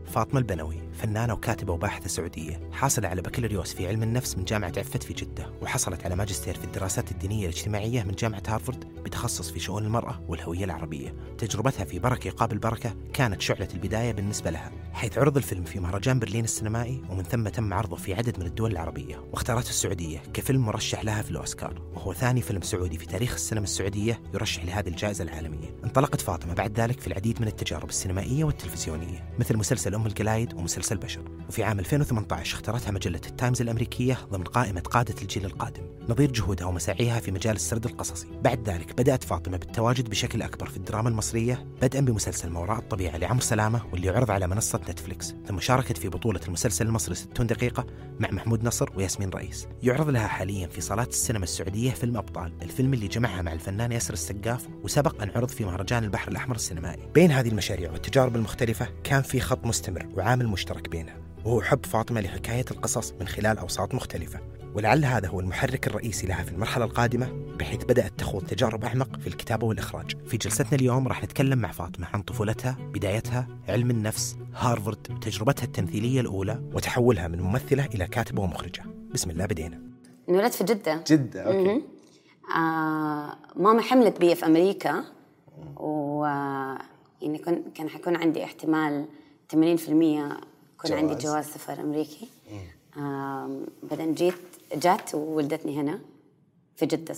فاطمة البنوي فنانة وكاتبة وباحثة سعودية، حاصلة على بكالوريوس في علم النفس من جامعة عفت في جدة، وحصلت على ماجستير في الدراسات الدينية الاجتماعية من جامعة هارفارد بتخصص في شؤون المرأة والهوية العربية. تجربتها في بركة يقابل بركة كانت شعلة البداية بالنسبة لها، حيث عرض الفيلم في مهرجان برلين السينمائي، ومن ثم تم عرضه في عدد من الدول العربية، واختارته السعودية كفيلم مرشح لها في الأوسكار، وهو ثاني فيلم سعودي في تاريخ السينما السعودية يرشح لهذه الجائزة العالمية. انطلقت فاطمة بعد ذلك في العديد من التجارب السينمائية والتلفزيونية مثل مسلسل أم القلايد ومسلسل بشر، وفي عام 2018 اختارتها مجلة التايمز الأمريكية ضمن قائمة قادة الجيل القادم، نظير جهودها ومساعيها في مجال السرد القصصي. بعد ذلك بدأت فاطمة بالتواجد بشكل أكبر في الدراما المصرية، بدءا بمسلسل ما وراء الطبيعة لعمرو سلامة واللي عرض على منصة نتفليكس، ثم شاركت في بطولة المسلسل المصري 60 دقيقة مع محمود نصر وياسمين رئيس. يعرض لها حاليا في صالات السينما السعودية فيلم أبطال، الفيلم اللي جمعها مع الفنان ياسر السقاف، وسبق أن عرض في مهرجان البحر الأحمر السينمائي. بين هذه المشاريع والتجارب المختلفة كان في خط مستمر وعامل مشترك بينها، وهو حب فاطمة لحكاية القصص من خلال أوساط مختلفة، ولعل هذا هو المحرك الرئيسي لها في المرحلة القادمة، بحيث بدأت تخوض تجارب أعمق في الكتابة والإخراج. في جلستنا اليوم راح نتكلم مع فاطمة عن طفولتها، بدايتها، علم النفس، هارفارد، تجربتها التمثيلية الأولى، وتحولها من ممثلة إلى كاتبة ومخرجة. بسم الله بدينا. انولدت في جدة. جدة، أوكي. ماما حملت بي في أمريكا، و يعني كان حيكون عندي احتمال 80% يكون عندي جواز سفر أمريكي. بعدين جات وولدتني هنا في جدة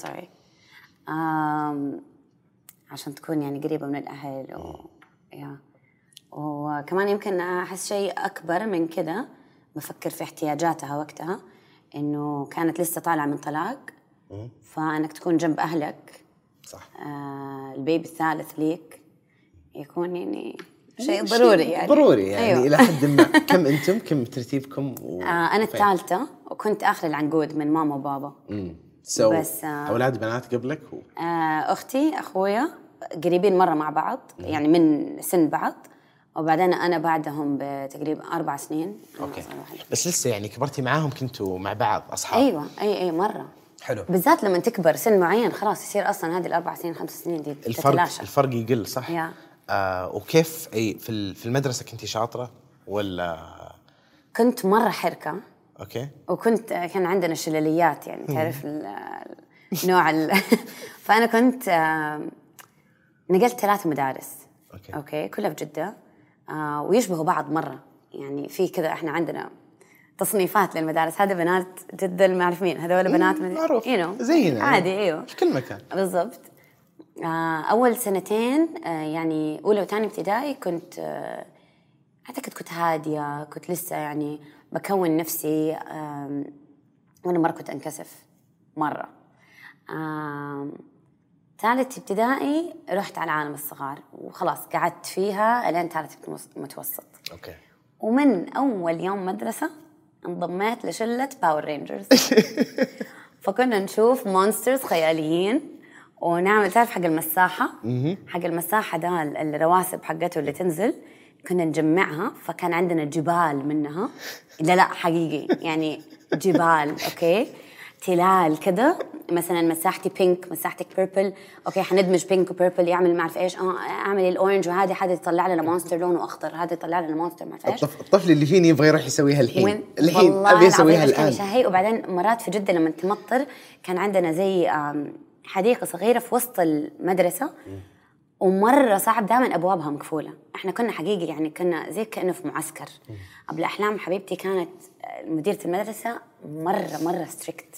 عشان تكون يعني قريبة من الأهل وكمان يمكن أحس شيء أكبر من كده، بفكر في احتياجاتها وقتها، إنه كانت لسه طالعة من طلاق، فأنك تكون جنب أهلك صح. البيبي الثالث ليك يكون يعني شيء ضروري يعني. ضروري يعني. أيوة. إلى حد ما. كم ترتيبكم؟ أنا الثالثة، وكنت آخر العنقود من ماما وبابا. بس أولاد بنات قبلك؟ أختي أخويا قريبين مرة مع بعض، يعني من سن بعض، وبعدين أنا بعدهم بتقريبا 4 سنين. أوكي. بس لسه يعني كبرتي معاهم، كنتوا مع بعض أصحاب؟ أيوة أي مرة. حلو. بالذات لما تكبر سن معين خلاص يصير أصلاً هذه 4 سنين 5 سنين دي تتلاشى. الفرق يقل، صح؟ وكيف في المدرسة كنتي شاطرة ولا؟ كنت مرة حركة. أوكي. كان عندنا شلاليات يعني، تعرف نوع فأنا كنت نقلت 3 مدارس. أوكي كلها في جدة، ويشبهوا بعض مرة يعني. في كذا إحنا عندنا تصنيفات للمدارس، هذا بنات جدة المعرفين، هذول بنات معروف زينا عادي. أيوه في كل مكان بالضبط. أول 2 سنين يعني أولى وثاني ابتدائي كنت أعتقد كنت هادية، كنت لسه يعني بكون نفسي، وأنا مرة كنت أنكسف مرة. ثالث ابتدائي رحت على عالم الصغار، وخلاص قعدت فيها لين ثالث متوسط. أوكي. ومن أول يوم مدرسة انضميت لشلة باور رينجرز. فكنا نشوف مونسترز خياليين ونعمل، تعرف حق المساحة ده الرواسب حقته اللي تنزل، كنا نجمعها، فكان عندنا جبال منها. لا حقيقي يعني جبال. أوكي تلال كده، مثلا مساحتي بينك مساحتك بيربل، اوكي حندمج بينك وبيربل يعمل ما اعرف ايش، اعمل الاورنج، وهذه حد يطلع لنا مونستر لونه اخضر، هذا يطلع لنا مونستر ما اعرف ايش. الطفل اللي فيني يبغى يروح يسويها الحين ابي اسويها الان. وبعدين مرات في جدة لما تمطر كان عندنا زي حديقة صغيرة في وسط المدرسة، ومرة صعب دائما أبوابها مقفولة. إحنا كنا حقيقي يعني كنا زي كأنه في معسكر. أبو أحلام حبيبتي كانت مديرة المدرسة مرة ستريكت،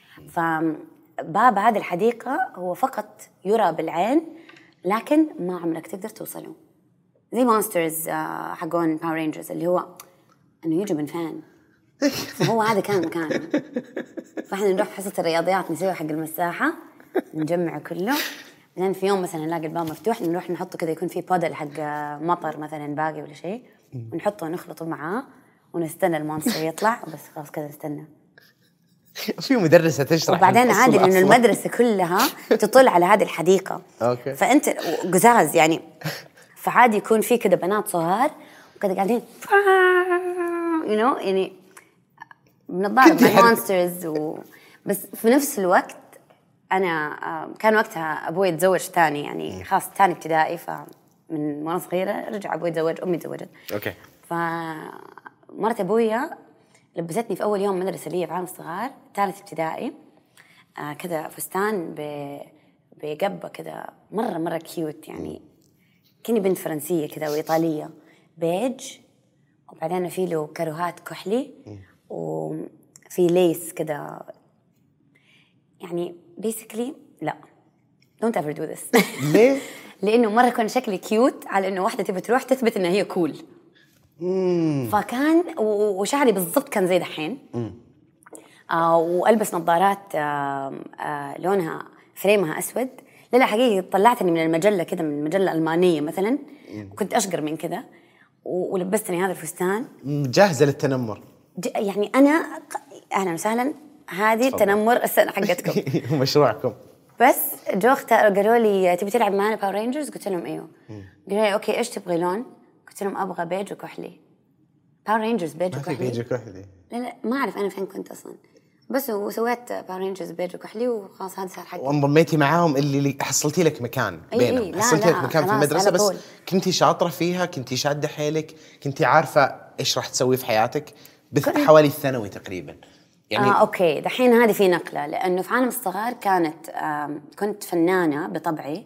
فباب هذه الحديقة هو فقط يرى بالعين، لكن ما عمرك تقدر توصله. زي مونسترز حقون باور رينجرز، اللي هو إنه يجي من فين، فهو هذا كان مكانه. فإحنا نروح حصة الرياضيات نسوي حق المساحة، نجمع كله. بعدين في يوم مثلا نلاقي الباب مفتوح، نروح نحطه كذا، يكون فيه بودل حق مطر مثلا باقي ولا شيء، ونحطه ونخلطه معاه ونستنى المونستر يطلع، وبس خلاص كذا نستنى. في مدرسة تشرح. وبعدين عادي إنه المدرسة كلها تطل على هذه الحديقة. أوكي. فأنت قزاز يعني، فعادي يكون في كذا بنات صغار وكذا قاعدين يعني بنضارب مع المونسترز بس في نفس الوقت أنا كان وقتها أبوي يتزوج ثاني، يعني خلاص ثاني ابتدائي، فمن وأنا صغيرة رجع أبوي يتزوج، أمي تزوجت. أوكي. فمرت أبويا لبستني في أول يوم مدرسة لي في عالم الصغار 3 ابتدائي كذا فستان بقبة كذا مرة كيوت يعني كني بنت فرنسية كذا وإيطالية بيج، وبعدين في له كروهات كحلي وفي ليس كذا يعني basically لا don't ever do this. ليه؟ لأنه مرة كان شكلي كيوت على إنه واحدة تبي تروح تثبت إنها هي كول. فكان وشعري بالضبط كان زي دحين. وألبس نظارات لونها فريمها أسود. لا حقيقي طلعتني من المجلة كده، من المجلة الألمانية مثلا، وكنت أشقر من كده ولبستني هذا الفستان جاهزة للتنمر يعني أنا أهلا وسهلا هذه تنمر السنة حقتكم. مشروعكم. بس جو قالوا لي تبي تلعب معنا باور رينجرز؟ قلت لهم ايوه. قالوا لي اوكي ايش تبغي لون؟ قلت لهم ابغى بيج وكحلي. باور رينجرز بيج وكحلي. بيج وكحلي. لا ما اعرف انا فين كنت اصلا، بس وسويت باور رينجرز بيج وكحلي وخلاص هذا صار حقي. وانضميتي معاهم اللي حصلتي لك مكان بينهم. حصلتي لك مكان في المدرسة، بس كنتي شاطرة فيها، كنتي شادة حيلك، كنتي عارفة ايش راح تسوي في حياتك حوالي الثانوي تقريبا يعني. اوكي دحين هذه في نقله، لانه في عالم الصغار كنت فنانه بطبعي،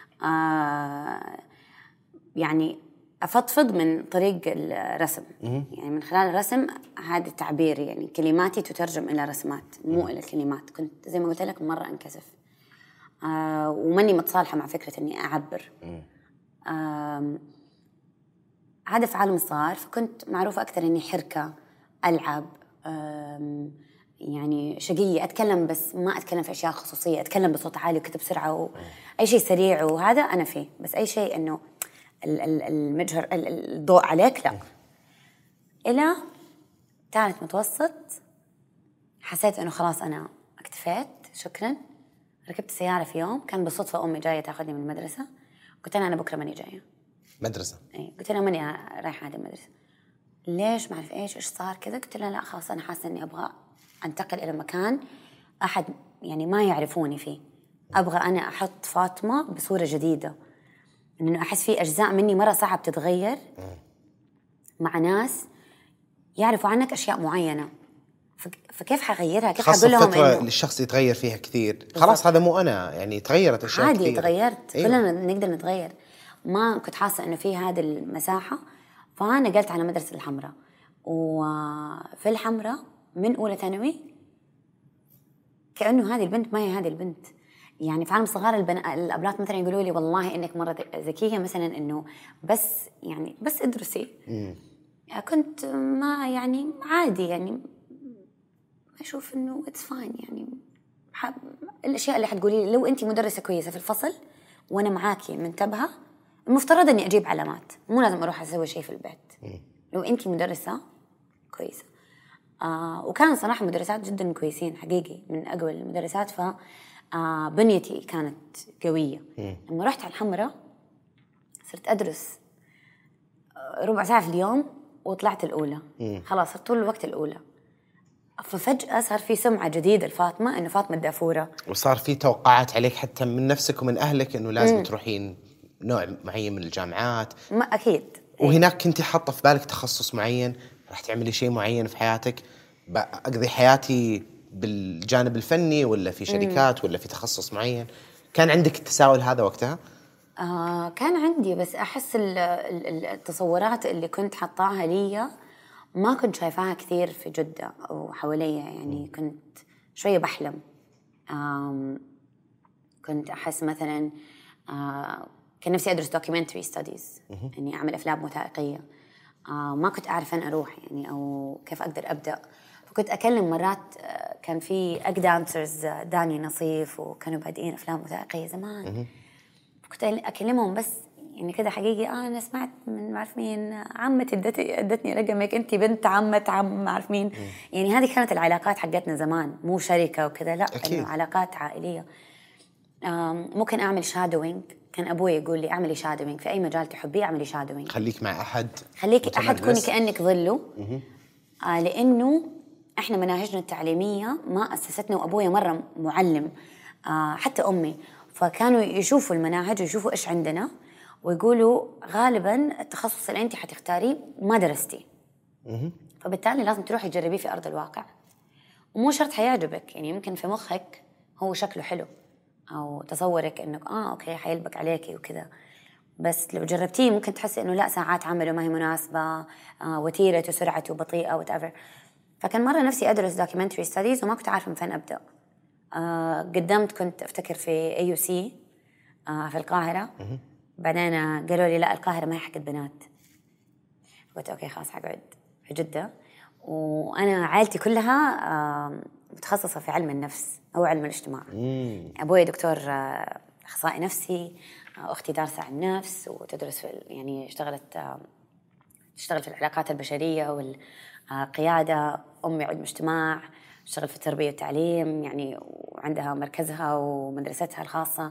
يعني افضفض من طريق الرسم. يعني من خلال الرسم هذا التعبير، يعني كلماتي تترجم الى رسمات مو الى كلمات. كنت زي ما قلت لك مره انكسف وماني متصالحه مع فكره اني اعبر. هذا في عالم الصغار، فكنت معروفه اكثر اني حركه، العب، يعني شقية، أتكلم بس ما أتكلم في أشياء خصوصية، أتكلم بصوت عالي وكتب بسرعة أي شيء سريع، وهذا أنا فيه. بس أي شيء إنه المجهر الضوء عليك لا. إلى ثالث متوسط حسيت إنه خلاص أنا اكتفيت، شكرا. ركبت السيارة في يوم، كان بالصدفة أمي جاية تأخذني من المدرسة، قلت لها أنا بكرة ماني جاية مدرسة. أي قلت لها ماني رايحة هذه المدرسة. ليش؟ ما أعرف إيش صار كذا. قلت لها لا خلاص أنا حاسة إني أبغى أنتقل إلى مكان أحد يعني ما يعرفوني فيه. أبغى أنا أحط فاطمة بصورة جديدة، إنه أحس في أجزاء مني مرة صعب تتغير مع ناس يعرفوا عنك أشياء معينة. فكيف حغيرها؟ كيف حقول لهم إنه الشخص يتغير فيها كثير؟ خلاص هذا مو أنا، يعني تغيرت أشياء عادي كثير. تغيرت. أيوة. كلنا نقدر نتغير. ما كنت حاسة إنه في هذه المساحة، فأنا قلت على مدرسة الحمراء. وفي الحمراء من أولى ثانوي كأنه هذه البنت ما هي هذه البنت. يعني في عالم صغار الأبنات مثلا يقولوا لي والله إنك مرة ذكية مثلا، إنه بس يعني بس ادرسي. كنت ما يعني عادي، يعني أشوف إنه it's fine. يعني الأشياء اللي حتقولي لي لو أنت مدرسة كويسة في الفصل وأنا معاكي منتبهة، المفترض إني أجيب علامات، مو لازم أروح أسوي شيء في البيت. لو أنت مدرسة كويسة. وكان صراحة مدرسات جدا كويسين حقيقي، من أقوى المدرسات. بنيتي كانت قوية. لما رحت على الحمراء صرت أدرس ربع ساعة في اليوم وطلعت الأولى. خلاص صرت طول الوقت الأولى. ففجأة صار في سمعة جديدة لفاطمة، إنه فاطمة الدافورة، وصار في توقعات عليك حتى من نفسك ومن أهلك إنه لازم تروحين نوع معين من الجامعات. ما أكيد. وهناك كنتي حاطة في بالك تخصص معين، راح تعملي شيء معين في حياتك، أقضي حياتي بالجانب الفني ولا في شركات ولا في تخصص معين؟ كان عندك التساؤل هذا وقتها؟ كان عندي، بس أحس التصورات اللي كنت حطاها لي ما كنت شايفاها كثير في جدة أو حواليا. يعني كنت شوية بحلم. كنت أحس مثلا كان نفسي أدرس documentary studies، يعني أعمل أفلام وثائقية. ما كنت أعرف أن أروح يعني أو كيف أقدر أبدأ. فكنت أكلم مرات، كان في دانسرز داني نصيف وكانوا بادئين أفلام وثائقية زمان. كنت أكلمهم بس يعني كده حقيقي. أنا سمعت من ما أعرف مين عمتي ادتني رقمك، أنت بنت عمة عم ما أعرف مين. يعني هذه كانت العلاقات حقتنا زمان، مو شركة وكذا، لا إنه علاقات عائلية. ممكن أعمل شادوينج. كان أبوي يقول لي أعملي شادوينج في أي مجال تحبيه، أعملي شادوينج. خليك مع أحد، خليك أحد، كوني كأنك ظله. لأنه إحنا مناهجنا التعليمية ما أسستنا، وأبويا مرة معلم، حتى أمي. فكانوا يشوفوا المناهج ويشوفوا إيش عندنا ويقولوا غالبا التخصص اللي انت حتختاريه ما درستي، فبالتالي لازم تروحي تجربيه في ارض الواقع، ومو شرط حيعجبك، يعني يمكن في مخك هو شكله حلو او تصورك انك اوكي حيلبك عليكي وكذا، بس لو جربتيه ممكن تحسي انه لا، ساعات عمله ما هي مناسبه، وتيرته سرعته بطيئه whatever. فكان مره نفسي ادرس documentary studies وما كنت عارفه من فين ابدا. قدمت، كنت افتكر في AUC في القاهره، بعدين قالوا لي لا، القاهره ما هي حقت بنات. قلت اوكي خلاص حقعد في جده، وانا عائلتي كلها متخصصه في علم النفس او علم الاجتماع. ابوي دكتور اخصائي نفسي، اختي دارسه علم نفس وتدرس في يعني تشتغل في العلاقات البشريه والقياده. امي علم اجتماع، تشتغل في التربيه والتعليم يعني، وعندها مركزها ومدرستها الخاصه.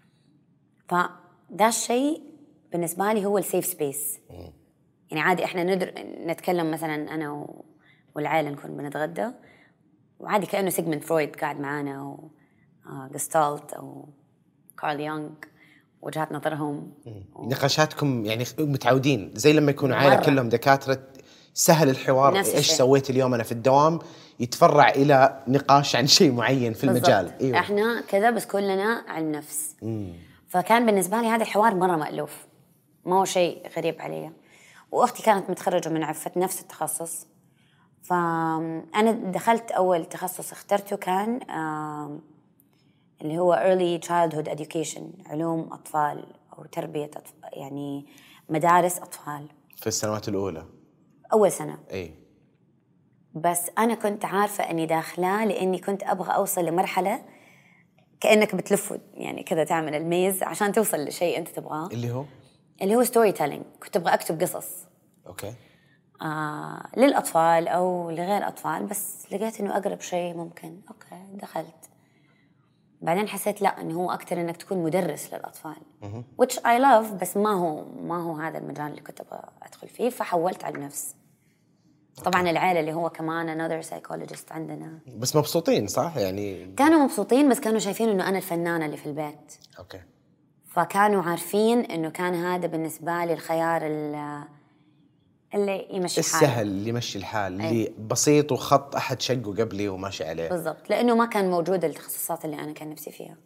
فده الشيء بالنسبه لي هو السيف سبيس. يعني عادي احنا نتكلم مثلا انا والعائله نكون بنتغدى، وعادي كانه سيغموند فرويد قاعد معانا، او جستالت او كارل يونغ، وجهات نظرهم نقاشاتكم يعني متعودين زي لما يكونوا عائله كلهم دكاتره، سهل الحوار. ايش سويت اليوم انا في الدوام، يتفرع الى نقاش عن شيء معين في المجال. أيوة. احنا كذا بس كلنا علم نفس. فكان بالنسبه لي هذا الحوار مره مألوف، ما هو شيء غريب علي. واختي كانت متخرجه من عفة نفس التخصص، فانا دخلت اول تخصص اخترته كان اللي هو early childhood education، علوم اطفال او تربيه أطفال، يعني مدارس اطفال في السنوات الاولى، اول سنه. اي بس انا كنت عارفه اني داخله لاني كنت ابغى اوصل لمرحله كانك بتلف يعني كذا، تعمل الميز عشان توصل لشيء انت تبغاه، اللي هو ستوري تيلينج. كنت ابغى اكتب قصص اوكي للاطفال او لغير اطفال، بس لقيت انه اقرب شيء ممكن. اوكي دخلت. بعدين حسيت لا، انه هو اكثر انك تكون مدرس للاطفال which I love، بس ما هو هذا المجال اللي كنت ابغى ادخل فيه، فحولت على النفس. طبعا العائله اللي هو كمان another psychologist عندنا، بس مبسوطين صح؟ يعني كانوا مبسوطين، بس كانوا شايفين انه انا الفنانه اللي في البيت. اوكي. فكانوا عارفين انه كان هذا بالنسبه لي الخيار اللي يمشي الحال، السهل اللي يمشي الحال، اللي بسيط وخط احد شقه قبلي وماشي عليه. بالضبط، لانه ما كان موجود التخصصات اللي انا كان نفسي فيها.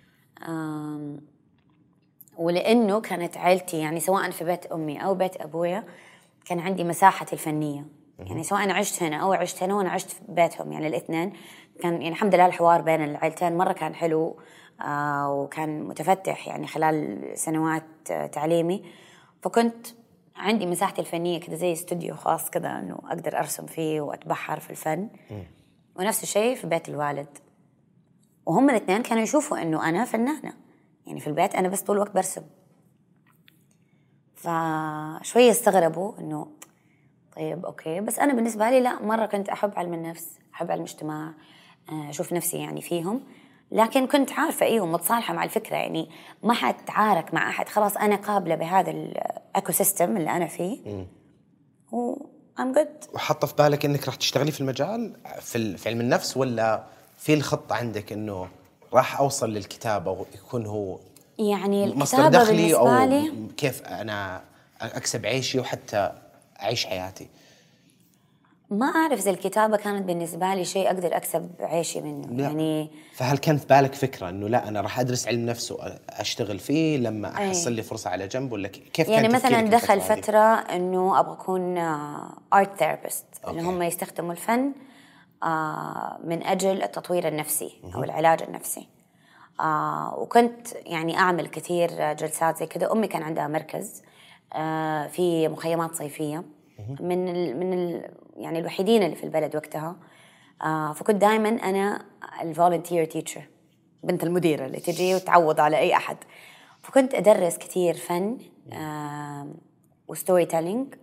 ولانه كانت عائلتي يعني سواء في بيت امي او بيت ابويا كان عندي مساحتي الفنيه. يعني سواء أنا عشت هنا أو عشت هنا، وأنا عشت في بيتهم يعني الاثنين. كان يعني الحمد لله الحوار بين العائلتين مرة كان حلو، وكان متفتح يعني خلال سنوات تعليمي. فكنت عندي مساحتي الفنية كده زي استوديو خاص كده، إنه أقدر أرسم فيه وأتبحر في الفن. ونفس الشيء في بيت الوالد، وهم الاثنين كانوا يشوفوا إنه أنا فنانة. يعني في البيت أنا بس طول الوقت برسم، فشوية استغربوا إنه طيب أوكي. بس أنا بالنسبة لي لا، مرة كنت أحب علم النفس، أحب علم الاجتماع، أشوف نفسي يعني فيهم. لكن كنت عارفة أيوه متصالحة مع الفكرة، يعني ما حتعارك مع أحد، خلاص أنا قابلة بهذا الأكو سيستم اللي أنا فيه و I'm good. وحاطة في بالك إنك راح تشتغلي في المجال في علم النفس، ولا في الخطة عندك إنه راح أوصل للكتابة ويكون هو يعني مصدر دخلي، أو لي كيف أنا أكسب عيشي وحتى أعيش حياتي؟ ما أعرف إذا الكتابة كانت بالنسبة لي شيء أقدر أكسب عيشي منه. يعني فهل كان في بالك فكرة إنه لا أنا راح أدرس علم نفس وأشتغل فيه لما أحصل لي فرصة على جنب، ولا كيف يعني كان مثلا دخل فترة إنه أبغى أكون art therapist، اللي هم يستخدموا الفن من أجل التطوير النفسي أو العلاج النفسي. وكنت يعني أعمل كثير جلسات زي كده. أمي كان عندها مركز في مخيمات صيفية، من يعني الوحيدين اللي في البلد وقتها. فكنت دائما أنا الفولنتير تيتشر، بنت المديرة اللي تجي وتعوض على أي أحد. فكنت أدرس كثير فن وستوري تيلينج،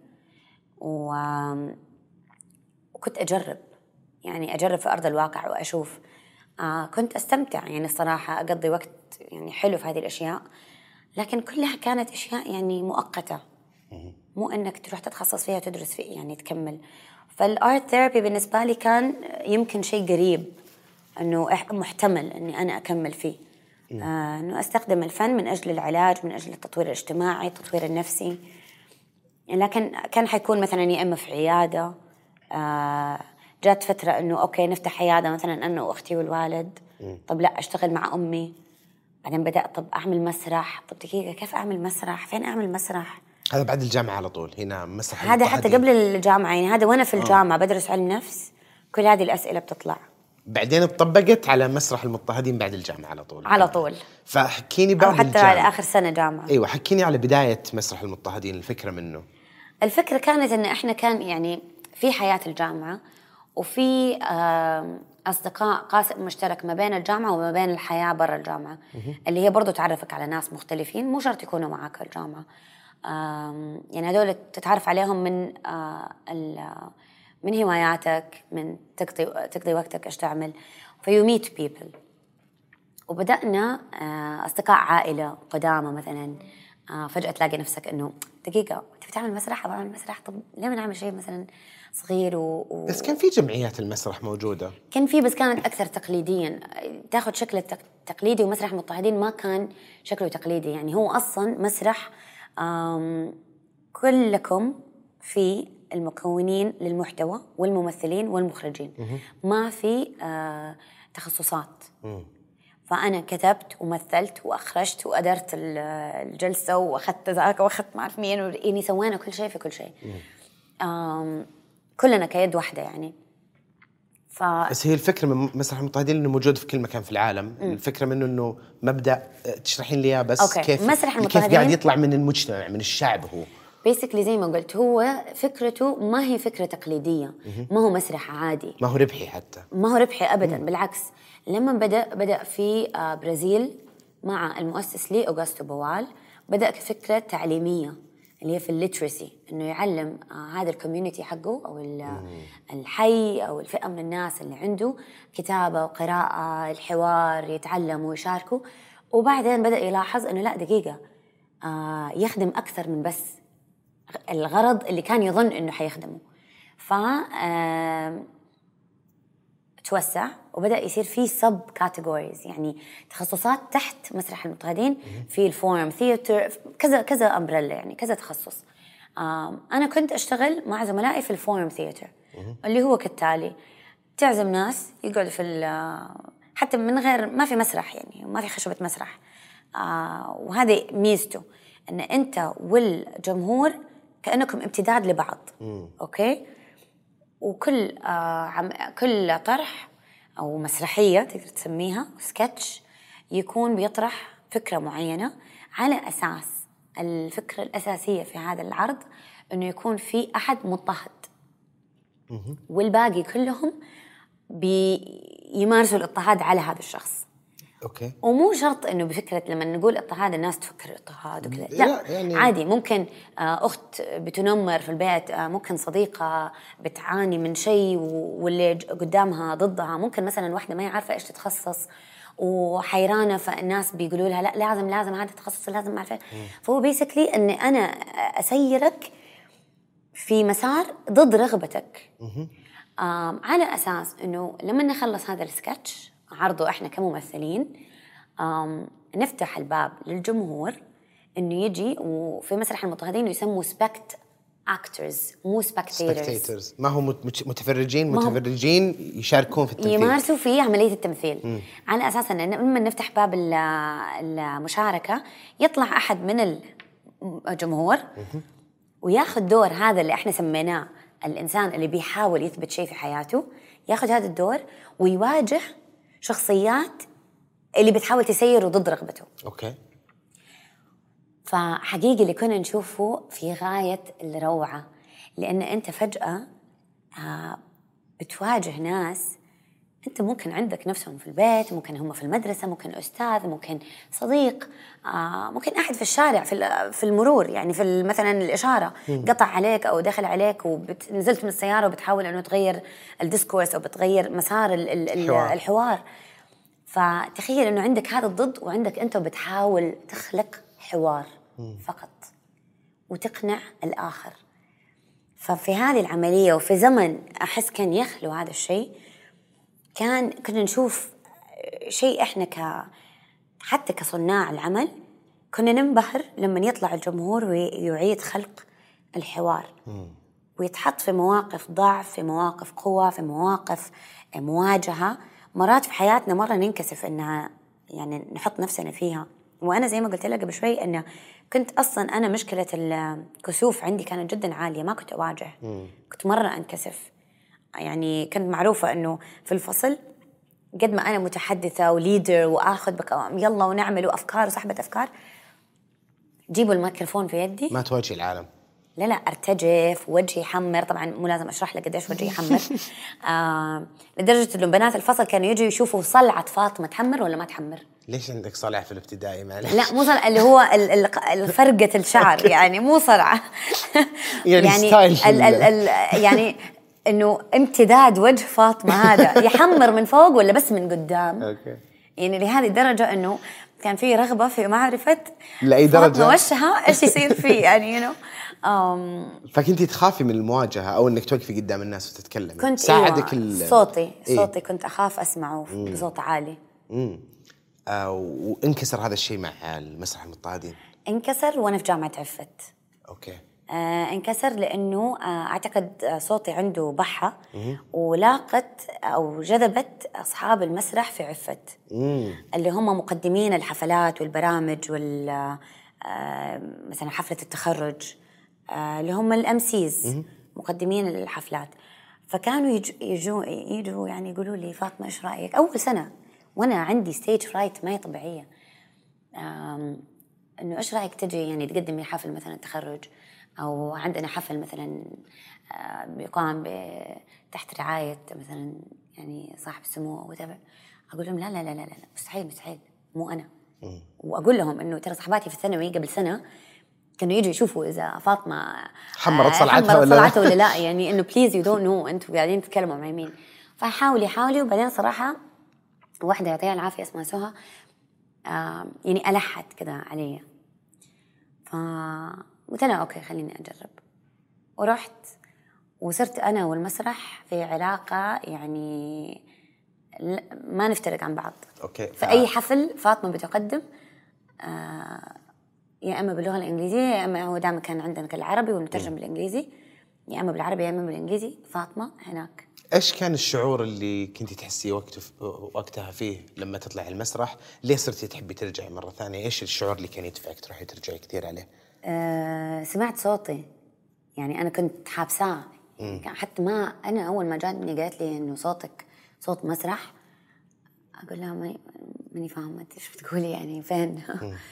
وكنت أجرب في أرض الواقع وأشوف. كنت أستمتع يعني الصراحة، أقضي وقت يعني حلو في هذه الأشياء، لكن كلها كانت أشياء يعني مؤقتة، مو أنك تروح تتخصص فيها وتدرس فيها يعني تكمل. فالآرت ثيرابي بالنسبة لي كان يمكن شيء قريب، أنه محتمل أني أنا أكمل فيه. إنه أستخدم الفن من أجل العلاج، من أجل التطوير الاجتماعي، التطوير النفسي. لكن كان حيكون مثلا يا إما في عيادة. جات فترة إنه أوكي نفتح عيادة مثلا أنا وأختي والوالد. طب لا أشتغل مع أمي. بعدين بدأت طب أعمل مسرح. طب دقيقة كيف أعمل مسرح؟ فين أعمل مسرح؟ هذا بعد الجامعة على طول هنا مسرح هذا حتى المضطهدين. قبل الجامعة يعني، هذا وأنا في الجامعة بدرس علم نفس كل هذه الأسئلة بتطلع. بعدين اتطبقت على مسرح المضطهدين بعد الجامعة على طول. على طول. فحكيني أو بعد حتى الجامعة. على آخر سنة جامعة. أيوة حكيني على بداية مسرح المضطهدين، الفكرة منه. الفكرة كانت إن إحنا كان يعني في حياة الجامعة، وفي أصدقاء قاسم مشترك ما بين الجامعة وما بين الحياة برا الجامعة، اللي هي برضو تعرفك على ناس مختلفين مو شرط يكونوا معك الجامعة. يعني هذول تتعرف عليهم من هواياتك، من تقضي وقتك إيش تعمل. فيو ميت بيبل. وبدأنا أصدقاء عائلة قدامى مثلا. فجأة تلاقي نفسك إنه دقيقة أنت بتعمل مسرح أو أعمل مسرح، طب ليه ما نعمل شيء مثلا صغير بس كان في جمعيات المسرح موجودة. كان في، بس كانت أكثر تقليديا، تاخذ شكل تقليدي. ومسرح المضطهدين ما كان شكله تقليدي، يعني هو أصلا مسرح كلكم في المكونين للمحتوى والممثلين والمخرجين، ما في تخصصات. فأنا كتبت ومثلت وأخرجت وأدرت الجلسة وأخذت ذاك وأخذت ما أعرف مين، يعني سوينا كل شيء في كل شيء. كلنا كيد واحدة يعني. بس هي الفكرة من مسرح المضطهدين إنه موجود في كل مكان في العالم. الفكرة منه إنه مبدأ تشرحين لي إياه بس أوكي. كيف مسرح كيف المضطهدين قاعد يطلع من المجتمع من الشعب. هو بيسكلي زي ما قلت، هو فكرته ما هي فكرة تقليدية. ما هو مسرح عادي، ما هو ربحي حتى، ما هو ربحي أبدا. بالعكس، لما بدأ في برازيل مع المؤسس لي أوغوستو بوال، بدأ كفكرة تعليمية اللي هي في الليترسي، إنه يعلم هذا الكوميونيتي حقه أو الحي أو الفئة من الناس اللي عنده كتابة وقراءة، الحوار، يتعلموا ويشاركوا. وبعدين بدأ يلاحظ إنه لا دقيقة، يخدم أكثر من بس الغرض اللي كان يظن إنه حيخدمه. توسع وبدأ يصير في سب كاتيجوريز، يعني تخصصات تحت مسرح المضطهدين، في الفورم ثياتر، كذا أمبريلا، يعني كذا تخصص. أنا كنت أشتغل مع زملائي في الفورم ثياتر، اللي هو كالتالي: تعزم ناس يقعدوا في حتى من غير ما في مسرح، يعني ما في خشبة مسرح. وهذه ميزته، أن أنت والجمهور كأنكم امتداد لبعض. أوكي. وكل كل طرح أو مسرحية تقدر تسميها سكتش يكون بيطرح فكرة معينة، على أساس الفكرة الأساسية في هذا العرض أنه يكون في أحد مضطهد، والباقي كلهم بيمارسوا الاضطهاد على هذا الشخص. أوكي. ومو شرط إنه بفكرة لما نقول اضطهاد الناس تفكر اضطهاد وكذا، لا يعني عادي. ممكن أخت بتنمر في البيت، ممكن صديقة بتعاني من شيء واللي قدامها ضدها، ممكن مثلا واحدة ما عارفة إيش تتخصص وحيرانة، فالناس بيقولوا لها لا لازم هذا التخصص، لازم ما أعرف. فهو بيسكلي إن أنا أسيرك في مسار ضد رغبتك، على أساس إنه لما نخلص هذا السكتش عرضه إحنا كممثلين، نفتح الباب للجمهور إنه يجي. وفي مسرح المضطهدين يسموا سبكت أكترز مو سبكتيترز. ما هو متفرجين يشاركون في التمثيل، يمارسوا في عملية التمثيل. على أساس أن لما نفتح باب المشاركة يطلع أحد من الجمهور وياخذ دور هذا اللي إحنا سميناه الإنسان اللي بيحاول يثبت شيء في حياته، ياخذ هذا الدور ويواجه شخصيات اللي بتحاول تسيره ضد رغبته. أوكي. فحقيقي اللي كنا نشوفه في غاية الروعة، لأن أنت فجأة بتواجه ناس أنت ممكن عندك نفسهم في البيت، ممكن هم في المدرسة، ممكن أستاذ، ممكن صديق، ممكن أحد في الشارع في المرور، يعني في مثلا الإشارة قطع عليك أو دخل عليك ونزلت من السيارة وبتحاول أنه تغير الديسكورس أو بتغير مسار الحوار. فتخيل أنه عندك هذا الضد وعندك أنت بتحاول تخلق حوار فقط وتقنع الآخر. ففي هذه العملية وفي زمن أحس كان يخلو هذا الشيء، كنا نشوف شيء إحنا حتى كصناع العمل كنا ننبهر لما يطلع الجمهور ويعيد خلق الحوار ويتحط في مواقف ضعف، في مواقف قوة، في مواقف مواجهة. مرات في حياتنا مرة ننكسف إنها يعني نحط نفسنا فيها. وأنا زي ما قلت لك قبل شوي إنه كنت أصلاً أنا مشكلة الكسوف عندي كانت جداً عالية، ما كنت أواجه، كنت مرة أنكسف. يعني كنت معروفة إنه في الفصل قد ما أنا متحدثة وليدر وآخذ يلا ونعمل وأفكار وصاحبة أفكار، جيبوا الميكروفون في يدي ما تواجهي العالم. لا ارتجف ووجهي يحمر. طبعا مو لازم اشرح لك قديش وجهي يحمر. لدرجه انه بنات الفصل كانوا يجوا يشوفوا صلعه فاطمه تحمر ولا ما تحمر. ليش عندك صلع في الابتدائي؟ معلش. لا مو صلع، اللي هو فرقه الشعر يعني مو صلعه. يعني يعني انه امتداد وجه فاطمه هذا يحمر من فوق ولا بس من قدام. اوكي. يعني لهذه الدرجه انه كان في رغبه في معرفه لاي درجه فاطمه وشها ايش يصير فيه يعني فكنتي تخافي من المواجهة أو إنك توقفي قدام الناس وتتكلمي؟ كنت ساعدك صوتي كنت أخاف أسمعه بصوت عالي. وانكسر هذا الشيء مع المسرح المضطهدين؟ انكسر وأنا في جامعة عفت. أوكي. انكسر لأنه أعتقد صوتي عنده بحة ولاقت أو جذبت أصحاب المسرح في عفت اللي هم مقدمين الحفلات والبرامج مثلا حفلة التخرج اللي هم الأمسيز مقدمين الحفلات. فكانوا يجوا يعني يقولوا لي فاطمة إيش رأيك؟ أول سنة وأنا عندي ستيج فرايت ما هي طبيعية، إنه إيش رأيك تجي يعني تقدمي حفل مثلا تخرج أو عندنا حفل مثلا بيقام تحت رعاية مثلا يعني صاحب السمو أو whatever. أقول لهم لا لا لا لا لا مستحيل مو أنا. وأقول لهم إنه ترى صحباتي في الثانوي قبل سنة كانوا يجوا يشوفوا إذا فاطمة حمرت صلعتها ولا لا يعني إنه please you don't know أنتوا قاعدين تتكلموا مع مين. فحاولي وبعدين صراحة واحدة يعطيها العافية اسمها سهى يعني ألحت كذا علي، فقلت لها أوكي خليني أجرب ورحت وصرت أنا والمسرح في علاقة يعني ما نفترق عن بعض. أوكي. في أي حفل فاطمة بتقدم يا اما باللغه الانجليزيه يا اما هو دائما كان عندنا العربي والمترجم بالانجليزي، يا اما بالعربي يا اما بالانجليزي. فاطمه هناك. ايش كان الشعور اللي كنتي تحسيه وقتها فيه لما تطلعي المسرح؟ ليه صرتي تحبي ترجعي مره ثانيه؟ ايش الشعور اللي كان يدفعك تروحي ترجعي كثير عليه؟ سمعت صوتي يعني انا كنت حابساه. حتى ما انا اول ما جاتني قالت لي انه صوتك صوت مسرح، اقول لها ماني فاهمه ايش بتقولي يعني فين.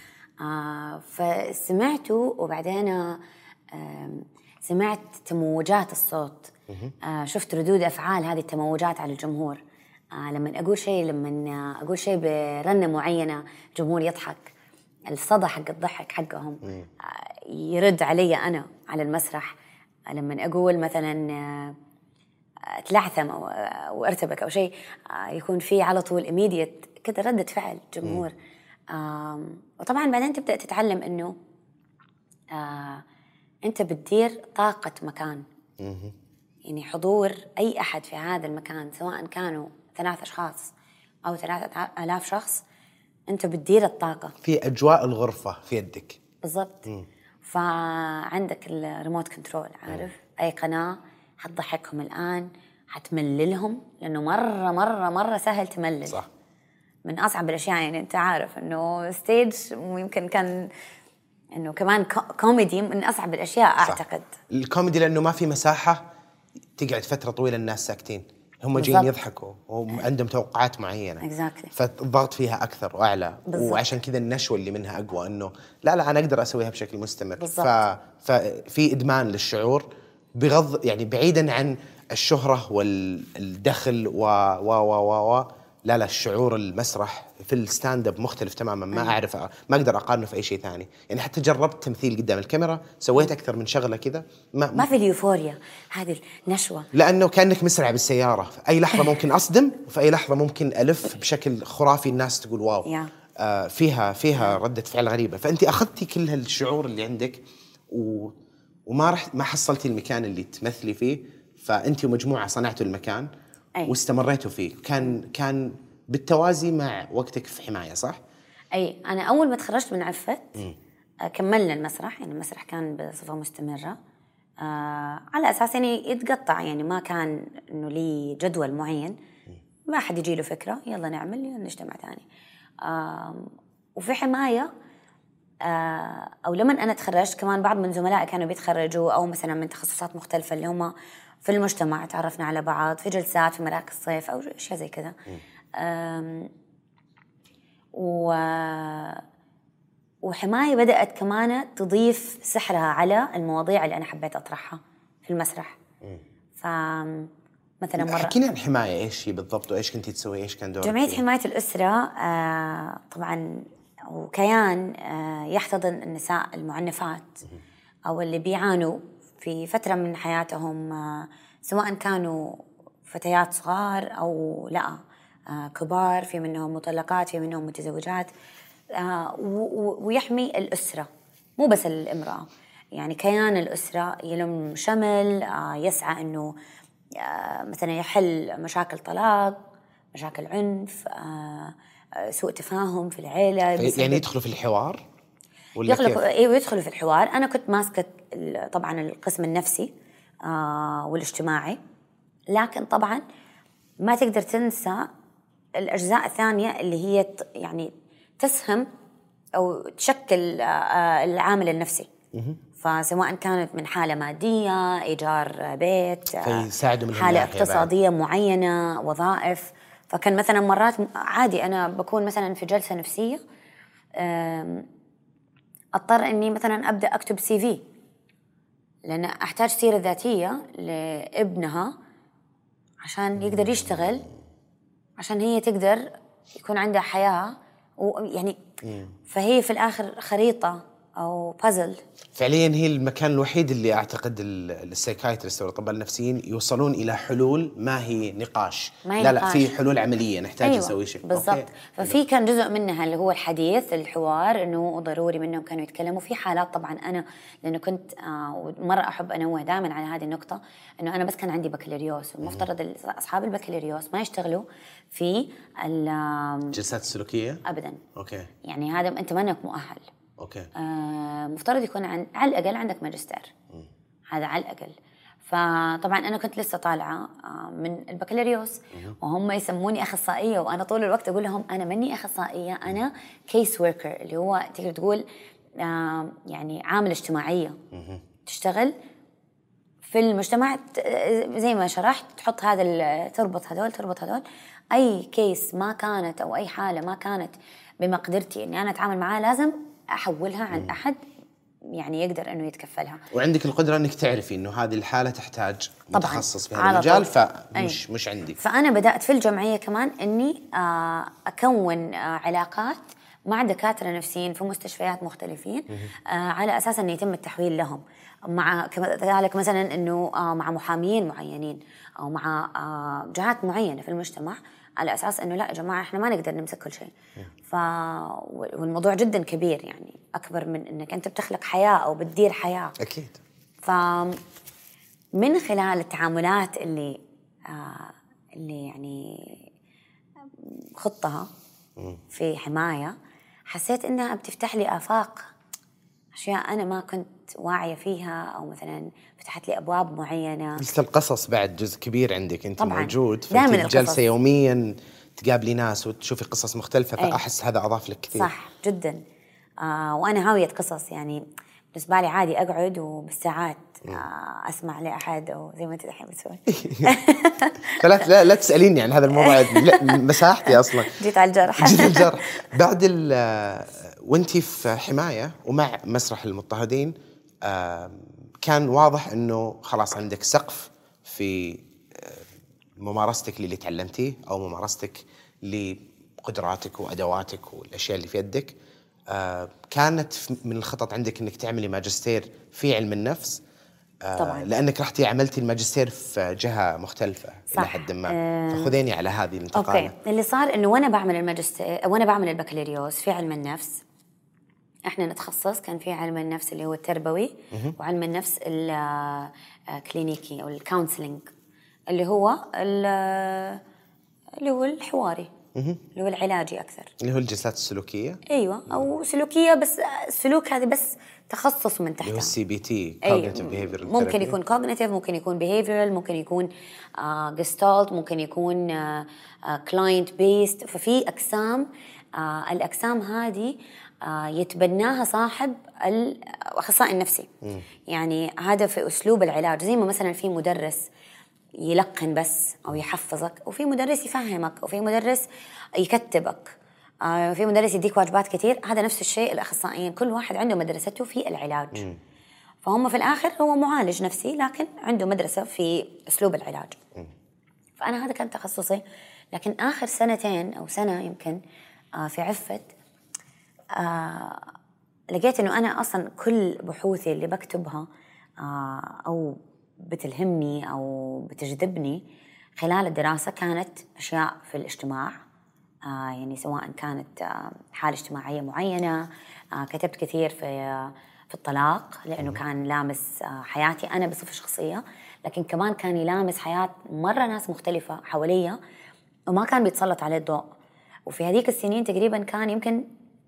فسمعته وبعدين سمعت تموجات الصوت. شفت ردود أفعال هذه التموجات على الجمهور. لما أقول شيء برنة معينة الجمهور يضحك، الصدى حق الضحك حقهم يرد علي أنا على المسرح. لما أقول مثلا اتلعثم أو ارتبك أو شيء يكون فيه على طول immediate كده ردة فعل الجمهور. وطبعاً بعدين تبدأ تتعلم إنه أنت بتدير طاقة مكان. يعني حضور أي أحد في هذا المكان سواء كانوا 3 أشخاص أو 3000 شخص، أنت بتدير الطاقة في أجواء الغرفة في يدك بالضبط. فعندك الريموت كنترول، عارف أي قناة حتضحكهم الآن حتمللهم، لأنه مرة مرة مرة سهل تملل. صح. من أصعب الأشياء يعني أنت عارف إنه ستيج ويمكن كان إنه كمان كوميدي من أصعب الأشياء. صح. أعتقد الكوميدي لأنه ما في مساحة تقعد فترة طويلة الناس ساكتين، هم جايين يضحكوا وعندهم توقعات معينة. exactly. فالضغط فيها أكثر وأعلى. بالزبط. وعشان كذا النشوة اللي منها أقوى، إنه لا أنا أقدر أسويها بشكل مستمر. ففي إدمان للشعور بغض يعني بعيدا عن الشهرة والدخل لا الشعور المسرح في الستاند اب مختلف تماما. ما أقدر أقارنه في أي شيء ثاني. يعني حتى جربت تمثيل قدام الكاميرا، سويت أكثر من شغلة كذا، ما في اليوفوريا هذه النشوة، لأنه كأنك مسرع بالسيارة، في أي لحظة ممكن أصدم وفي أي لحظة ممكن ألف بشكل خرافي الناس تقول واو. فيها ردة فعل غريبة. فأنت أخذتي كل هالشعور اللي عندك وما ما حصلتي المكان اللي تمثلي فيه، فأنت ومجموعة صنعتوا المكان واستمريتوا فيه. كان بالتوازي مع وقتك في حماية، صح؟ أي أنا أول ما تخرجت من عفت كملنا المسرح، يعني المسرح كان بصفة مستمرة على أساس يعني يتقطع، يعني ما كان إنه لي جدول معين، ما أحد يجي له فكرة يلا نعمل نجتمع تاني. وفي حماية أو لما أنا تخرجت كمان بعض من زملائي كانوا بيتخرجوا أو مثلا من تخصصات مختلفة اللي هم في المجتمع، تعرفنا على بعض في جلسات في مراكز صيف أو أشياء زي كذا. وحماية بدأت كمان تضيف سحرها على المواضيع اللي أنا حبيت أطرحها في المسرح. فمثلا مرة حكيني عن حماية، إيش هي بالضبط وإيش كنتي تسوي، إيش كان دورك جمعية فيه؟ حماية الأسرة طبعا وكيان يحتضن النساء المعنفات أو اللي بيعانوا في فترة من حياتهم، سواء كانوا فتيات صغار أو لا كبار، في منهم مطلقات في منهم متزوجات، ويحمي الأسرة مو بس الامرأة، يعني كيان الأسرة يلم شمل يسعى أنه مثلا يحل مشاكل طلاق، مشاكل عنف، سوء تفاهم في العيلة. يعني يدخلوا في الحوار ولا كيف؟ ايوه يدخلوا في الحوار. أنا كنت ماسكة طبعا القسم النفسي والاجتماعي، لكن طبعا ما تقدر تنسى الأجزاء الثانية اللي هي يعني تسهم أو تشكل العامل النفسي. فسواء كانت من حالة مادية، إيجار بيت، حالة اقتصادية معينة، وظائف. فكان مثلا مرات عادي أنا بكون مثلا في جلسة نفسية أضطر أني مثلا أبدأ أكتب CV، لأن أحتاج سيرة ذاتية لابنها عشان يقدر يشتغل، عشان هي تقدر يكون عندها حياة ويعني فهي في الآخر خريطة أو بازل. فعليا هي المكان الوحيد اللي أعتقد السايكايترست والأطباء النفسيين يوصلون إلى حلول ما هي نقاش، لا في حلول عملية نحتاج نسوي شيء. بالضبط. ففي كان جزء منها اللي هو الحديث، الحوار، إنه ضروري منهم كانوا يتكلموا في حالات. طبعا أنا لأنه كنت مرة أحب أنوه دائما على هذه النقطة، إنه أنا بس كان عندي بكالوريوس، والمفترض أصحاب البكالوريوس ما يشتغلوا في الجلسات السلوكية أبدا. أوكي. يعني هذا أنت ما أنك مؤهل. أوكي. مفترض يكون على الأقل عندك ماجستير، هذا على الأقل. فطبعا أنا كنت لسه طالعة من البكالوريوس، وهم يسموني أخصائية، وأنا طول الوقت أقول لهم أنا مني أخصائية، أنا كيس وركر، اللي هو تقدر تقول يعني عامل اجتماعية، تشتغل في المجتمع زي ما شرحت، تحط هذا تربط هذول أي كيس ما كانت أو أي حالة ما كانت بمقدرتي إني أنا أتعامل معها لازم أحولها عن أحد يعني يقدر إنه يتكفلها. وعندك القدرة إنك تعرفي إنه هذه الحالة تحتاج متخصص في هذا المجال، مش عندي. فأنا بدأت في الجمعية كمان إني أكون علاقات مع دكاترة نفسيين في مستشفيات مختلفين، على أساس أن يتم التحويل لهم، مع كذلك مثلا أنه مع محاميين معينين أو مع جهات معينة في المجتمع، على أساس أنه لا يا جماعة إحنا ما نقدر نمسك كل شيء. والموضوع جدا كبير، يعني أكبر من أنك أنت بتخلق حياة أو بتدير حياة. أكيد. من خلال التعاملات اللي يعني خطها في حماية، حسيت إنها بتفتح لي آفاق، أشياء أنا ما كنت واعية فيها، أو مثلا فتحت لي أبواب معينة. لسه القصص بعد جزء كبير عندك أنت طبعاً. موجود، دائما جلسة يوميا تقابلي ناس وتشوفي قصص مختلفة، فأحس هذا أضاف لك كثير. صح جدا. وأنا هاوية قصص، يعني بالنسبة لي عادي أقعد وبالساعات أسمع لأحد، أو زي ما أنت الحين بتسوي. لا تسأليني عن هذا الموضوع، مساحتي أصلا. جيت على الجرح. بعد وانتي في حماية ومع مسرح المضطهدين، كان واضح أنه خلاص عندك سقف في ممارستك اللي تعلمتيه، أو ممارستك لقدراتك وأدواتك والأشياء اللي في يدك. كانت من الخطط عندك أنك تعملي ماجستير في علم النفس، طبعاً. لأنك رحتي عملتي الماجستير في جهة مختلفة إلى حد ما. فخذيني على هذه الانتقالة. أوكي. اللي صار إنه وأنا بعمل الماجستير، وأنا بعمل البكالوريوس في علم النفس، إحنا نتخصص كان في علم النفس اللي هو التربوي، وعلم النفس الكلينيكي أو الكونسلينج اللي هو الحواري. اللي هو العلاجي أكثر، اللي هو الجلسات السلوكية. أيوة، أو سلوكية، بس السلوك هذه بس تخصص من تحتها، اللي هو CBT أيوة. Cognitive Behavioral ممكن Therapy. يكون cognitive، ممكن يكون behavioral، ممكن يكون gestalt، ممكن يكون client based. ففي أقسام، الأقسام هذه يتبناها صاحب الأخصائي النفسي. يعني هذا في أسلوب العلاج، زي ما مثلا في مدرس يلقن بس أو يحفظك، وفي مدرس يفهمك، وفي مدرس يكتبك، في مدرس يديك واجبات كتير. هذا نفس الشيء الأخصائيين، كل واحد عنده مدرسته في العلاج. فهم في الآخر هو معالج نفسي، لكن عنده مدرسة في أسلوب العلاج. فأنا هذا كان تخصصي. لكن آخر سنتين أو سنة يمكن في عفت لقيت إنه أنا أصلا كل بحوثي اللي بكتبها أو بتلهمني أو بتجذبني خلال الدراسة كانت أشياء في الاجتماع. يعني سواء كانت حالة اجتماعية معينة. كتبت كثير في الطلاق، لأنه كان لامس حياتي أنا بصفة شخصية، لكن كمان كان يلامس حياة مرة ناس مختلفة حواليا وما كان بيتسلط عليه الضوء. وفي هذيك السنين تقريبا كان يمكن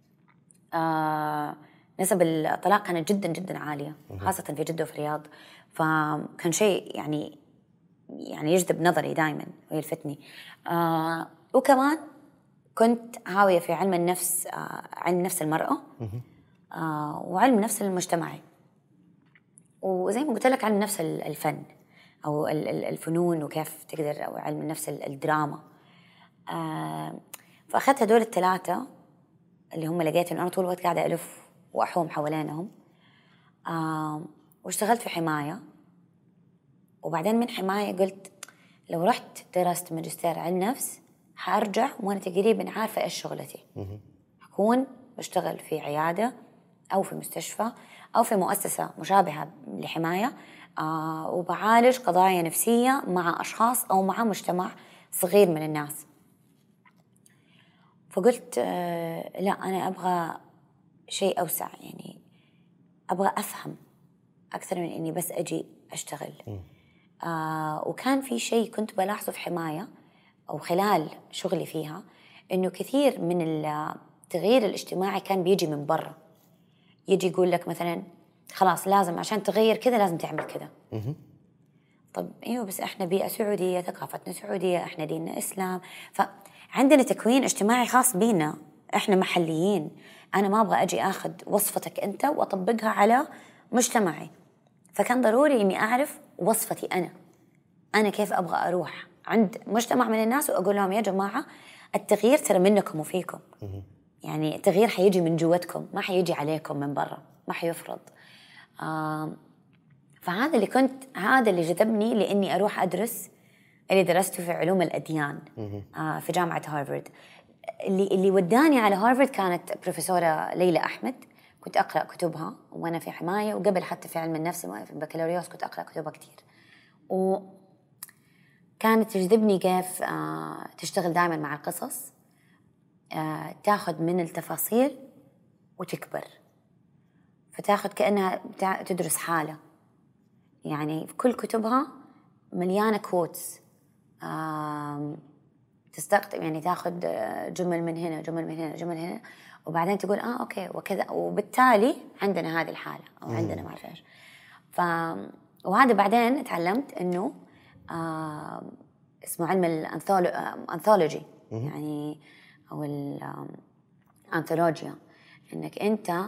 نسب الطلاق كانت جدا جدا عالية، خاصة في جدة وفي الرياض. فكان شيء يعني يجذب نظري دائما ويلفتني. وكمان كنت هاوية في علم النفس، علم نفس المرأة وعلم نفس المجتمعي، وزي ما قلت لك علم نفس الفن أو الفنون وكيف تقدر، أو علم نفس الدراما. فأخذت هدول الثلاثة اللي هم لقيت إنه أنا طول الوقت قاعدة ألف وأحوم حوالينهم. واشتغلت في حماية، وبعدين من حماية قلت لو رحت درست ماجستير علم نفس حأرجع وأنا تقريبا عارفة إيش شغلتي. أكون بشتغل في عيادة أو في مستشفى أو في مؤسسة مشابهة لحماية، وبعالج قضايا نفسية مع أشخاص أو مع مجتمع صغير من الناس. فقلت لا، أنا أبغى شيء أوسع، يعني أبغى أفهم أكثر من إني بس أجي أشتغل. وكان في شيء كنت بلاحظه في حماية أو خلال شغلي فيها، إنه كثير من التغيير الاجتماعي كان بيجي من برا. يجي يقول لك مثلا خلاص لازم عشان تغير كذا لازم تعمل كذا. طب ايوه، بس احنا بيئة سعودية، ثقافتنا سعودية، احنا ديننا اسلام، فعندنا تكوين اجتماعي خاص بينا، احنا محليين. انا ما ابغى اجي اخذ وصفتك انت واطبقها على مجتمعي. فكان ضروري اني اعرف وصفتي انا كيف ابغى اروح عند مجتمع من الناس واقول لهم يا جماعة التغيير ترى منكم وفيكم. يعني التغيير حيجي من جوتكم، ما حيجي عليكم من برا، ما حيفرض. فهذا اللي هذا اللي جذبني لإني أروح أدرس اللي درسته في علوم الأديان في جامعة هارفارد. اللي وداني على هارفارد كانت بروفيسورة ليلى أحمد. كنت أقرأ كتبها وأنا في حماية، وقبل حتى في علم النفس في البكالوريوس كنت أقرأ كتبها كتير. وكانت تجذبني كيف تشتغل دائما مع القصص، تاخذ من التفاصيل وتكبر، فتاخذ كأنها تدرس حالة. يعني في كل كتبها مليانة كوتس، تستقطب، يعني تاخذ جمل من هنا، جمل من هنا، جمل هنا، وبعدين تقول أوكي وكذا، وبالتالي عندنا هذه الحالة أو عندنا ما أعرف إيش. وهذا بعدين تعلمت إنه اسمه علم الأنثولوجي، يعني أو الأنثولوجيا، إنك أنت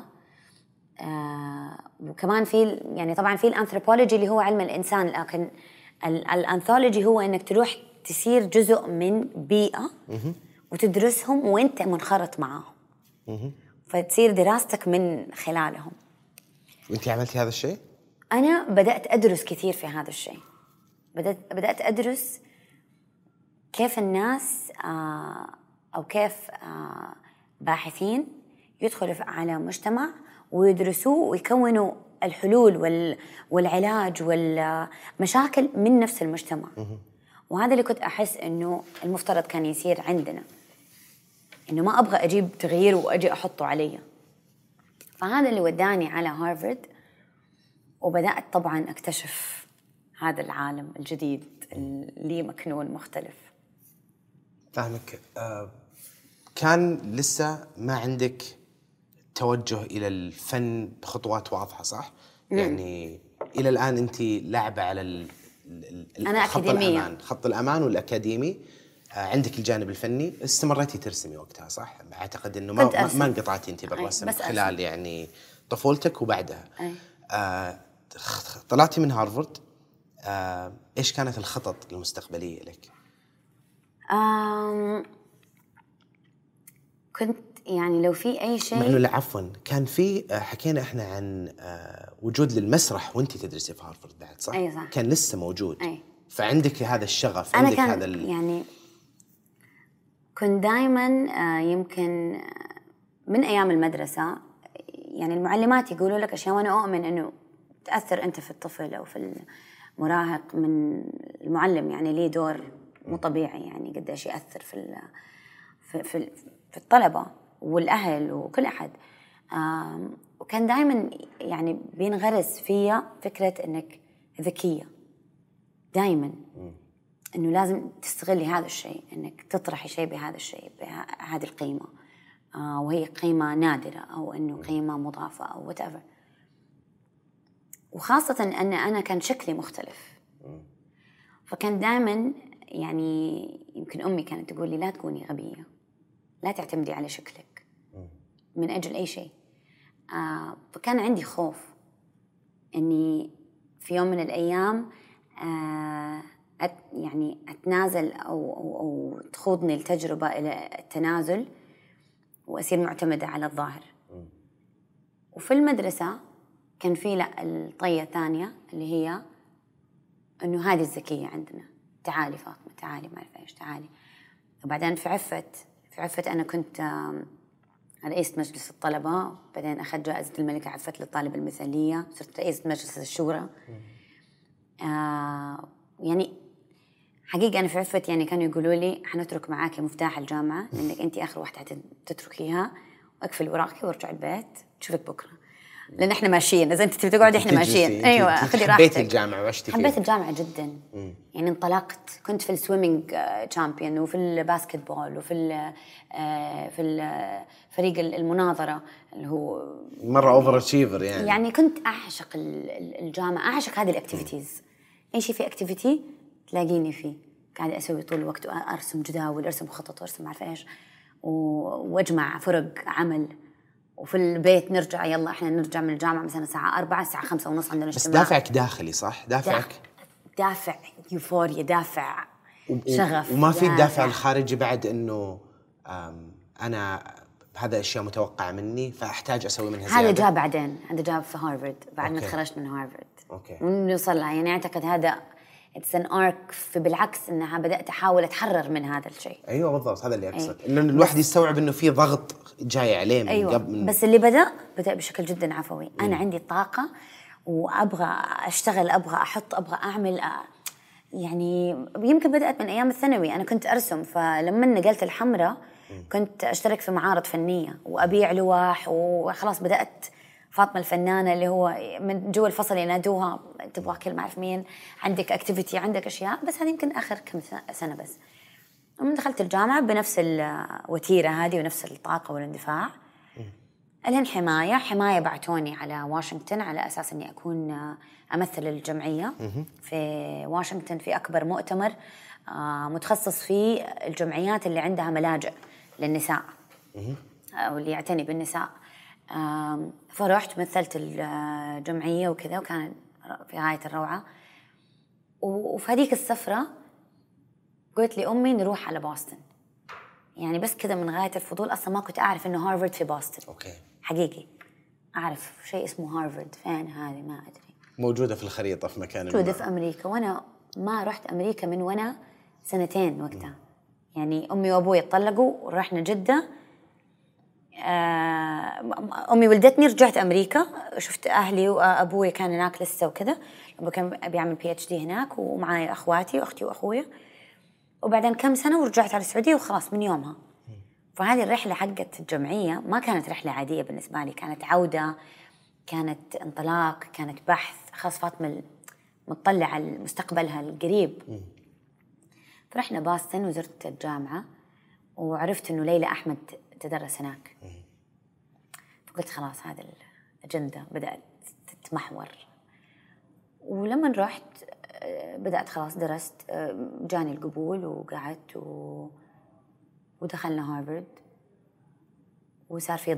وكمان في يعني طبعا في الأنثروبولوجي اللي هو علم الإنسان، لكن الأنثولوجي هو إنك تروح تصير جزء من بيئة وتدرسهم وإنت منخرط معاهم، فتصير دراستك من خلالهم. وإنتي عملتي هذا الشيء؟ أنا بدأت أدرس كثير في هذا الشيء. بدأت أدرس كيف الناس أو كيف باحثين يدخلوا على مجتمع ويدرسوه ويكونوا الحلول والعلاج والمشاكل من نفس المجتمع. وهذا اللي كنت أحس إنه المفترض كان يصير عندنا، إنه ما أبغى أجيب تغيير وأجي أحطه علي. فهذا اللي وداني على هارفارد، وبدأت طبعا أكتشف هذا العالم الجديد اللي مكنون مختلف. فاهمك. كان لسه ما عندك توجه إلى الفن بخطوات واضحة صح؟ يعني إلى الآن أنت لاعبة على أنا أكاديمية. خط الأمان والأكاديمي. عندك الجانب الفني، استمريتي ترسمي وقتها صح؟ أعتقد إنه ما انقطعتي أنت بالرسم خلال يعني طفولتك وبعدها. طلعتي من هارفارد، إيش كانت الخطط المستقبلية لك؟ كنت يعني لو في أي شيء، مع إنه لا عفواً كان في حكينا إحنا عن وجود للمسرح وأنتِ تدرسي في هارفارد بعد صح؟ أي صح. كان لسه موجود. أي. فعندك هذا الشغف، أنا عندك كان هذا يعني كنت دائماً يمكن من أيام المدرسة يعني المعلمات يقولوا لك أشياء وأنا أؤمن إنه تأثر أنت في الطفل أو في المراهق من المعلم، يعني ليه دور مو طبيعي، يعني قديش يأثر في الطلبة والأهل وكل أحد. وكان دائما يعني بينغرس فيا فكرة إنك ذكية دائما، إنه لازم تستغلي هذا الشيء، إنك تطرحي شيء بهذا الشيء بهذه القيمة، وهي قيمة نادرة أو إنه قيمة مضافة أو whatever. وخاصة أن أنا كان شكلي مختلف، فكان دائما يعني يمكن أمي كانت تقول لي لا تكوني غبية، لا تعتمدي على شكلك من أجل أي شيء. فكان عندي خوف أني في يوم من الأيام يعني أتنازل أو تخوضني التجربة إلى التنازل وأصير معتمدة على الظاهر. وفي المدرسة كان في لا الطية الثانية اللي هي إنه هذه الذكية عندنا، تعالي فاطمة تعالي ما أعرف إيش تعالي. وبعدين في عفت أنا كنت رئيسة مجلس الطلبة، بعدين أخذت جائزة الملكة عفت للطالبة المثالية، صرت رئيسة مجلس الشورى. يعني حقيقة أنا في عفت يعني كانوا يقولوا لي حنترك معاكي مفتاح الجامعة لأنك أنت آخر واحدة تتركيها، وأقفل وراكي وارجع البيت تشوفك بكرة، لأن إحنا ماشيين، إذا أنت تبي تقعدي إحنا ماشيين. أيوة خذي راحتك. حبيت الجامعة وعشتي فيها؟ حبيت الجامعة جدا. يعني انطلقت، كنت في السويمينج تشامبيون وفي الباسكت بول وفي فريق المناظرة اللي هو مرة أوفر أتشيفر يعني كنت أعشق الجامعة، أعشق هذه الأكتيفيتيز. أي شيء في أكتيفيتي تلاقيني فيه، قاعدة أسوي طول الوقت، أرسم جداول، أرسم خطط، وأرسم عارفة إيش، وأجمع فرق عمل. وفي البيت نرجع، يلا إحنا نرجع من الجامعة مثلا الساعة 4 الساعة 5:30 عندنا اجتماع. بس دافعك داخلي صح؟ دافع يوفوريا، دافع شغف. وما في الدافع الخارجي بعد إنه أنا هذا أشياء متوقعة مني فأحتاج أسوي منها زيادة؟ هذا جاء بعدين، هذا جاء في هارفارد بعد ما تخرجت من هارفارد. ونوصل لها يعني أعتقد هذا it's an arc، بالعكس إنها بدأت أحاول أتحرر من هذا الشيء. أيوة بالضبط، هذا اللي أقصد. إنه الواحد يستوعب إنه في ضغط جاي عليه من أيوة. قبل. بس اللي بدأ بشكل جدا عفوي. أنا عندي طاقة وأبغى أشتغل، أبغى أحط، أبغى أعمل. يعني يمكن بدأت من أيام الثانوي، أنا كنت أرسم، فلما نقلت الحمرة كنت أشترك في معارض فنية وأبيع لوح، وخلاص بدأت فاطمة الفنانة اللي هو من جوا الفصل ينادوها تبغى كل ما أعرف مين، عندك أكتيفيتي، عندك أشياء. بس هذه يمكن آخر كم سنة بس. ومن دخلت الجامعة بنفس الوتيرة هذه ونفس الطاقة والاندفاع. الهن حماية بعتوني على واشنطن على أساس أني أكون أمثل الجمعية في واشنطن في أكبر مؤتمر متخصص في الجمعيات اللي عندها ملاجئ للنساء أو اللي يعتني بالنساء. فرحت مثلت الجمعية وكذا، وكان في غاية الروعة. وفي هذيك السفرة قلت لي أمي نروح على بوسطن، يعني بس كذا من غاية الفضول. أصلا ما كنت أعرف إنه هارفارد في بوسطن. حقيقي أعرف شيء اسمه هارفارد، فين هذه ما أدري. موجودة في الخريطة في مكان موجودة في أمريكا، وأنا ما رحت أمريكا من وأنا 2 وقتها. يعني أمي وأبوي اتطلقوا ورحنا جدة. أمي ولدتني، رجعت أمريكا، شفت أهلي وأبوي كان هناك لسه وكذا، أبوي كان بيعمل PhD هناك، ومعاي أخواتي وأختي وأخويا. وبعدين كم سنة ورجعت على السعودية، وخلاص من يومها. فهذه الرحلة حقت الجمعية ما كانت رحلة عادية بالنسبة لي، كانت عودة، كانت انطلاق، كانت بحث. خاص فاطمة متطلع على مستقبلها القريب. فرحنا بوسطن وزرت الجامعة، وعرفت إنه ليلى أحمد تدرس هناك. فقلت خلاص هذا الأجندة بدأت تتمحور. ولما رحت بدأت خلاص درست، جاني القبول وقعدت ودخلنا هارفارد. وصار في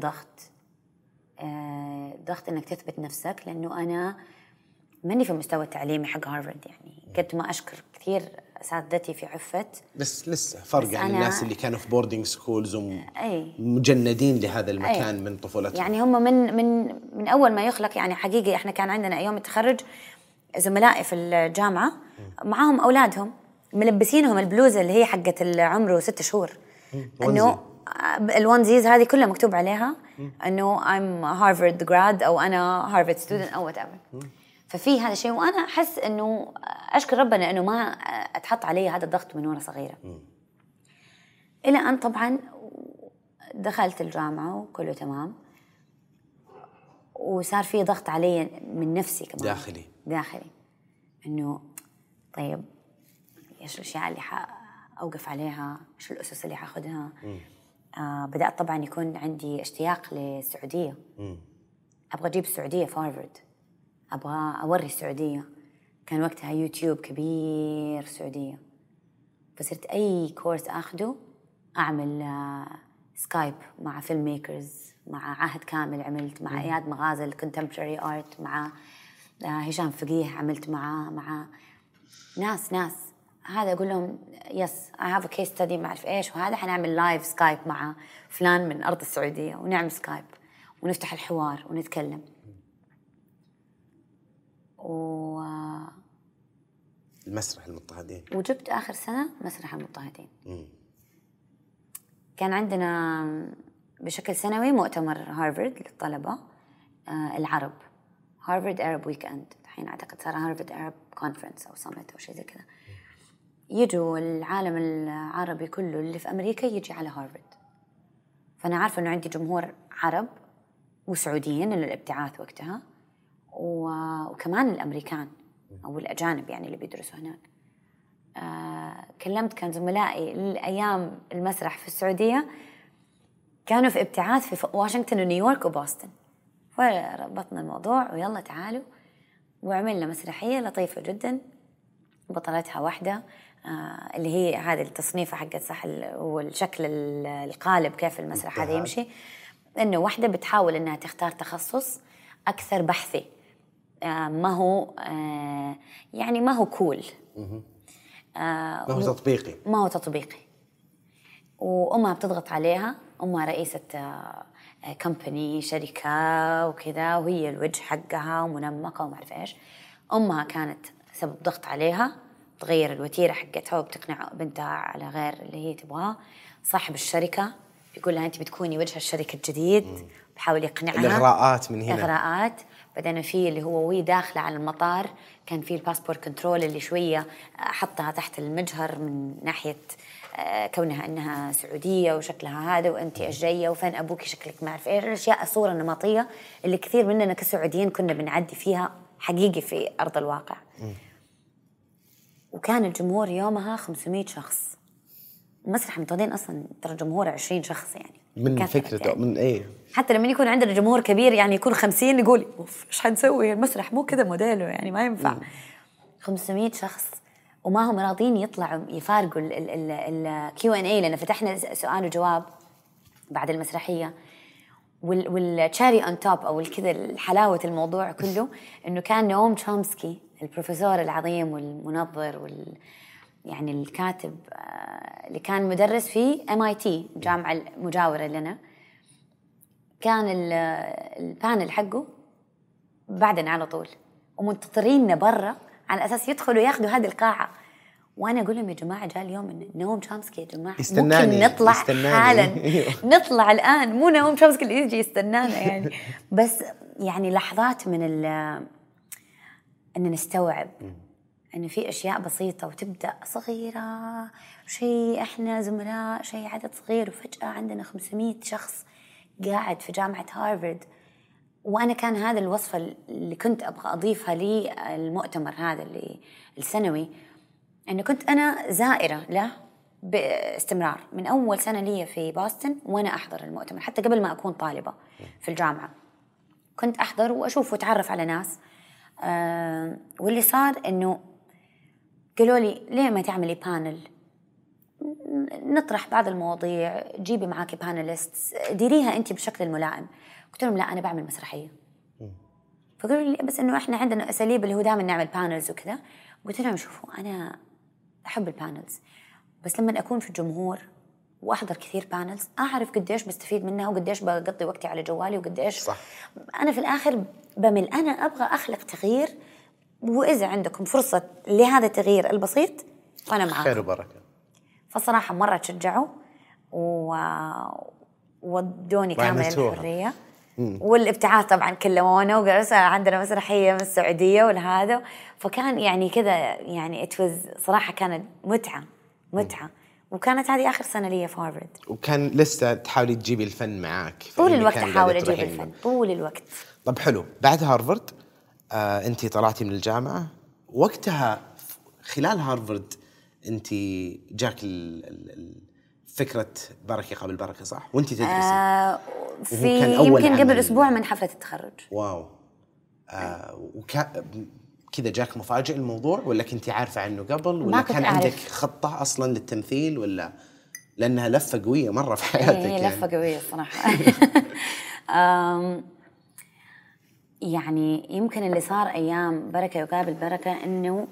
ضغط إنك تثبت نفسك، لأنه أنا ماني في المستوى التعليمي حق هارفارد. يعني كنت ما أشكر كثير أساتذتي في عفت، بس لسه فرق عن الناس اللي كانوا في بوردينج سكولز أي ومجندين لهذا المكان من طفولتهم. يعني هم من أول ما يخلق. يعني حقيقي إحنا كان عندنا يوم التخرج زملائي في الجامعة معاهم أولادهم ملبسينهم البلوزة اللي هي حقت العمر 6 شهور، إنه الونزيز هذه كلها مكتوب عليها إنه I'm Harvard grad أو أنا Harvard student أو whatever. ففي هذا الشيء، وأنا أحس إنه أشكر ربنا إنه ما أتحط علي هذا الضغط من وأنا صغيرة. إلى أن طبعا دخلت الجامعة وكله تمام، وصار في ضغط علي من نفسي كمان داخلي إنه طيب إيش الأشياء اللي أوقف عليها، إيش الأسس اللي حاخدها. بدأت طبعا يكون عندي اشتياق للسعودية. أبغى أجيب السعودية في هارفارد، أبغى أوري السعودية. كان وقتها يوتيوب كبير السعودية، فصرت أي كورس أخده أعمل سكايب مع فيلم ميكرز، مع عهد كامل عملت، مع إياد مغازل كونتمبراري آرت، مع هشام فقيه عملت مع ناس هذا أقول لهم يس I have a case study ما أعرف إيش، وهذا حنعمل لايف سكايب مع فلان من أرض السعودية، ونعمل سكايب ونفتح الحوار ونتكلم. المسرح المضطهدين، وجبت آخر سنة مسرح المضطهدين. كان عندنا بشكل سنوي مؤتمر هارفارد للطلبة العرب، هارفارد أرب ويك أند، الحين أعتقد صار هارفارد أرب كونفرنس أو سمت أو شيء زي كذا. يجوا العالم العربي كله اللي في أمريكا يجي على هارفارد. فأنا عارفة إنه عندي جمهور عرب وسعوديين للابتعاث وقتها، وكمان الأمريكان أو الأجانب يعني اللي بيدرسوا هناك. كلمت كان زملائي الأيام المسرح في السعودية كانوا في ابتعاث في واشنطن ونيويورك وبوسطن، فربطنا الموضوع ويلا تعالوا، وعملنا مسرحية لطيفة جدا بطلتها واحدة اللي هي هذه التصنيفة حقت صح والشكل القالب كيف المسرح هذا يمشي، إنه واحدة بتحاول إنها تختار تخصص أكثر بحثي، ما هو يعني ما هو كول، ما هو تطبيقي. وأمها بتضغط عليها، أمها رئيسة كمباني شركة وكذا، وهي الوجه حقها ومنمقة وما أعرف إيش. أمها كانت سبب ضغط عليها تغير الوتيرة حقتها وبتقنع بنتها على غير اللي هي تبغاه. صاحب الشركة بيقول لها أنت بتكوني وجه الشركة الجديد، بحاول يقنعها. الإغراءات من هنا، إغراءات. بعدين في اللي هو وهي داخلة على المطار كان في الباسبور كنترول اللي شوية حطها تحت المجهر من ناحية كونها أنها سعودية وشكلها هذا وأنت الجاية وفين أبوك شكلك ما أعرف إيش، الأشياء الصورة النمطية اللي كثير مننا كسعوديين كنا بنعدي فيها حقيقي في أرض الواقع. وكان الجمهور يومها 500 شخص. مسرح المضطهدين أصلاً ترى جمهور 20 شخص يعني من فكرته يعني. من إيه حتى لما يكون عندنا جمهور كبير يعني يكون 50 يقول أوف إيش حنسوي، المسرح مو كذا موديله يعني ما ينفع. 500 شخص وما هم راضين يطلعوا يفارقوا ال Q&A، لأن فتحنا سؤال وجواب بعد المسرحية. والشاري أون توب أو كذا الحلاوة الموضوع كله إنه كان نوم تشومسكي البروفيسور العظيم والمنظر يعني الكاتب اللي كان مدرس في MIT الجامعة المجاورة لنا، كان البانل حقه بعدنا على طول ومنتظريننا برا على أساس يدخلوا ياخدوا هذه القاعة. وأنا أقول لهم يا جماعة جاء اليوم نوم تشومسكي يا جماعة ممكن نطلع حالا نطلع الآن، مو نوم تشومسكي اللي يجي يستنانا يعني. بس يعني لحظات من أن نستوعب أنه في أشياء بسيطة وتبدأ صغيرة، شيء إحنا زملاء، شيء عدد صغير، وفجأة عندنا 500 شخص قاعد في جامعة هارفارد. وأنا كان هذا الوصفة اللي كنت أبغى أضيفها لي المؤتمر هذا اللي السنوي، أنه كنت أنا زائرة له باستمرار من أول سنة لي في بوسطن وأنا أحضر المؤتمر، حتى قبل ما أكون طالبة في الجامعة كنت أحضر وأشوف وأتعرف على ناس. واللي صار إنه قالوا لي ليه ما تعملي بانل، نطرح بعض المواضيع، جيبي معاكي بانلست، ديريها أنت بشكل الملائم. قلت لهم لا أنا بعمل مسرحية. فقالوا لي بس إنه إحنا عندنا أساليب اللي هو دائما نعمل بانلز وكذا. قلت لهم شوفوا أنا أحب البانلز، بس لما أكون في الجمهور وأحضر كثير بانلز أعرف قديش بستفيد منها وقديش بقضي وقتي على جوالي وقديش صح. أنا في الآخر بمل. أنا أبغى أخلق تغيير، وإذا عندكم فرصة لهذا التغيير البسيط فأنا معاكم. خير وبركة. فصراحة مرة تشجعوا وودوني كامل الحرية والابتعاث طبعا كلمونا وقالوا عندنا مسرحية من السعودية والهذا. فكان يعني كذا يعني صراحة كانت متعة. وكانت هذه آخر سنة لي في هارفارد. وكان لسه تحاولي تجيبي الفن معاك طول الوقت أحاول أجيب الفن طول الوقت. طب حلو. بعد هارفارد أنتي طلعتي من الجامعة، وقتها خلال هارفارد أنتي جاك فكرة بركة قبل بركة صح؟ وأنتي تدرسي في يمكن قبل أسبوع من حفلة التخرج. واو. كذا جاك مفاجئ الموضوع ولا كنتي عارفة عنه قبل ولا كان عندك خطة أصلاً للتمثيل ولا لأنها لفة قوية مرة في حياتك؟ هي لفة قوية الصراحة. يعني يمكن اللي صار أيام بركة يقابل بركة إنه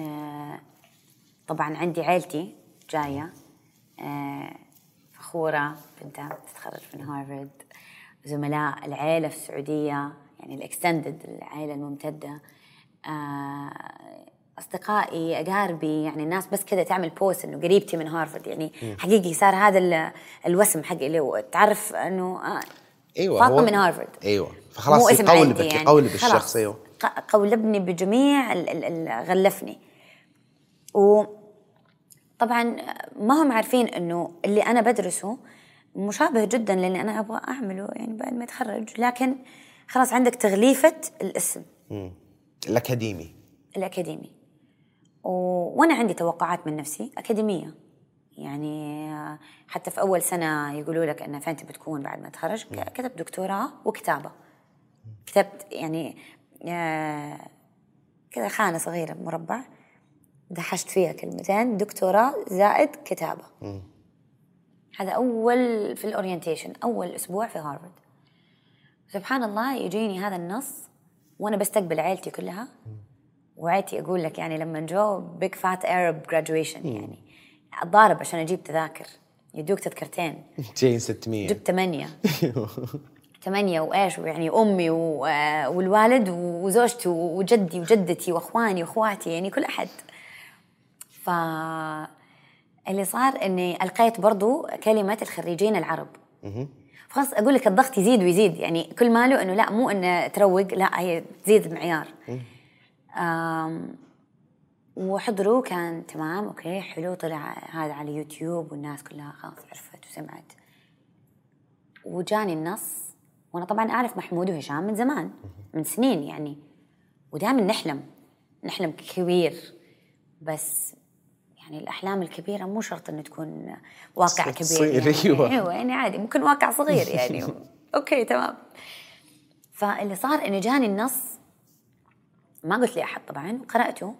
طبعاً عندي عائلتي جاية فخورة بنتها تتخرج من هارفارد، زملاء العائلة في السعودية يعني الإكستندد العائلة الممتدة، أصدقائي أقاربي، يعني الناس بس كذا تعمل بوست إنه قريبتي من هارفارد. يعني حقيقي صار هذا الوسم حقي اللي تعرف إنه أيوة فاطمة من هارفارد. أيوة فخلاص يقولبك يعني يقولب الشخص. أيوة قولبني بجميع غلفني. وطبعا ما هم عارفين إنه اللي أنا بدرسه مشابه جدا للي أنا أبغى أعمله يعني بعد ما أتخرج، لكن خلاص عندك تغليفة الاسم الأكاديمي. وأنا عندي توقعات من نفسي أكاديمية، يعني حتى في أول سنة يقولوا لك أن فانت بتكون بعد ما تخرج كتبت دكتوراه وكتابة. كتبت يعني كذا خانة صغيرة مربع دحشت فيها كلمتين دكتوراه زائد كتابة. هذا أول في الأورينتيشن أول أسبوع في هارفارد. سبحان الله يجيني هذا النص وأنا بستقبل عائلتي كلها، وعائلتي أقول لك يعني لما جو big fat Arab graduation يعني أتضارب عشان أجيب تذاكر، يدوك تذكرتين جاين 600 جبت 8 وإيش يعني أمي والوالد وزوجتي وجدي وجدتي وأخواني وأخواتي يعني كل أحد. فاللي صار إني ألقيت برضو كلمة الخريجين العرب. خلاص أقول لك الضغط يزيد ويزيد، يعني كل ماله إنه لا مو إنه تروق، لا هي تزيد المعيار. وحضروا كان تمام أوكي حلو، طلع هذا على يوتيوب والناس كلها خلاص عرفت وسمعت. وجاني النص وأنا طبعا أعرف محمود وهشام من زمان من سنين يعني، ودائما نحلم كبير، بس يعني الأحلام الكبيرة مو شرط إنه تكون واقع كبير يعني. أيوة يعني عادي ممكن واقع صغير يعني. أوكي تمام. فاللي صار إنه جاني النص ما قلت لي أحد طبعا، وقرأته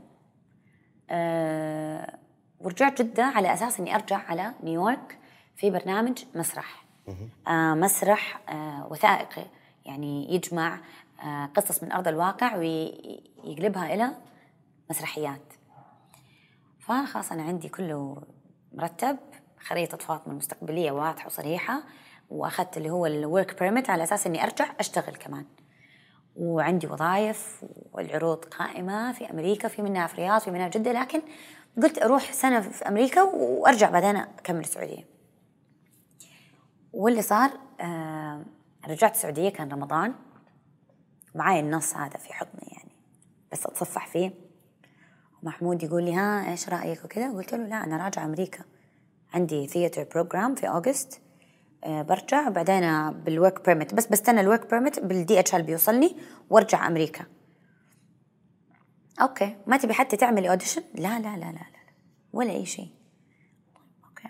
ورجعت جدة على أساس إني أرجع على نيويورك في برنامج مسرح مسرح وثائقي يعني يجمع قصص من أرض الواقع ويقلبها إلى مسرحيات. فخلاص أنا عندي كله مرتب، خريطة فاطمة المستقبلية واضحة وصريحة، وأخذت اللي هو الورك بيرميت على أساس إني أرجع أشتغل كمان، وعندي وظائف والعروض قائمة في أمريكا، في منها في الرياض في منها جدة، لكن قلت أروح سنة في أمريكا وأرجع بعدين أكمل السعودية. واللي صار رجعت السعودية كان رمضان، معاي النص هذا في حضني يعني بس أتصفح فيه، ومحمود يقول لي ها إيش رأيك وكذا. قلت له لا أنا راجع أمريكا، عندي ثياتر بروجرام في أغسطس، برجع بعدين بالورك بيرميت، بس بستنى الورك بيرميت بالدي اتش ال بيوصلني وارجع أمريكا. أوكي ما تبي حتى تعملي أوديشن؟ لا لا لا لا لا ولا أي شيء. أوكي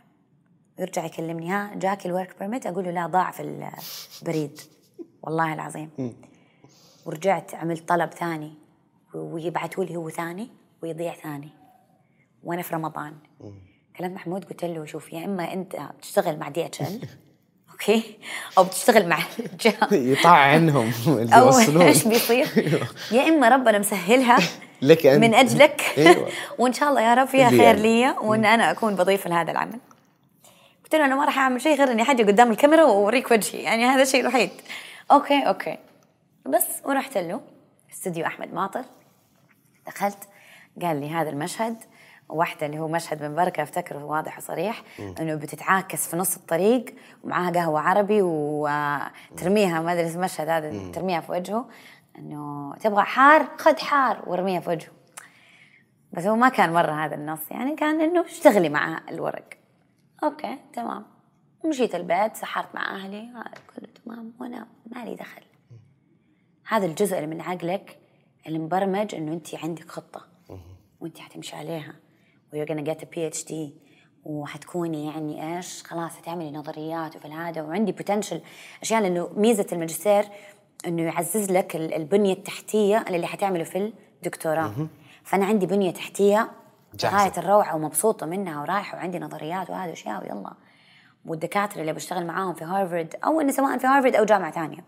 ويرجع يكلمني، ها جاك الورك بيرميت؟ أقول له لا، ضاع في البريد والله العظيم. ورجعت عملت طلب ثاني ويبعثوا لي هو ثاني ويضيع ثاني وأنا في رمضان. كلمت محمود قلت له شوف، يا إما أنت بتشتغل مع DHL أوكي، أو بتشتغل مع الجهة يطع عنهم اللي أو يوصلون. إيش بيصير، يا إما ربنا مسهلها لك أنت. من أجلك أيوة. وإن شاء الله يا رب فيها اللي خير يعني. لي وإن أنا أكون بضيفة لهذا العمل. قلت له أنا ما راح أعمل شيء غير إني حاجة قدام الكاميرا وأوريك وجهي، يعني هذا الشيء الوحيد. أوكي بس. ورحت له استوديو أحمد ماطر، دخلت قال لي هذا المشهد واحدة اللي هو مشهد من بركة أفتكره واضح وصريح، إنه بتتعاكس في نص الطريق ومعها قهوة عربي وترميها، ما أدري المشهد هذا، ترميها في وجهه إنه تبغى حار خد حار ورميها في وجهه. بس هو ما كان مرة هذا النص، يعني كان إنه اشتغلي مع الورق. أوكي تمام. مشيت البيت، سحرت مع أهلي، كله تمام وأنا ما لي دخل. هذا الجزء اللي من عقلك اللي مبرمج إنه أنت عندك خطة وأنت حتمشي عليها ويو gonna get a PhD وحتكوني يعني إيش خلاص هتعملي نظريات وفي العادة وعندي potential أشياء. لأنه ميزة الماجستير إنه يعزز لك البنية التحتية اللي حتعمله في الدكتوراه. فأنا عندي بنية تحتية غاية الروعة ومبسوطة منها ورايحة وعندي نظريات وهذا أشياء ويلا. والدكاترة اللي بشتغل معاهم في هارفارد أو إني سواء في هارفارد أو جامعة تانية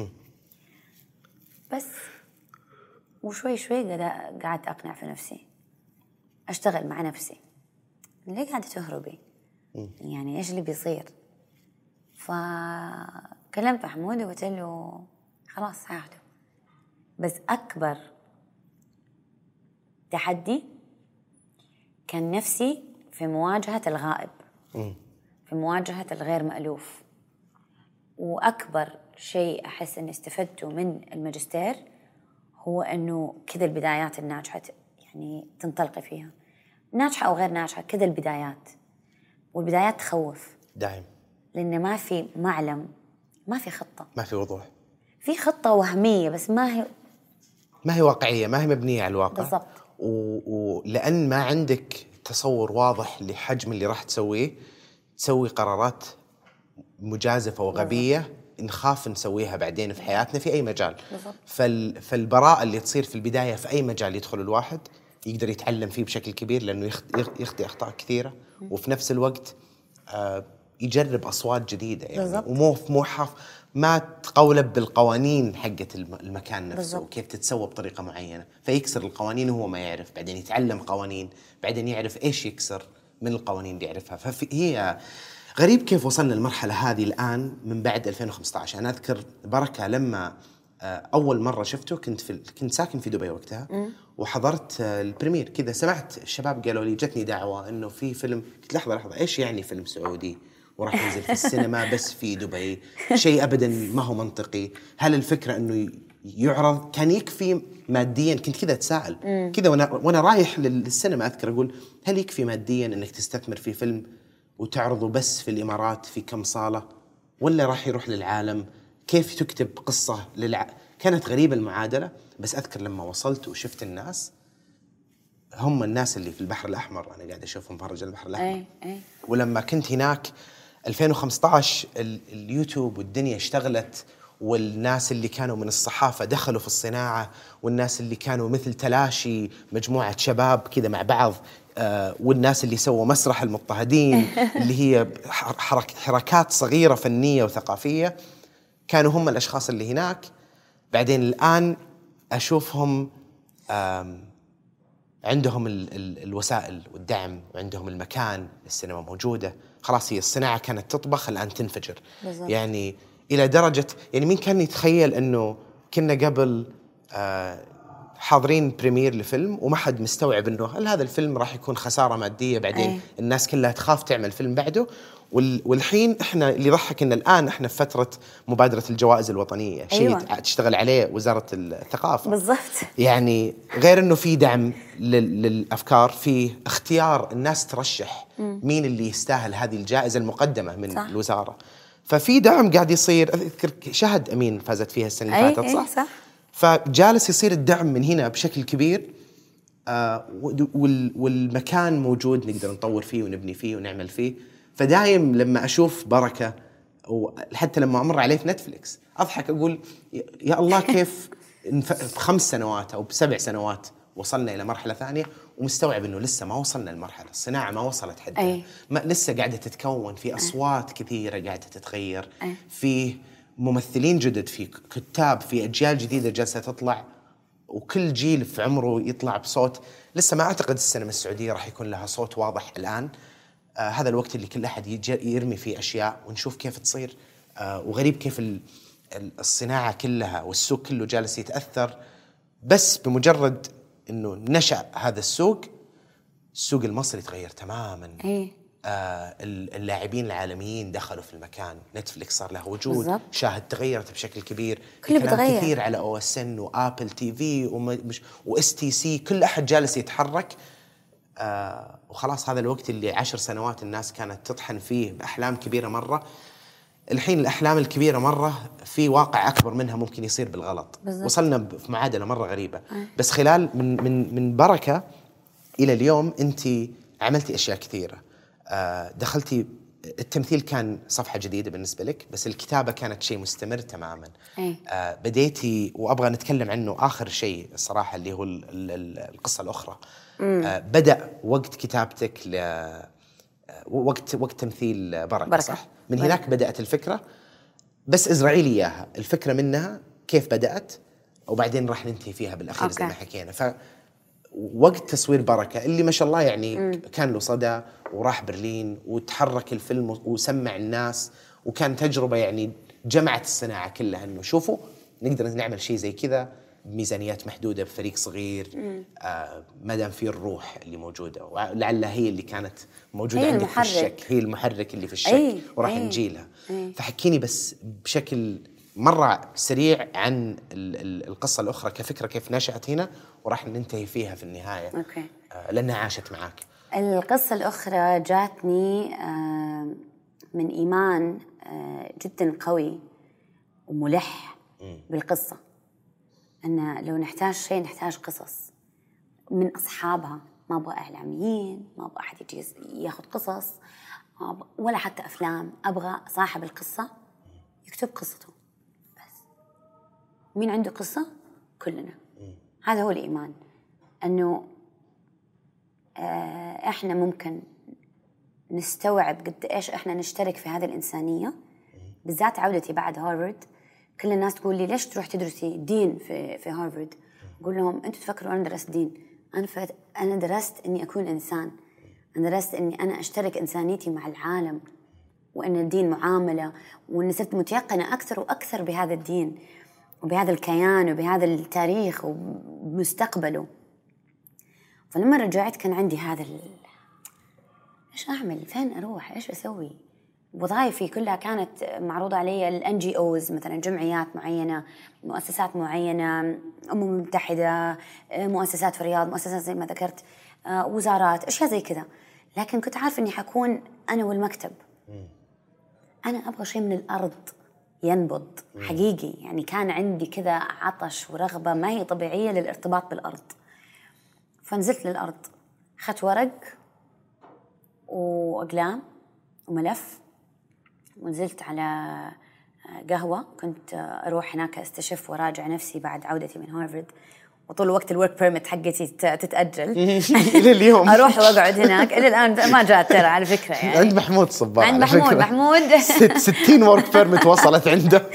بس. وشوي قعدت أقنع في نفسي، أشتغل مع نفسي، ليه قاعدة تهربي؟ يعني إيش اللي بيصير؟ فكلمت محمود وقلت له خلاص هاخده. بس أكبر تحدي كان نفسي في مواجهة الغائب، في مواجهة الغير مألوف. وأكبر شيء أحس أني استفدته من الماجستير هو أنه كذا البدايات الناجحة يعني تنطلقي فيها، ناجحة أو غير ناجحة، كذا البدايات. والبدايات تخوف دائم، لأن ما في معلم، ما في خطة، ما في وضوح، في خطة وهمية بس ما هي واقعية، ما هي مبنية على الواقع بالضبط. ولأن ما عندك تصور واضح لحجم اللي راح تسوي قرارات مجازفة وغبية نخاف نسويها بعدين في حياتنا في أي مجال. فالبراءة اللي تصير في البداية في أي مجال يدخل الواحد يقدر يتعلم فيه بشكل كبير، لأنه يخطئ أخطاء كثيرة وفي نفس الوقت يجرب أصوات جديدة يعني. ومو ما تقولب بالقوانين حقة المكان نفسه بالزبط. وكيف تتسوى بطريقة معينة، فيكسر القوانين وهو ما يعرف، بعدين يتعلم قوانين، بعدين يعرف إيش يكسر من القوانين اللي يعرفها. فهي غريب كيف وصلنا المرحلة هذه الآن من بعد 2015. أنا أذكر بركة لما أول مرة شفته كنت ساكن في دبي وقتها وحضرت البريمير كذا، سمعت الشباب قالوا لي جتني دعوة إنه في فيلم. قلت لحظة إيش يعني فيلم سعودي وراح ينزل في السينما بس في دبي؟ شيء أبدا ما هو منطقي. هل الفكرة إنه يعرض كان يكفي ماديا؟ كنت كذا أتساءل كذا وأنا رايح للسينما. أذكر أقول هل يكفي ماديا إنك تستثمر في فيلم وتعرضه بس في الإمارات في كم صالة، ولا راح يروح للعالم؟ كيف تكتب قصة كانت غريبة المعادلة. بس أذكر لما وصلت وشفت الناس، هم الناس اللي في البحر الأحمر، أنا قاعد أشوفهم فرج البحر الأحمر. ولما كنت هناك 2015 اليوتيوب والدنيا اشتغلت، والناس اللي كانوا من الصحافة دخلوا في الصناعة، والناس اللي كانوا مثل تلاشي مجموعة شباب كذا مع بعض، والناس اللي سووا مسرح المضطهدين اللي هي حركات صغيرة فنية وثقافية، كانوا هم الأشخاص اللي هناك. بعدين الآن أشوفهم عندهم الوسائل والدعم وعندهم المكان، السينما موجودة، خلاص هي الصناعة كانت تطبخ الآن تنفجر بالضبط. يعني إلى درجة يعني مين كان يتخيل أنه كنا قبل حاضرين بريمير لفيلم وما حد مستوعب أنه هل هذا الفيلم راح يكون خسارة مادية بعدين الناس كلها تخاف تعمل فيلم بعده. والحين إحنا اللي يضحك إن الآن إحنا في فترة مبادرة الجوائز الوطنية، شيء تشتغل عليه وزارة الثقافة بالضبط. يعني غير إنه في دعم للأفكار، في اختيار الناس ترشح مين اللي يستاهل هذه الجائزة المقدمة من الوزارة. ففي دعم قاعد يصير. أذكر شهد أمين فازت فيها السنة اللي فاتت صح؟ فجالس يصير الدعم من هنا بشكل كبير. والمكان موجود نقدر نطور فيه ونبني فيه ونعمل فيه. فدايم لما أشوف بركة وحتى لما أمر عليه في نتفليكس أضحك أقول يا الله كيف ب5 سنوات أو ب7 سنوات وصلنا إلى مرحلة ثانية، ومستوعب إنه لسه ما وصلنا المرحلة، الصناعة ما وصلت حدها، لسه قاعدة تتكون، في أصوات كثيرة قاعدة تتغير، في ممثلين جدد، في كتاب، في أجيال جديدة جالسة تطلع، وكل جيل في عمره يطلع بصوت. لسه ما أعتقد السينما السعودية راح يكون لها صوت واضح الآن. هذا الوقت اللي كل أحد يرمي فيه أشياء ونشوف كيف تصير. وغريب كيف الصناعة كلها والسوق كله جالس يتأثر بس بمجرد إنه نشأ هذا السوق المصري تغير تماماً. اللاعبين العالميين دخلوا في المكان، نتفليكس صار له وجود بالزبط. شاهد تغيرت بشكل كبير، كلام كثير على OSN وآبل تي في وSTC، كل أحد جالس يتحرك. وخلاص هذا الوقت اللي 10 سنوات الناس كانت تطحن فيه بأحلام كبيرة مرة، الحين الأحلام الكبيرة مرة في واقع أكبر منها ممكن يصير بالغلط بالزبط. وصلنا في معادلة مرة غريبة. بس خلال من بركة إلى اليوم أنت عملتي أشياء كثيرة. دخلتي التمثيل كان صفحة جديدة بالنسبة لك، بس الكتابة كانت شيء مستمر تماماً. بديتي، وأبغى نتكلم عنه آخر شيء الصراحة اللي هو القصة الأخرى. بدأ وقت كتابتك وقت تمثيل بركة. صح؟ من هناك بدأت الفكرة، بس ازرعي لي إياها الفكرة منها كيف بدأت، وبعدين راح ننتهي فيها بالأخير زي ما حكينا. وقت تصوير بركة اللي ما شاء الله يعني كان له صدى وراح برلين وتحرك الفيلم وسمع الناس، وكان تجربة يعني جمعت الصناعة كلها إنه شوفوا نقدر نعمل شيء زي كذا بميزانيات محدودة بفريق صغير. ما دام في الروح اللي موجودة، ولعلها هي اللي كانت موجودة عندك في الشك، هي المحرك اللي في الشك وراح نجيلها. فحكيني بس بشكل مرة سريع عن القصة الأخرى كفكرة، كيف نشأت هنا وراح ننتهي فيها في النهاية. لأنها عاشت معاك. القصة الأخرى جاتني من إيمان جدا قوي وملح بالقصة، أن لو نحتاج شيء نحتاج قصص من أصحابها. ما أبغى إعلاميين، ما أبغى أحد يجي ياخذ قصص، ولا حتى أفلام. أبغى صاحب القصة يكتب قصته بس. مين عنده قصة؟ كلنا. هذا هو الإيمان، أنه إحنا ممكن نستوعب قد إيش إحنا نشترك في هذه الإنسانية. بالذات عودتي بعد هارفارد، كل الناس تقول لي ليش تروح تدرسي دين في هارفارد؟ أقول لهم أنتوا تفكروا أنا درست دين، أنا درست إني أكون إنسان، أنا درست إني أنا أشترك إنسانيتي مع العالم، وأن الدين معاملة، وأني صرت متيقنة أكثر وأكثر بهذا الدين وبهذا الكيان وبهذا التاريخ ومستقبله. فلما رجعت كان عندي هذا إيش أعمل؟ فين أروح؟ إيش أسوي؟ وظائفي كلها كانت معروضة علي NGOs مثلا، جمعيات معينة، مؤسسات معينة، متحدة، مؤسسات في الرياض، مؤسسات زي ما ذكرت، وزارات، أشياء زي كذا. لكن كنت عارفة أني حكون أنا والمكتب. أنا أبغى شيء من الأرض ينبض حقيقي. يعني كان عندي كذا عطش ورغبة ما هي طبيعية للارتباط بالأرض. فنزلت للأرض، أخذت ورق وأقلام وملف، ونزلت على قهوة. كنت أروح هناك أستشف وراجع نفسي بعد عودتي من هارفارد، وطول وقت الورك بيرميت حقتي تتأجل إلى اليوم. أروح وأقعد هناك إلى الآن ما جاءت ترى على فكرة. يعني عند محمود صباح، عند محمود 60 ورك بيرميت وصلت عنده.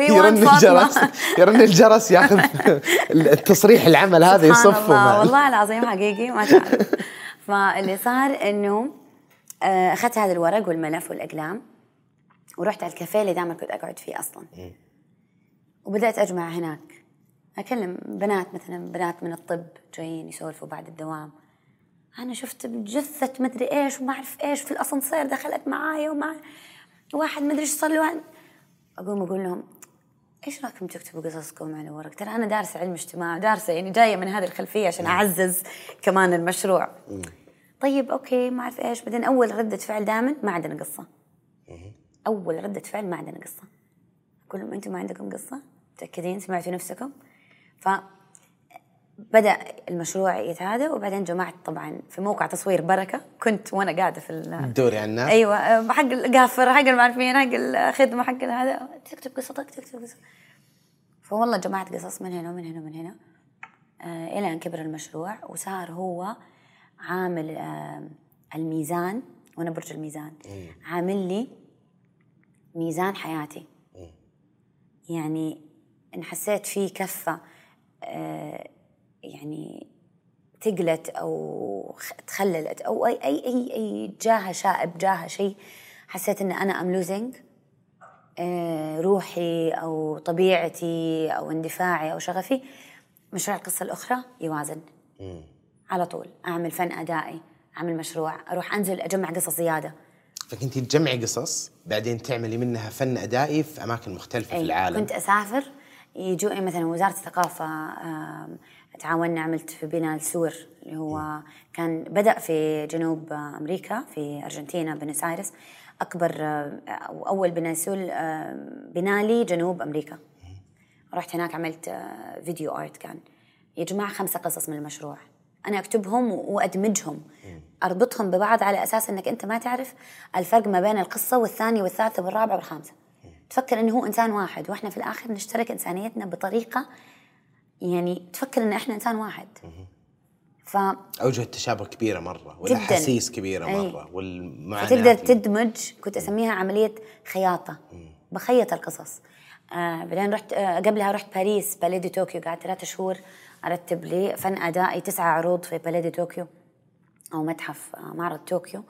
يرن الجرس ياخذ التصريح العمل هذا يصفه. والله العظيم حقيقي ما تعرف. فاللي صار إنه أخذت هذا الورق والملف والأقلام ورحت على الكافيه اللي دائما كنت أقعد فيه أصلا، وبدأت أجمع هناك، أكلم بنات مثلا، بنات من الطب جايين يسولفوا بعد الدوام. أنا شفت جثة مدري إيش وما أعرف إيش في الأسانسير دخلت معايا، ومع واحد مدري إيش صار له. أقوم أقول لهم إيش رأيكم تكتبوا قصصكم على ورق؟ ترى أنا دارسة علم اجتماع، دارسة يعني جاية من هذه الخلفية عشان أعزز كمان المشروع. طيب أوكي ما أعرف إيش. بعدين أول ردة فعل دائما ما عندنا قصة. أول ردة فعل ما عندنا قصة. أقول لهم أنتم ما عندكم قصة؟ متأكدين؟ سمعتوا نفسكم؟ بدأ المشروع يتهادى، وبعدين جمعت طبعا في موقع تصوير بركة، كنت وأنا قاعدة في دوري على الناس. أيوة، حق القافر، حق المعرفين، حق الخدمة، حق هذا، تكتب قصتك تكتب قصة. فوالله جمعت قصص من هنا ومن هنا ومن هنا، إلى أن كبر المشروع وصار هو عامل الميزان، وأنا برج الميزان، عامل لي ميزان حياتي. يعني إن حسيت فيه كفة يعني تقلت أو تخللت أو أي جاها شائب، جاها شيء حسيت إن أنا أم لوزينج روحي أو طبيعتي أو اندفاعي أو شغفي، مشروع القصة الأخرى يوازن. على طول أعمل فن أدائي، أعمل مشروع، أروح أنزل أجمع قصص زيادة. فكنتي تجمعي قصص بعدين تعملي منها فن أدائي في أماكن مختلفة في العالم. كنت أسافر، يجوني مثلا وزارة الثقافة، تعاوننا، عملت في بناء السور اللي هو كان بدأ في جنوب أمريكا في أرجنتينا، بونس آيرس، أكبر أو أول بناء سور بنالي جنوب أمريكا. رحت هناك عملت فيديو آرت، كان يجمع 5 قصص من المشروع، أنا أكتبهم وأدمجهم، أربطهم ببعض على أساس أنك أنت ما تعرف الفرق ما بين القصة والثانية والثالثة والرابعة والخامسة، تفكر أنه هو إنسان واحد، وإحنا في الآخر نشترك إنسانيتنا بطريقة يعني تفكر أن إحنا إنسان واحد. أوجه التشابه كبيرة مرة، والأحاسيس كبيرة مرة، والمعاناة فتقدر تدمج. كنت أسميها عملية خياطة، بخيط القصص. بعدين رحت قبلها رحت باريس، باليه دي طوكيو، قعدت 3 شهور أرتب لي فن أدائي 9 عروض في باليه دي طوكيو أو متحف معرض طوكيو،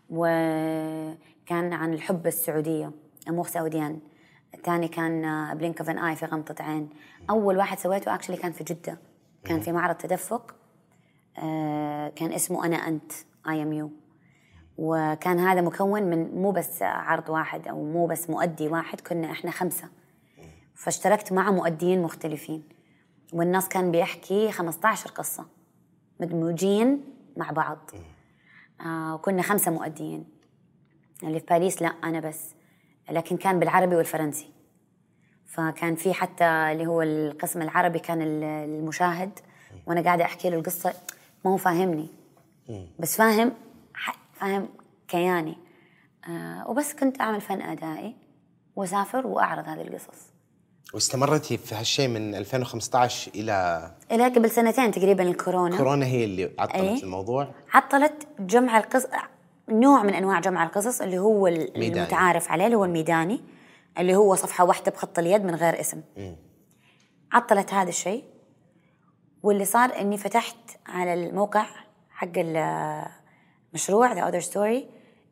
وكان عن الحب السعودية، أمور سعوديان. الثاني كان بلينك اوف ان اي، في غمضة عين. أول واحد سويته اكشلي كان في جدة، كان في معرض تدفق، كان اسمه أنا أنت I am you، وكان هذا مكون من مو بس عرض واحد أو مو بس مؤدي واحد، كنا إحنا 5، فاشتركت مع مؤديين مختلفين، والناس كان بيحكي 15 قصة مدموجين مع بعض. وكنا 5 مؤديين. اللي في باريس لا أنا بس، لكن كان بالعربي والفرنسي، فكان في حتى اللي هو القسم العربي كان المشاهد، وأنا قاعدة أحكي له القصة ما هو فاهمني، بس فاهم كياني. وبس كنت أعمل فن أدائي وأسافر وأعرض هذه القصص. واستمرتي في هالشيء من 2015 إلى قبل 2 تقريبا. الكورونا هي اللي عطلت الموضوع، عطلت جمع القصص، نوع من أنواع جمع القصص اللي هو المتعارف عليه، اللي هو الميداني، اللي هو صفحة واحدة بخط اليد من غير اسم. عطلت هذا الشيء، واللي صار أني فتحت على الموقع حق المشروع The Other Story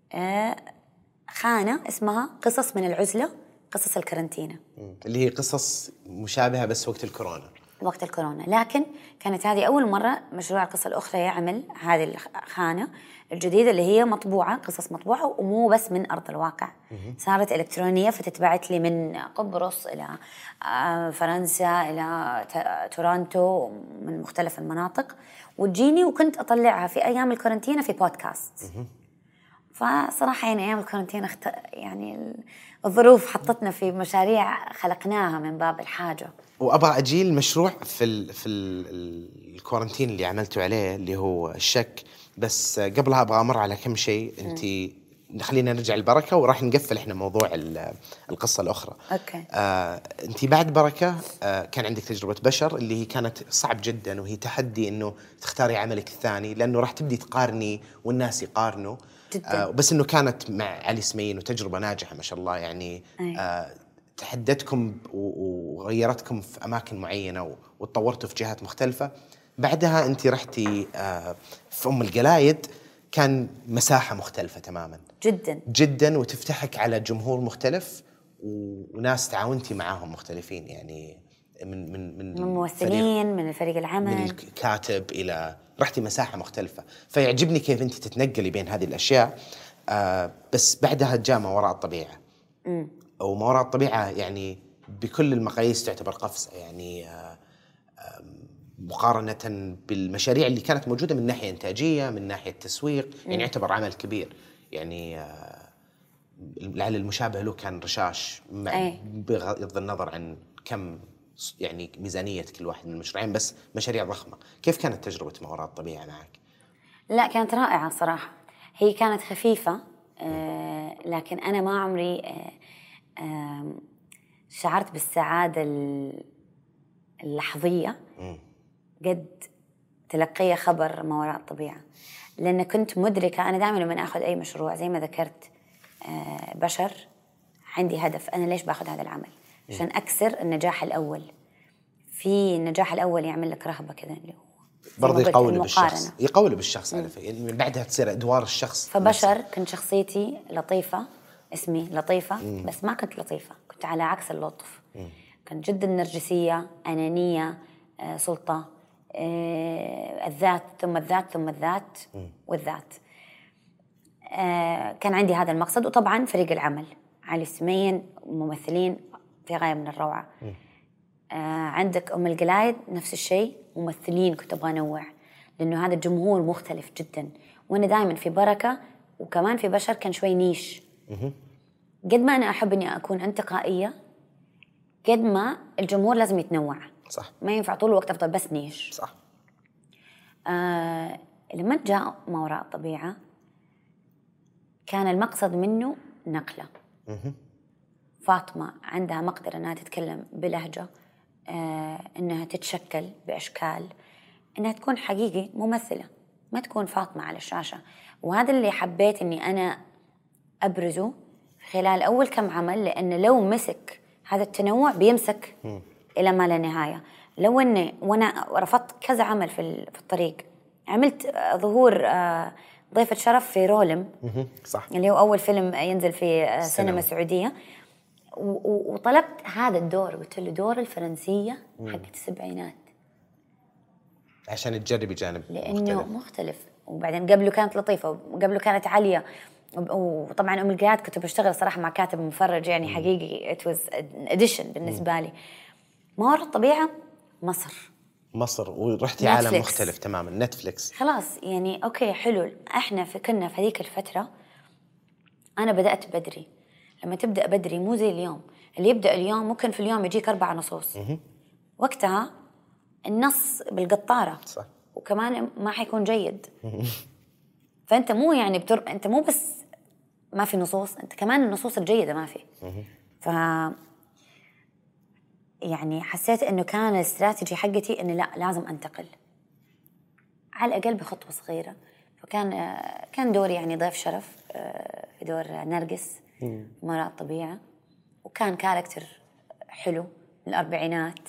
خانة اسمها قصص من العزلة، قصص الكارنتينا، اللي هي قصص مشابهة بس وقت الكورونا. لكن كانت هذه أول مرة مشروع القصة الأخرى يعمل هذه الخانة الجديدة اللي هي مطبوعة، قصص مطبوعة ومو بس من أرض الواقع، صارت إلكترونية، فتتبعت لي من قبرص إلى فرنسا إلى تورونتو، من مختلف المناطق، وتجيني، وكنت أطلعها في أيام الكورنتينا في بودكاست. فصراحة يعني أيام الكورنتينا يعني الظروف حطتنا في مشاريع خلقناها من باب الحاجة. وأبغى أجي المشروع في الكورنتين اللي عملته عليه اللي هو الشك، بس قبلها أبغى أمر على كم شيء. أنت خلينا نرجع البركة وراح نقفل إحنا موضوع القصة الأخرى. أوكي. أنت بعد بركة كان عندك تجربة بشر اللي هي كانت صعب جدا، وهي تحدي إنه تختاري عملك الثاني، لأنه راح تبدي تقارني والناس يقارنوا جدا. بس إنه كانت مع علي سمين وتجربة ناجحة ما شاء الله يعني. تحدتكم وغيرتكم في أماكن معينة وتطورتوا في جهات مختلفة. بعدها أنت رحتي في أم القلايد، كان مساحة مختلفة تماماً جداً جداً، وتفتحك على جمهور مختلف وناس تعاونتي معاهم مختلفين، يعني من ممثلين، من فريق العمل، من الكاتب إلى رحتي مساحة مختلفة. فيعجبني كيف أنت تتنقلي بين هذه الأشياء. بس بعدها جاء ما وراء الطبيعة. أو ما وراء الطبيعة يعني بكل المقاييس تعتبر قفزة، يعني مقارنة بالمشاريع اللي كانت موجودة من ناحية إنتاجية، من ناحية تسويق، يعني يعتبر عمل كبير. يعني لعل المشابه له كان رشاش، بغض النظر عن كم يعني ميزانية كل واحد من المشروعين، بس مشاريع ضخمة. كيف كانت تجربة ما وراء الطبيعة معك؟ لا كانت رائعة صراحة. هي كانت خفيفة، لكن أنا ما عمري شعرت بالسعادة اللحظية قد تلقي خبر ما وراء الطبيعة، لأن كنت مدركة. أنا دائما لما أخذ أي مشروع زي ما ذكرت بشر، عندي هدف. أنا ليش بأخذ هذا العمل؟ عشان أكسر النجاح الأول. في النجاح الأول يعمل لك رهبة كذا، اللي هو برضه يقول بالشخص على فكرة، يعني من بعدها تصير أدوار الشخص. فبشر كنت شخصيتي لطيفة، اسمي لطيفة، بس ما كنت لطيفة، كنت على عكس اللطف. كنت جدا نرجسية، أنانية، سلطة، الذات ثم الذات ثم الذات والذات. كان عندي هذا المقصد. وطبعا فريق العمل علي سمين، ممثلين في غاية من الروعة. عندك أم القلايد نفس الشيء، ممثلين كنت أبغى أنوع، لأنه هذا الجمهور مختلف جدا. وأنا دائما في بركة وكمان في بشر كان شوي نيش. قد ما أنا أحب أني أكون انتقائية، قد ما الجمهور لازم يتنوع. صح. ما ينفع طول الوقت أفضل بس نيش. صح. لما جاء ما وراء الطبيعة كان المقصد منه نقلة. فاطمة عندها مقدرة أنها تتكلم بلهجة، أنها تتشكل بأشكال، أنها تكون حقيقي ممثلة، ما تكون فاطمة على الشاشة. وهذا اللي حبيت أني أنا أبرزه خلال أول كم عمل، لأن لو مسك هذا التنوع بيمسك إلى ما لا نهاية. لو أني وأنا رفضت كذا عمل في الطريق، عملت ظهور ضيفة شرف في رولم، صح، اللي هو أول فيلم ينزل في سينما سعودية، وطلبت هذا الدور، قلت له دور الفرنسية حقت السبعينات عشان تجربي جانب لأنه مختلف. وبعدين قبله كانت لطيفة، وقبله كانت عالية. وطبعا أم القلايد كنت بشتغل صراحة مع كاتب مفرج، يعني حقيقي it was an addition بالنسبة لي. ما وراء الطبيعة مصر ورحتي عالم مختلف تماما. نتفليكس خلاص يعني أوكي حلو. إحنا كنا في هذيك الفترة، أنا بدأت بدري. لما تبدأ بدري مو زي اليوم، اللي يبدأ اليوم ممكن في اليوم يجيك 4 نصوص. وقتها النص بالقطارة. صح. وكمان ما حيكون جيد. فأنت مو يعني أنت مو بس ما في نصوص، أنت كمان النصوص الجيدة ما في. يعني حسيت إنه كان الاستراتيجي حقتي إنه لا، لازم أنتقل على الأقل بخطوة صغيرة. كان دوري يعني ضيف شرف في دور نرجس ما وراء الطبيعة، وكان كاركتر حلو من الأربعينات،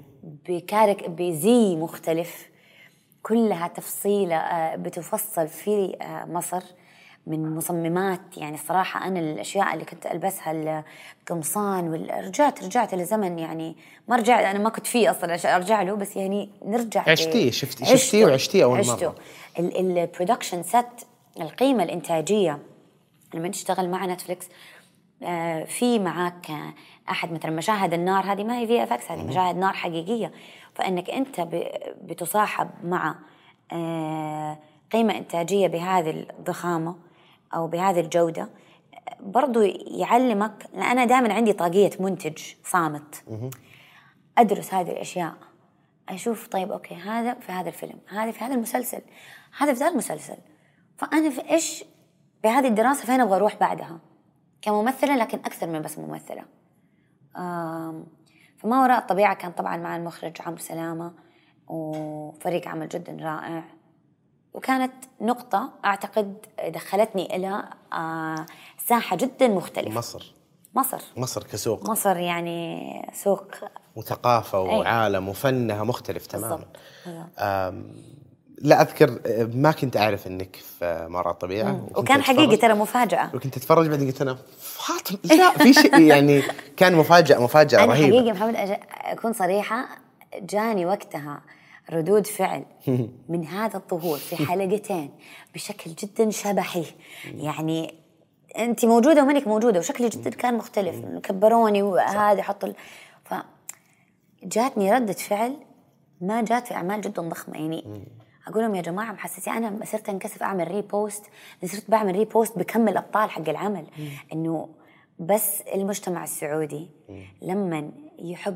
بزي مختلف، كلها تفصيلة بتفصل في مصر من مصممات. يعني الصراحة أنا الأشياء اللي كنت ألبسها، القمصان، رجعت لزمن يعني ما رجعت، أنا ما كنت فيه أصلا عشان أرجع له، بس يعني نرجع شفتي وعشتي أول مرة. البرودكشن سيت، القيمة الإنتاجية لما تشتغل مع نتفليكس، في معاك أحد مثلا مشاهد النار، هذه ما هي VFX، هذه مشاهد نار حقيقية. فإنك أنت بتصاحب مع قيمة إنتاجية بهذه الضخامة أو بهذه الجودة، برضو يعلمك. أنا دائما عندي طاقية منتج صامت، أدرس هذه الأشياء، أشوف طيب أوكي هذا في هذا الفيلم، هذا في هذا المسلسل، هذا في هذا المسلسل، فأنا في إيش بهذه الدراسة فين أبغى أروح بعدها كممثلة، لكن أكثر من بس ممثلة. فما وراء الطبيعة كان طبعا مع المخرج عمرو سلامة وفريق عمل جدا رائع، وكانت نقطة أعتقد دخلتني إلى ساحة جدا مختلفة. مصر كسوق، مصر يعني سوق وثقافة وعالم وفنها مختلف تماما. لا أذكر ما كنت أعرف إنك في ما وراء الطبيعة، وكان حقيقي ترى مفاجأة. وكنت أتفرج بعدين قلت أنا فاطمة لا في شيء يعني كان مفاجأة أنا رهيبة. حقيقي محمد أكون صريحة، جاني وقتها ردود فعل من هذا الظهور في حلقتين بشكل جدا شبحي. يعني أنت موجودة ومانك موجودة، وشكلي جدا كان مختلف، كبروني وهذا حط جاتني ردة فعل ما جات في أعمال جدا ضخمة. يعني أقول لهم يا جماعة محسسي أنا صرت أنكسف أعمل ريبوست، صرت بعمل ريبوست بكم الأبطال حق العمل. إنه بس المجتمع السعودي لما يحب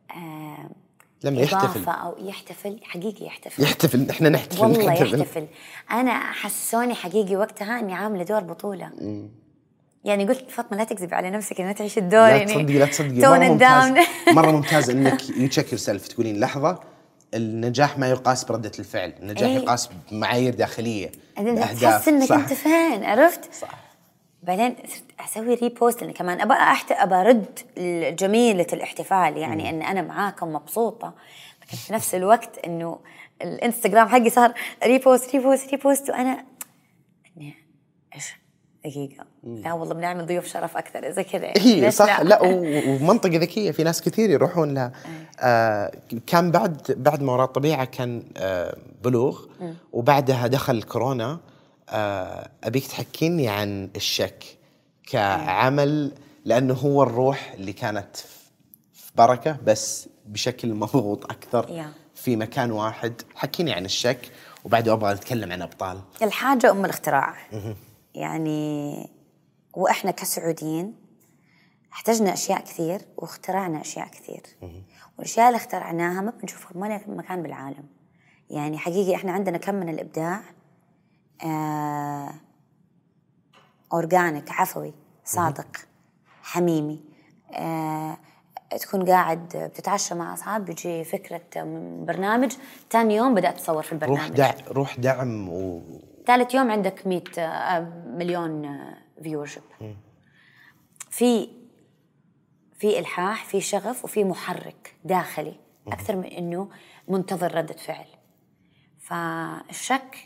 لما يحتفل إضافة أو يحتفل حقيقي يحتفل إحنا نحتفل والله يحتفل. أنا حسوني حقيقي وقتها إني عاملة دور بطولة. يعني قلت فاطمة لا تكذبي على نفسك إنها تعيش الدور. لا يعني لا تصدقي مرة ممتاز إنك you check yourself تقولين لحظة النجاح ما يقاس بردة الفعل، النجاح يقاس بمعايير داخلية تحس إنك أنت فين، عرفت؟ صح. بعدين صرت أسوي ريبوست لأن كمان أبى أرد جميلة الاحتفال، يعني إن أنا معاكم مبسوطة، لكن في نفس الوقت إنه الإنستغرام حقي صار ريبوست وأنا إيش دقيقة لا والله بنعمل ضيوف شرف أكثر زي كذا. هي صح. لا ومنطقة ذكية، في ناس كثير يروحون لها. كان بعد ما وراء الطبيعة كان بلوغ، وبعدها دخل كورونا. أبيك تحكيني عن الشك كعمل، لأنه هو الروح اللي كانت في بركة بس بشكل مضغوط أكثر في مكان واحد. حكيني عن الشك وبعده أبغى نتكلم عن أبطال. الحاجة أم الاختراع. يعني وإحنا كسعوديين احتجنا أشياء كثير واخترعنا أشياء كثير، والأشياء اللي اخترعناها ما بنشوفها ولا في مكان بالعالم. يعني حقيقي إحنا عندنا كم من الإبداع أورجانيك، عفوي، صادق، حميمي. تكون قاعد بتتعشى مع أصحاب، بيجي فكرة برنامج، تاني يوم بدأت تصور في البرنامج. روح دعم ثالث يوم عندك 100 مليون فيورشيب. في إلحاح، في شغف، وفي محرك داخلي أكثر من إنه منتظر ردة فعل. فالشك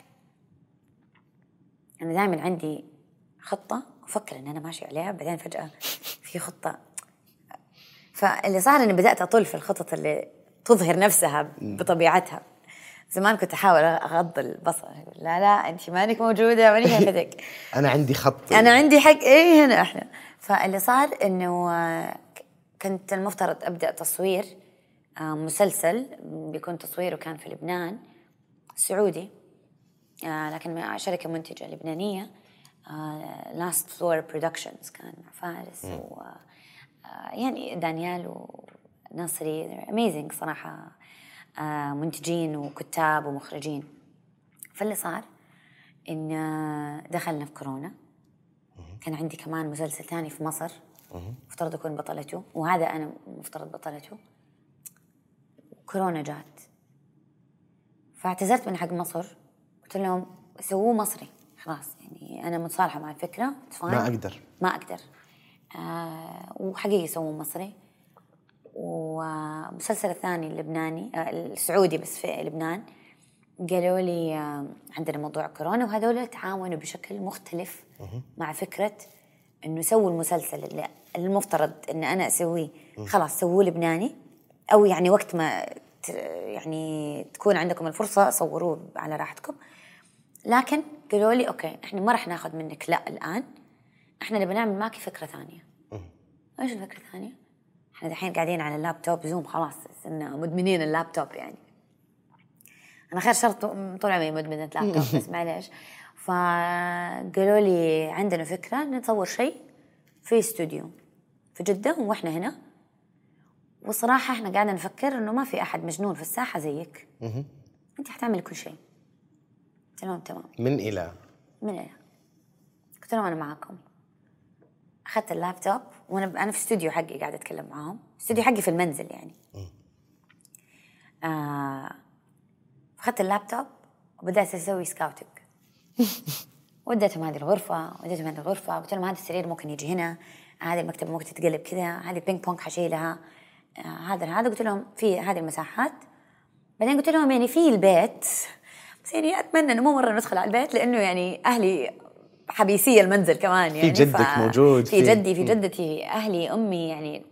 أنا دائما عندي خطة أفكر إن أنا ماشي عليها، بعدين فجأة في خطة. فاللي صار إني بدأت أطول في الخطط اللي تظهر نفسها بطبيعتها. زمان كنت أحاول أغض البصر، لا أنت مانك موجودة ماني شايفتك. أنا عندي خط، أنا عندي حق إيه هنا إحنا. فاللي صار إنه كنت المفترض أبدأ تصوير مسلسل بيكون تصويره كان في لبنان، سعودي، لكن مع شركة منتجة لبنانية، Last Floor Productions، كان مع فارس يعني دانيال وناصري amazing صراحة، منتجين وكتاب ومخرجين. فاللي صار إن دخلنا في كورونا. كان عندي كمان مسلسل تاني في مصر مفترض أكون بطلته، وهذا أنا مفترض بطلته. كورونا جات، فاعتذرت من حق مصر، قلت لهم سووه مصري خلاص، يعني أنا متصالحة مع الفكرة، ما أقدر. وحقيقي سووه مصري. ومسلسل الثاني اللبناني السعودي بس في لبنان، قالوا لي عندنا موضوع كورونا، وهذول تعاونوا بشكل مختلف مع فكرة إنه سووا المسلسل اللي المفترض إن أنا أسويه خلاص سووه لبناني، أو يعني وقت ما يعني تكون عندكم الفرصة صوروه على راحتكم. لكن قالوا لي أوكي إحنا ما رح ناخذ منك لا الآن، إحنا اللي بنعمل معك فكرة ثانية. إيش الفكرة الثانية؟ إحنا دحين قاعدين على اللابتوب زوم، خلاص صرنا مدمنين اللابتوب. يعني أنا خير شرط طول عمري مدمنة لابتوب بس معليش. فقالوا لي عندنا فكرة نصور شيء في استوديو في جدة وإحنا هنا، وصراحة إحنا قاعدة نفكر إنه ما في أحد مجنون في الساحة زيك، أنت حتعمل كل شيء. قلت لهم تمام. من إلى قلت لهم أنا معاكم. أخذت اللابتوب وأنا في استوديو حقي قاعدة أتكلم معاهم، استوديو حقي في المنزل يعني. أخذت اللابتوب وبدأت أسوي سكاوتنج. وديتهم هذه الغرفة، وديتهم هذه الغرفة، قلت لهم هذا السرير ممكن يجي هنا، هذه المكتبة ممكن تتقلب كذا، هذه بينج بونج حشيلها، هذا قلت لهم في هذه المساحات. بعدين قلت لهم يعني في البيت، بس يعني أتمنى إنه مو مرة ندخل على البيت، لأنه يعني أهلي حبيسية المنزل كمان، يعني في جدك موجود، في جدي، في جدتي، أهلي، أمي، يعني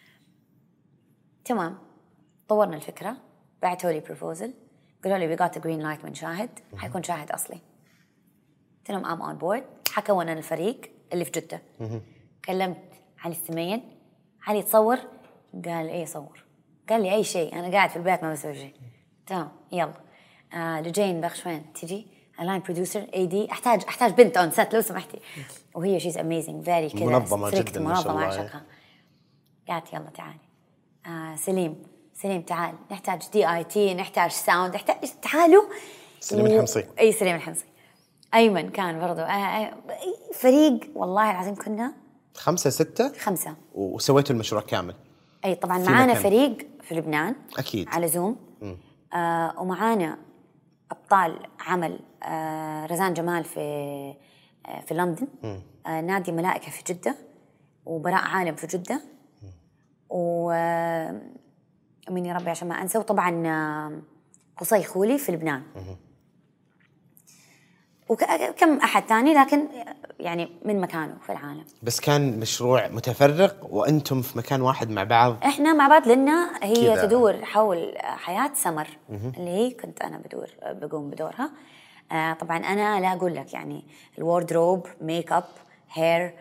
تمام. طورنا الفكرة، بعتوا لي بروبوزل، قالوا لي we got the green light من شاهد، حيكون شاهد أصلي. قلت لهم I'm on board. حكونا الفريق اللي في جدة. كلمت علي السمين، علي تصور؟ قال إيه صور. قال لي أي شيء، أنا قاعد في البيت ما بسوي شيء. تمام يلا. لجين بخشوين تجي لاين بروديوسر AD، أحتاج بنت أون سيت لو سمحتي. وهي she's amazing very كذا منظمة جدا منظمة عشقها. قالت يلا تعالي. سليم سليم تعال نحتاج DIT، نحتاج ساوند، تعالوا. سليم الحمصي. اي سليم الحمصي. ايمن كان برضو فريق والله العظيم كنا 5 6 5 وسويتوا المشروع كامل. اي طبعا معانا فريق في لبنان اكيد على زوم. ومعانا ابطال عمل رزان جمال في لندن، نادي ملائكة في جدة، وبراء عالم في جدة، ومن يا ربي عشان ما أنسى، وطبعا قصي خولي في لبنان، وكم أحد ثاني لكن يعني من مكانه في العالم. بس كان مشروع متفرق وأنتم في مكان واحد مع بعض؟ إحنا مع بعض لأننا هي كدا. تدور حول حياة سمر اللي هي كنت أنا بقوم بدورها. طبعا أنا لا أقول لك يعني الوردروب، ميك اب، هير،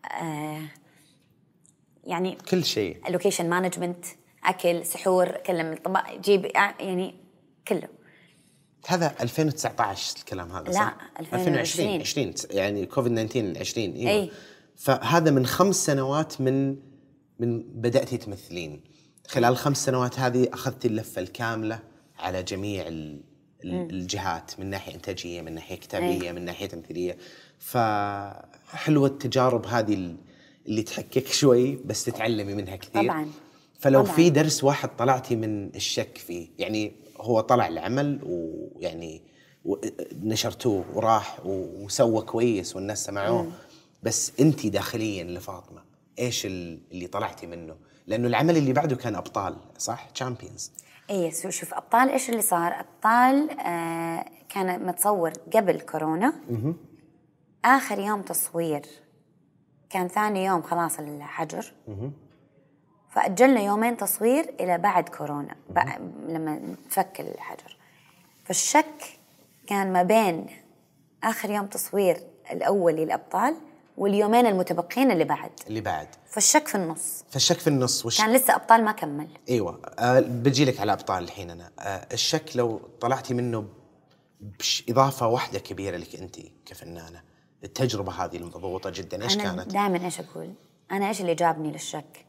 يعني كل شيء، اللوكيشن مانجمنت، أكل، سحور، كلم الطبق، جيب يعني كله. هذا 2019 الكلام هذا صح؟ لا 2020 20 يعني كوفيد 19 20. ايوه أي. فهذا من 5 سنوات من بدأتي تمثلين. خلال 5 سنوات هذه أخذتي اللفة الكاملة على جميع الجهات، من ناحية إنتاجية، من ناحية كتابية، من ناحية تمثيلية. فحلوة التجارب هذه اللي تحكك شوي بس تتعلمي منها كثير طبعا. فلو طبعاً. في درس واحد طلعتي من الشك فيه، يعني هو طلع العمل ويعني نشرتوه وراح وسوى كويس والناس سمعوه، بس انتي داخليا لفاطمة ايش اللي طلعتي منه؟ لانه العمل اللي بعده كان ابطال صح؟ تشامبيونز. اي شوف ابطال ايش اللي صار. ابطال كان متصور قبل كورونا. اخر يوم تصوير كان ثاني يوم خلاص الحجر. فأجلنا يومين تصوير إلى بعد كورونا لما تفك الحجر. فالشك كان ما بين آخر يوم تصوير الأول للأبطال واليومين المتبقين اللي بعد. فالشك في النص. كان لسه أبطال ما كمل. ايوه بجيلك على أبطال الحين. أنا الشك لو طلعتي منه إضافة واحدة كبيرة لك أنت كفنانة، التجربة هذه المضغوطة جدا إيش كانت؟ أنا دائما إيش أقول، أنا إيش اللي جابني للشك؟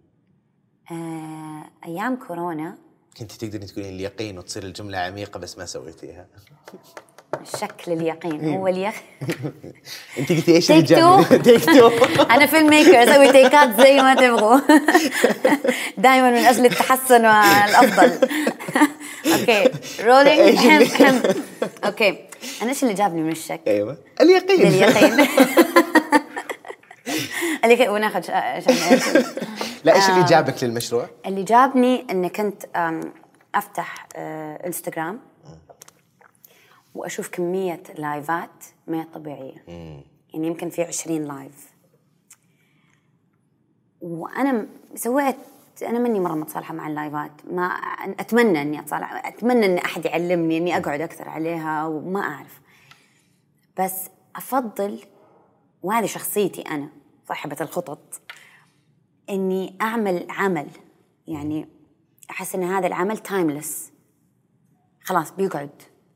أيام كورونا كنت تقدرين تقولين اليقين وتصير الجملة عميقة بس ما سويتيها. الشك لليقين هو اليقين. انت قلتي ايش اللي جابني؟ تيك تو. انا فيلم ميكر، اسوي تيكات زي ما تبغوا. دائما من اجل التحسن والافضل. اوكي رولينج. اوكي انا ايش اللي جابني من الشك؟ ايوه اليقين. وناخذ لا ايش اللي جابك للمشروع؟ اللي جابني اني كنت افتح انستغرام واشوف كميه لايفات ما طبيعيه. يعني يمكن في 20 لايف، وانا سويت، انا مني مره متصالحه مع اللايفات، ما اتمنى اني اتصالح، اتمنى ان احد يعلمني اني اقعد اكثر عليها وما اعرف، بس افضل، وهذه شخصيتي انا صاحبه الخطط، اني اعمل عمل يعني احس ان هذا العمل تايمليس خلاص بيقعد.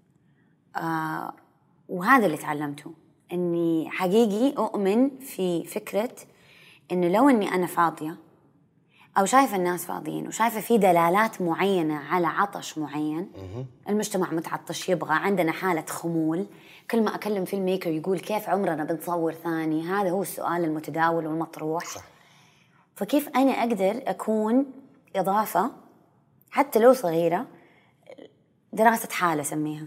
وهذا اللي تعلمته، اني حقيقي اؤمن في فكره انه لو اني انا فاضيه او شايفه الناس فاضيين وشايفه في دلالات معينه على عطش معين، المجتمع متعطش يبغى، عندنا حاله خمول، كل ما اكلم فيلم ميكر يقول كيف عمرنا بنصور ثاني، هذا هو السؤال المتداول والمطروح. صح. فكيف انا اقدر اكون اضافه حتى لو صغيره، دراسه حاله سميها،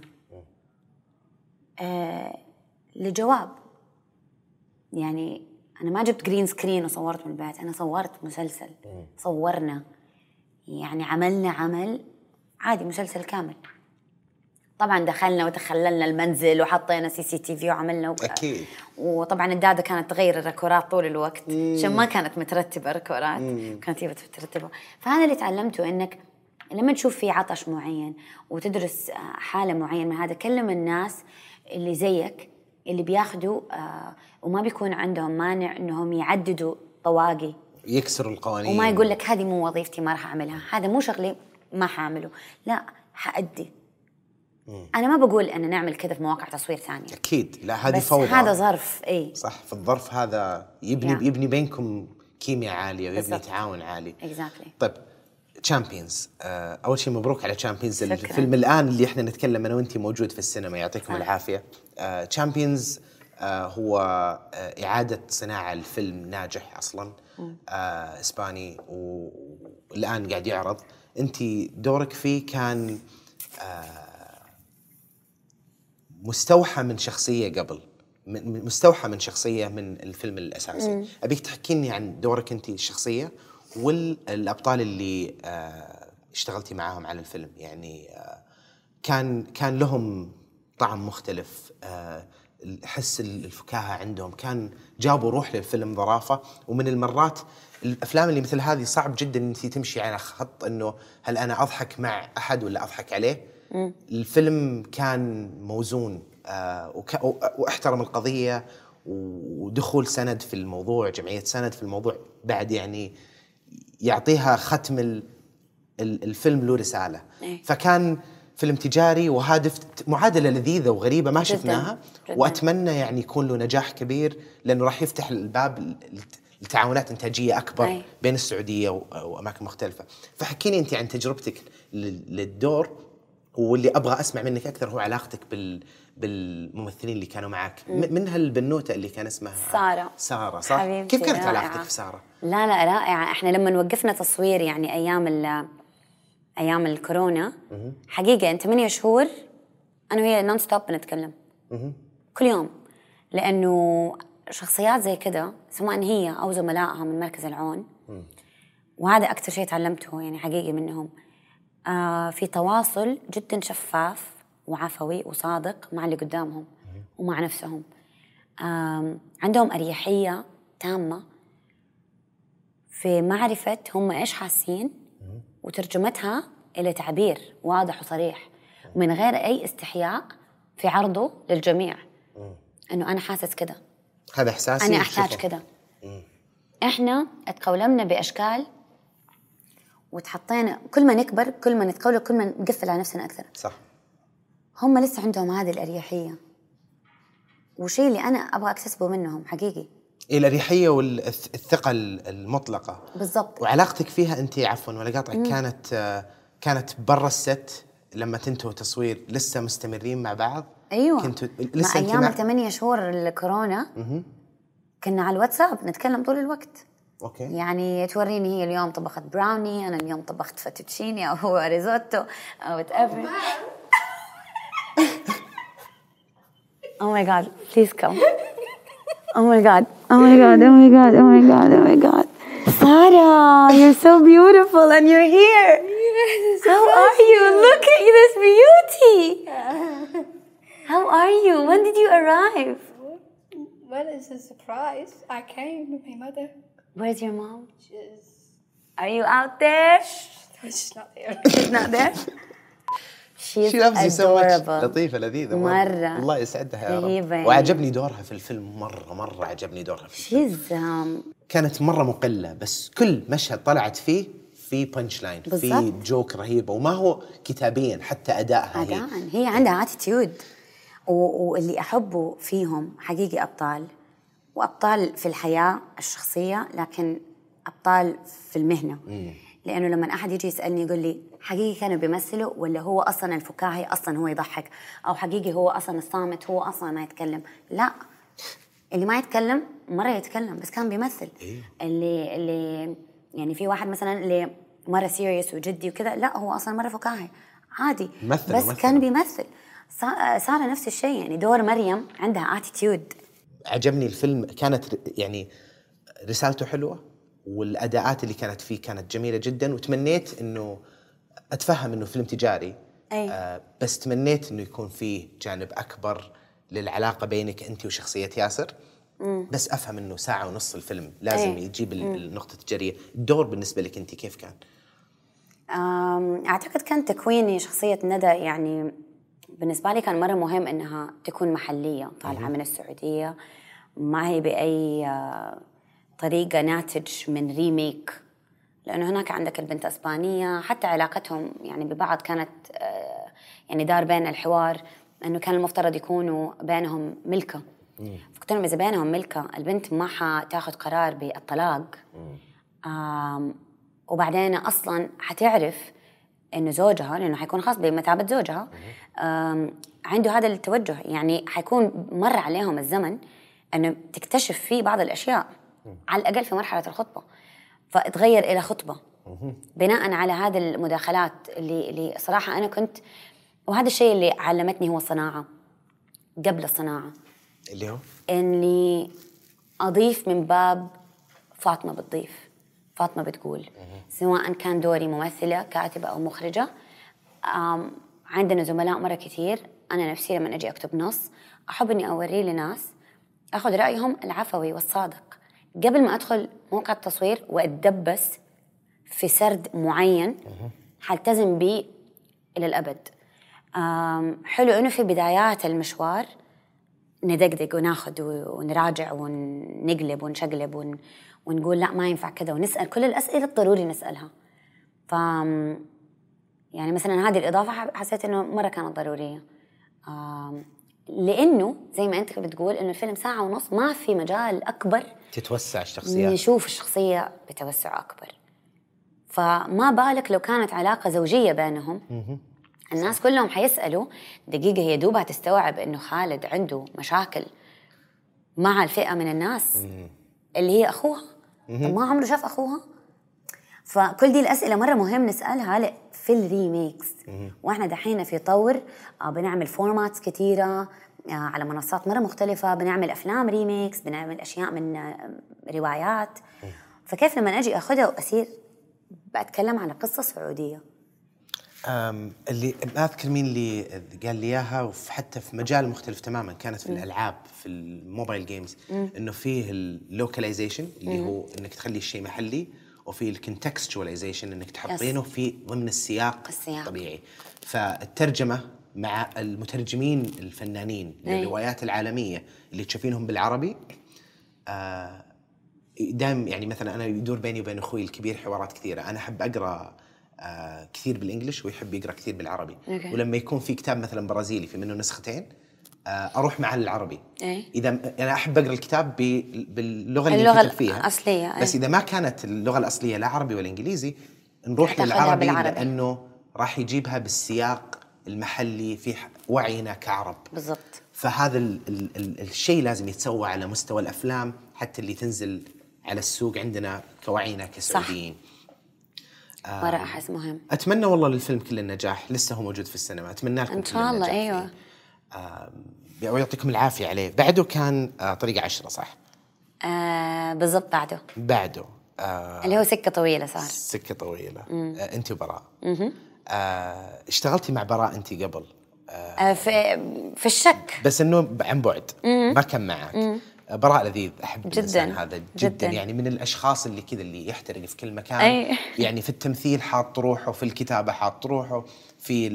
لجواب. يعني أنا ما جبت جرين سكرين وصورت من البيت، أنا صورت مسلسل، صورنا يعني عملنا عمل عادي، مسلسل كامل. طبعا دخلنا وتخللنا المنزل وحطينا CCTV وعملنا أكيد. وطبعا الدادة كانت تغير الركورات طول الوقت عشان ما كانت مترتبة ركورات، كانت هي بترتبها. فهذا اللي تعلمته، إنك لما تشوف في عطش معين وتدرس حالة معينة من هذا، كلم الناس اللي زيك اللي بياخدوا وما بيكون عندهم مانع انهم يعددوا طواقي، يكسروا القوانين، وما يقول لك هذه مو وظيفتي ما راح اعملها، هذا مو شغلي ما حاعمله، لا حأدي. انا ما بقول ان نعمل كذا في مواقع تصوير ثانيه، اكيد لا، هذه بس فوضى. هذا ظرف. اي صح، في الظرف هذا يبني بينكم كيمياء عاليه ويبني تعاون عالي. exactly. طيب تشامبيونز. اول شيء مبروك على تشامبيونز، الفيلم الان اللي احنا نتكلم انا وانتي موجود في السينما، يعطيكم العافيه. تشامبيونز هو اعاده صناعه الفيلم ناجح اصلا، اسباني، والان قاعد يعرض. انتي دورك فيه كان مستوحى من شخصيه قبل، مستوحى من شخصيه من الفيلم الاساسي. ابيك تحكيني عن دورك انتي الشخصيه والابطال اللي اشتغلتي معاهم على الفيلم. يعني كان لهم طعم مختلف، حس الفكاهه عندهم، كان جابوا روح للفيلم، ظرافه. ومن المرات الافلام اللي مثل هذه صعب جدا ان انت تمشي على خط انه هل انا اضحك مع احد ولا اضحك عليه. الفيلم كان موزون، واحترم القضيه، ودخول سند في الموضوع، جمعيه سند في الموضوع بعد، يعني يعطيها ختم الفيلم له رسالة. فكان فيلم تجاري وهادف، معادلة لذيذة وغريبة ما شفناها جداً. وأتمنى يعني يكون له نجاح كبير، لأنه راح يفتح الباب لتعاونات إنتاجية أكبر بين السعودية وأماكن مختلفة. فحكيني أنت عن تجربتك للدور، واللي أبغى أسمع منك أكثر هو علاقتك بالممثلين اللي كانوا معك، منها البنوتة اللي كان اسمها سارة صح؟ كيف كانت علاقتك بسارة؟ لا رائعة. احنا لما وقفنا تصوير يعني أيام الكورونا، حقيقة 8 شهور أنا وهي نون ستوب بنتكلم كل يوم، لأنه شخصيات زي كده سواء هي أو زملائها من مركز العون، وهذا أكثر شيء تعلمته يعني حقيقي منهم، في تواصل جدا شفاف وعفوي وصادق مع اللي قدامهم ومع نفسهم. عندهم أريحية تامة في معرفة هم إيش حاسين وترجمتها إلى تعبير واضح وصريح ومن غير أي استحياء في عرضه للجميع، إنه أنا حاسس كده، هذا إحساسي، أنا أحتاج كده. إحنا اتقولمنا بأشكال وتحطينا، كل ما نكبر كل ما نتقول، كل ما نقفل على نفسنا أكثر. صح. هم لسه عندهم هذه الأريحية، وشيء اللي أنا أبغى أكتسبه منهم حقيقي، الأريحية والثقة المطلقة. بالضبط. وعلاقتك فيها أنت، عفوا ولا قاطعك، كانت برا الست لما تنتهوا تصوير لسه مستمرين مع بعض؟ أيوة، كنتوا لسه مع أيام 8 شهور الكورونا كنا على الواتساب نتكلم طول الوقت. أوكي. يعني توريني هي اليوم طبخت براوني، أنا اليوم طبخت فاتوتشيني أو هو ريزوتو أو whatever. Oh my God, please come. Oh my God, oh my God, oh my God, oh my God, oh my God. Sarah, you're so beautiful and you're here. How are you? Look at this beauty. How are you? When did you arrive? Well, it's a surprise. I came with my mother. Where's your mom? Are you out there? She's not there. She's not there? She loves you so much. لطيفة لذيذة مرة. الله يسعدها يا رب. يعني. وعجبني دورها في الفيلم مرة عجبني دورها في الفيلم. كانت مرة مقلة، بس كل مشهد طلعت فيه في بانش لاين، في جوك رهيبة، وما هو كتابيا، حتى أدائها هي عندها اتيتيود. واللي أحبه فيهم حقيقي أبطال، وأبطال في الحياة الشخصية، لكن أبطال في المهنة. لأنه لما أحد يجي يسألني يقول لي حقيقي كانوا بيمثلوا ولا هو أصلا الفكاهي أصلا هو يضحك، أو حقيقي هو أصلا الصامت هو أصلا ما يتكلم. لا، اللي ما يتكلم مرة يتكلم بس كان بيمثل. اللي يعني في واحد مثلا اللي مرة سيريس وجدي وكذا، لا هو أصلا مرة فكاهي عادي بس كان بيمثل. صار نفس الشيء، يعني دور مريم عندها اتيتيود. عجبني الفيلم، كانت يعني رسالته حلوة، والأداءات اللي كانت فيه كانت جميلة جدا، وتمنيت إنه أتفهم إنه فيلم تجاري، بس تمنيت إنه يكون فيه جانب أكبر للعلاقة بينك أنت وشخصية ياسر. بس أفهم إنه 1.5 ساعة الفيلم لازم يجيب النقطة التجارية. الدور بالنسبة لك أنت كيف كان؟ أعتقد كان تكويني شخصية ندى، يعني بالنسبة لي كان مرة مهم إنها تكون محلية، طالعة من السعودية، ما هي بأي طريقة ناتج من ريميك، لأنه هناك عندك البنت أسبانية، حتى علاقتهم يعني ببعض كانت يعني دار بين الحوار أنه كان المفترض يكونوا بينهم ملكة. فقلت لهم إذا بينهم ملكة البنت ما حتاخذ قرار بالطلاق وبعدين أصلاً حتعرف إنه زوجها، لأنه حيكون خاص بمثابة زوجها، عنده هذا التوجه. يعني حيكون مر عليهم الزمن إنه تكتشف فيه بعض الأشياء على الأقل في مرحلة الخطبة، فتغير إلى خطبة بناء على هذه المداخلات اللي صراحة أنا كنت، وهذا الشيء اللي علمتني هو الصناعة قبل الصناعة، اللي هو إني أضيف من باب فاطمة بتضيف، فاطمة بتقول، سواء كان دوري ممثلة كاتبة أو مخرجة. عندنا زملاء مرة كثير، أنا نفسي لما أجي أكتب نص أحب أني أوريه لناس أخذ رأيهم العفوي والصادق قبل ما أدخل موقع التصوير وأتدبس في سرد معين حالتزم به إلى الأبد. حلو إنه في بدايات المشوار ندقدق وناخد ونراجع ونقلب ونشقلب ونقول لا ما ينفع كذا، ونسأل كل الأسئلة الضروري نسألها. يعني مثلا هذه الإضافة حسيت إنه مرة كانت ضرورية، لأنه زي ما أنت بتقول إنه الفيلم 1.5 ساعة، ما في مجال أكبر تتوسع الشخصيات، نشوف الشخصية بتوسع أكبر. فما بالك لو كانت علاقة زوجية بينهم، الناس كلهم حيسألوا دقيقة هي دوبها تستوعب إنه خالد عنده مشاكل مع الفئة من الناس اللي هي أخوها. طب ما عمره شاف أخوها؟ فكل دي الأسئلة مرة مهم نسألها في الريميكس. وإحنا دحين في طور بنعمل فورماتس كتيرة على منصات مرة مختلفة، بنعمل أفلام ريميكس، بنعمل أشياء من روايات. فكيف لما أجي أخذها وأسير بأتكلم عن قصة سعودية؟ اللي ما أذكر مين اللي قال لي إياها، وحتى في مجال مختلف تماماً، كانت في الألعاب في الموبايل جيمز، إنه فيه اللوكاليزيشن اللي هو إنك تخلي الشيء محلي، وفي الكونتكستواليزيشن إنك تحطينه في ضمن السياق الطبيعي. فالترجمة مع المترجمين الفنانين للروايات العالمية اللي تشوفينهم بالعربي، دائم يعني مثلا أنا يدور بيني وبين أخوي الكبير حوارات كثيرة. أنا أحب أقرأ كثير بالإنجليش ويحب يقرأ كثير بالعربي. ولما يكون في كتاب مثلا برازيلي في منه نسختين، أروح معه للعربي. إذا أنا أحب أقرأ الكتاب باللغة اللي كتب فيها الأصلية، بس إذا ما كانت اللغة الأصلية لا عربي ولا إنجليزي نروح للعربي، لأنه راح يجيبها بالسياق المحلي في وعينا كعرب. بالضبط. فهذا الشيء لازم يتسوى على مستوى الأفلام حتى اللي تنزل على السوق عندنا كوعينا كسعوديين. مرة أحس مهم. أتمنى والله للفيلم كل النجاح، لسه هو موجود في السينما، أتمنى لكم إن شاء الله. أيوة. ويعطيكم العافية عليه. بعده كان طريق 10 صح؟ بالضبط. بعده اللي هو سكة طويلة. صار سكة طويلة. أنت وبراء. اشتغلتي مع براء أنت قبل؟ في الشك، بس إنه عن بعد ما كان معك. براء لذيذ، أحب الإنسان هذا جدا. يعني من الأشخاص اللي كذا اللي يحترق في كل مكان. يعني في التمثيل حاط روحه، في الكتابة حاط روحه، في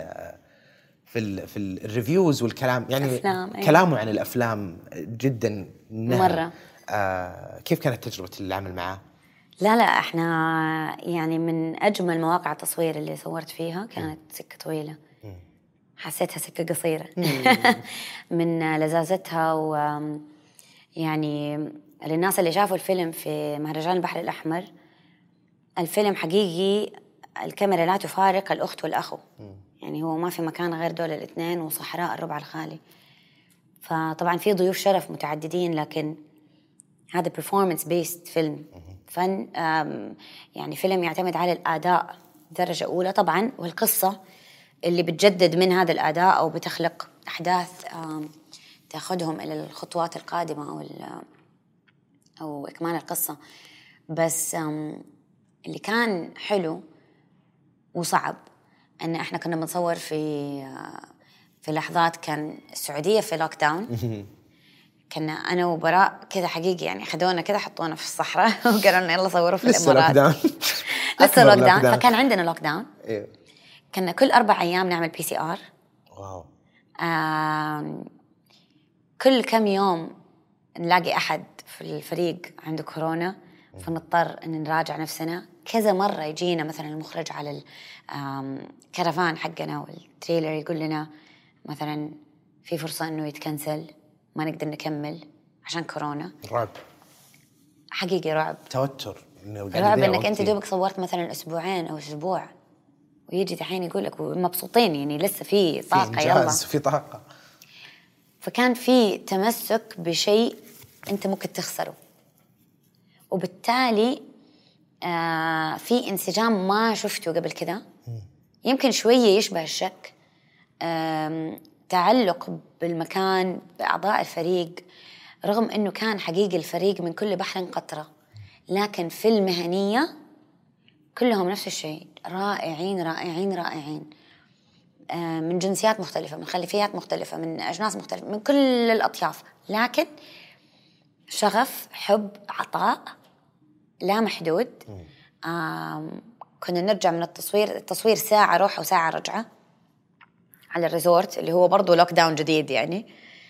الريفيوز والكلام، يعني أفلام. كلامه عن الأفلام جدا مرة. كيف كانت تجربة العمل معه؟ لا احنا يعني من أجمل مواقع التصوير اللي صورت فيها كانت سكة طويلة. حسيتها سكة قصيرة من لذاذتها. يعني للناس اللي شافوا الفيلم في مهرجان البحر الأحمر، الفيلم حقيقي الكاميرا لا تفارق الأخت والأخو. يعني هو ما في مكان غير دول الاثنين وصحراء الربع الخالي. فطبعا في ضيوف شرف متعددين، لكن هذا performance based فيلم، فن. يعني فيلم يعتمد على الأداء درجة أولى طبعا، والقصة اللي بتجدد من هذا الأداء أو بتخلق أحداث تأخذهم إلى الخطوات القادمة أو إكمال القصة. بس اللي كان حلو وصعب أن إحنا كنا بنصور في لحظات كان السعودية في لوك داون. كنا أنا وبراء كذا حقيقي، يعني خدونا كذا حطونا في الصحراء وقالوا لنا يلا صوروا في الإمارات. لسه لوك داون. فكان عندنا لوك داون. كنا كل 4 أيام نعمل PCR. واو. كل كم يوم نلاقي أحد في الفريق عنده كورونا، فنضطر أن نراجع نفسنا. كذا مرة يجينا مثلا المخرج على الكرفان حقنا والتريلر يقول لنا مثلا في فرصة أنه يتكنسل، ما نقدر نكمل عشان كورونا. رعب حقيقي، رعب، توتر. رعب انك انت دوبك صورت مثلا اسبوعين او اسبوع ويجي دحين يقول لك مبسوطين يعني لسه في طاقه يلا في طاقه. فكان في تمسك بشيء انت ممكن تخسره وبالتالي في انسجام ما شفته قبل كده يمكن شويه يشبه الشك تعلق بالمكان بأعضاء الفريق رغم أنه كان حقيقي الفريق من كل بحر قطرة لكن في المهنية كلهم نفس الشيء رائعين رائعين رائعين من جنسيات مختلفة من خلفيات مختلفة من أجناس مختلفة من كل الأطياف لكن شغف حب عطاء لا محدود كنا نرجع من التصوير ساعة روحة وساعة رجعة على الريزورت اللي هو برضو لوك داون جديد يعني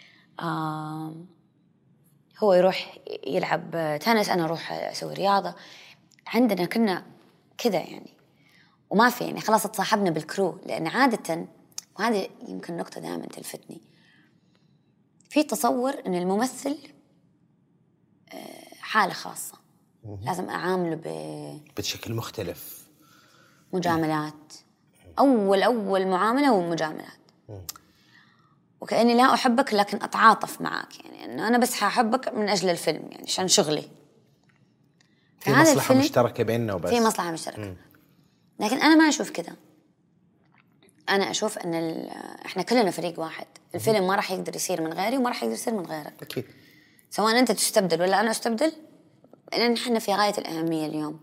هو يروح يلعب تنس أنا أروح أسوي رياضة عندنا كنا كذا يعني وما في يعني خلاص تصاحبنا بالكرو لأن عادة وهذه يمكن نقطة دائما تلفتني في تصور أن الممثل حالة خاصة لازم أعامله بشكل مختلف مجاملات أول معاملة ومجاملات وكأني لا أحبك لكن أتعاطف معك يعني أنه أنا بس حأحبك من أجل الفيلم يعني عشان شغلي في مصلحة مشتركة بيننا وبس في مصلحة مشتركة لكن أنا ما أشوف كده أنا أشوف أن إحنا كلنا فريق واحد الفيلم ما راح يقدر يصير من غيري وما راح يقدر يصير من غيرك أكيد سواء أنت تستبدل ولا أنا أستبدل لأن إحنا في غاية الأهمية اليوم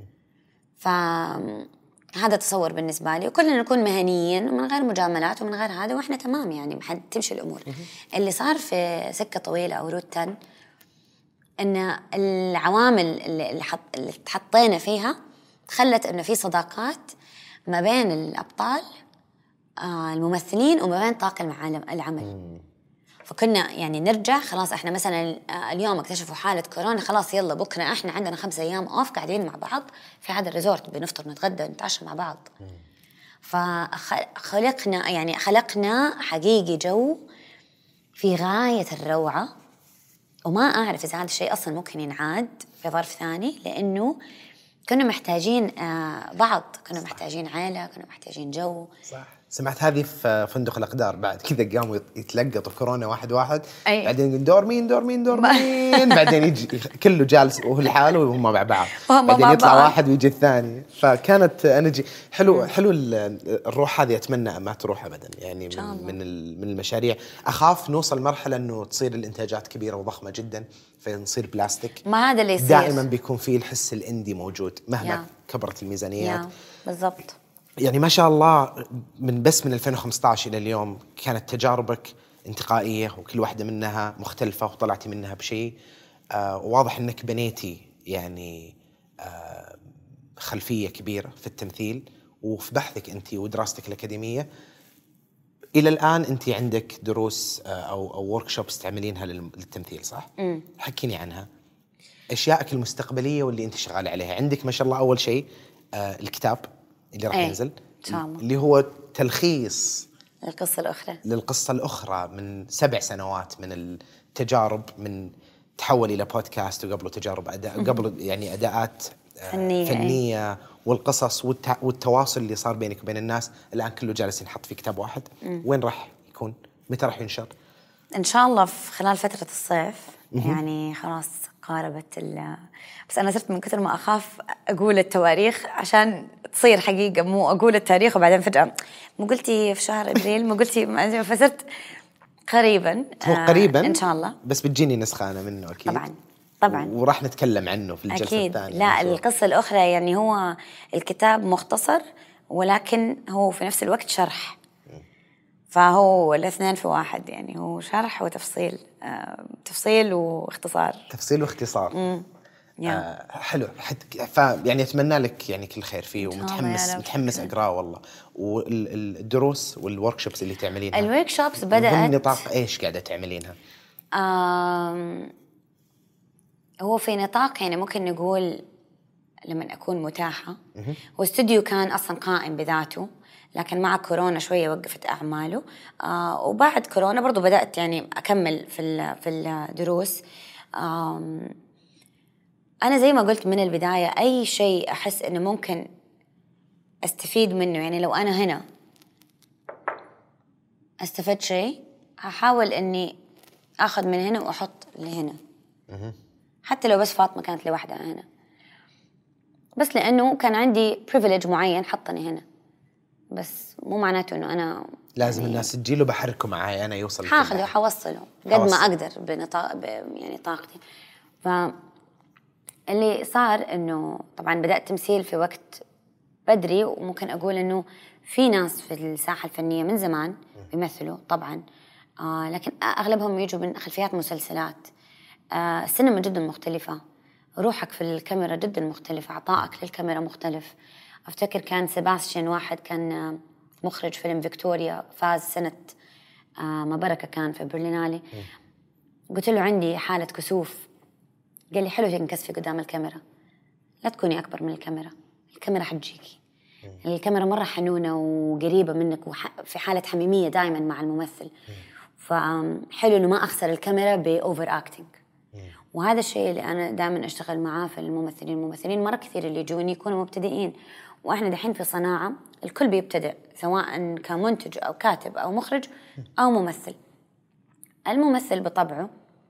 هذا تصور بالنسبة لي وكلنا نكون مهنيين ومن غير مجاملات ومن غير هذا وإحنا تمام يعني تمشي الأمور اللي صار في سكة طويلة أو روت 10 إن العوامل اللي تحطينا فيها خلت إنه في صداقات ما بين الأبطال الممثلين وما بين طاقم العمل فكنا يعني نرجع خلاص إحنا مثلا اليوم اكتشفوا حالة كورونا خلاص يلا بكرة إحنا عندنا 5 أيام أوف قاعدين مع بعض في هذا الريزورت بنفطر نتغدى نتعشى مع بعض خلقنا حقيقي جو في غاية الروعة وما أعرف إذا هذا الشيء أصلا ممكن ينعاد في ظرف ثاني لأنه كنا محتاجين بعض كنا محتاجين عائلة كنا محتاجين جو صح سمعت هذه في فندق الأقدار بعد كذا قاموا يتلقطوا كورونا واحد أي. بعدين دور مين بعدين يجي كله جالس وهو لحاله وهم مع بعد بعدين يطلع واحد ويجي الثاني فكانت انرجي حلو الروح هذه اتمنى ما تروح ابدا يعني من المشاريع اخاف نوصل مرحله انه تصير الانتاجات كبيره وضخمه جدا فنصير بلاستيك ما هذا اللي يصير دائما بيكون فيه الحس الاندي موجود مهما كبرت الميزانيات بالضبط يعني ما شاء الله من 2015 إلى اليوم كانت تجاربك انتقائية وكل واحدة منها مختلفة وطلعتي منها بشيء واضح أنك بنيتي يعني خلفية كبيرة في التمثيل وفي بحثك أنت ودراستك الأكاديمية إلى الآن أنت عندك دروس أو workshops تعملينها للتمثيل صح؟ حكيني عنها أشيائك المستقبلية واللي أنت شغالة عليها عندك ما شاء الله أول شيء الكتاب اللي راح ينزل اللي هو تلخيص للقصة الأخرى من 7 سنوات من التجارب من تحول إلى بودكاست وقبله تجارب قبله يعني أداءات فنية والقصص والتواصل اللي صار بينك وبين الناس الآن كله جالس ينحط في كتاب واحد وين راح يكون متى راح ينشر إن شاء الله في خلال فترة الصيف يعني خلاص قاربت بس أنا صرت من كثر ما أخاف أقول التواريخ عشان تصير حقيقة مو أقول التاريخ وبعدين فجأة مو قلتي في شهر أبريل مو قلتي فصرت قريبا قريبا إن شاء الله بس بتجيني نسخة أنا منه أكيد طبعا وراح نتكلم عنه في الجلسة أكيد. الثانية لا القصة الأخرى يعني هو الكتاب مختصر ولكن هو في نفس الوقت شرح فهو الاثنين في واحد يعني هو شرح وتفصيل تفصيل واختصار حلو يعني أتمنى لك يعني كل خير فيه ومتحمس أقرأه والله والدروس والوركشوبس اللي تعملينها الوركشوبس بدأت ضمن نطاق إيش قاعدة تعملينها هو في نطاق يعني ممكن نقول لما أكون متاحة هو استوديو كان أصلا قائم بذاته لكن مع كورونا شوية وقفت أعماله وبعد كورونا برضو بدأت يعني أكمل في الدروس أنا زي ما قلت من البداية أي شيء أحس إنه ممكن أستفيد منه، يعني لو أنا هنا أستفاد شيء هحاول إني أخذ من هنا وأحط لهنا، حتى لو بس فاطمة كانت لوحدها هنا، بس لأنه كان عندي privilege معين حطني هنا، بس مو معناته إنه أنا لازم يعني الناس تجيله بحركه معاي أنا يوصل حاخذه وحوصله قد ما أقدر يعني طاقتي. فاللي صار إنه طبعاً بدأت تمثيل في وقت بدري، وممكن أقول إنه في ناس في الساحة الفنية من زمان بيمثلوا طبعاً، لكن أغلبهم يجوا من خلفيات مسلسلات. السينما جداً مختلفة، روحك في الكاميرا جداً مختلفة، عطائك للكاميرا مختلف. أفتكر كان سيباستيان واحد كان مخرج فيلم فيكتوريا، فاز سنة ما بركة كان في برلينالي. قلت له عندي حالة كسوف، قال لي حلو تنكسفي قدام الكاميرا، لا تكوني أكبر من الكاميرا، الكاميرا حتجيكي. الكاميرا مرة حنونة وقريبة منك وفي حالة حميمية دائما مع الممثل، فحلو إنه ما أخسر الكاميرا بأوفر أكتينج. وهذا الشيء اللي أنا دائما أشتغل معاه في الممثلين مرة كثير اللي يجوني يكونوا مبتدئين، وإحنا دحين في صناعة الكل بيبتدئ، سواء كمنتج أو كاتب أو مخرج أو ممثل. الممثل بطبعه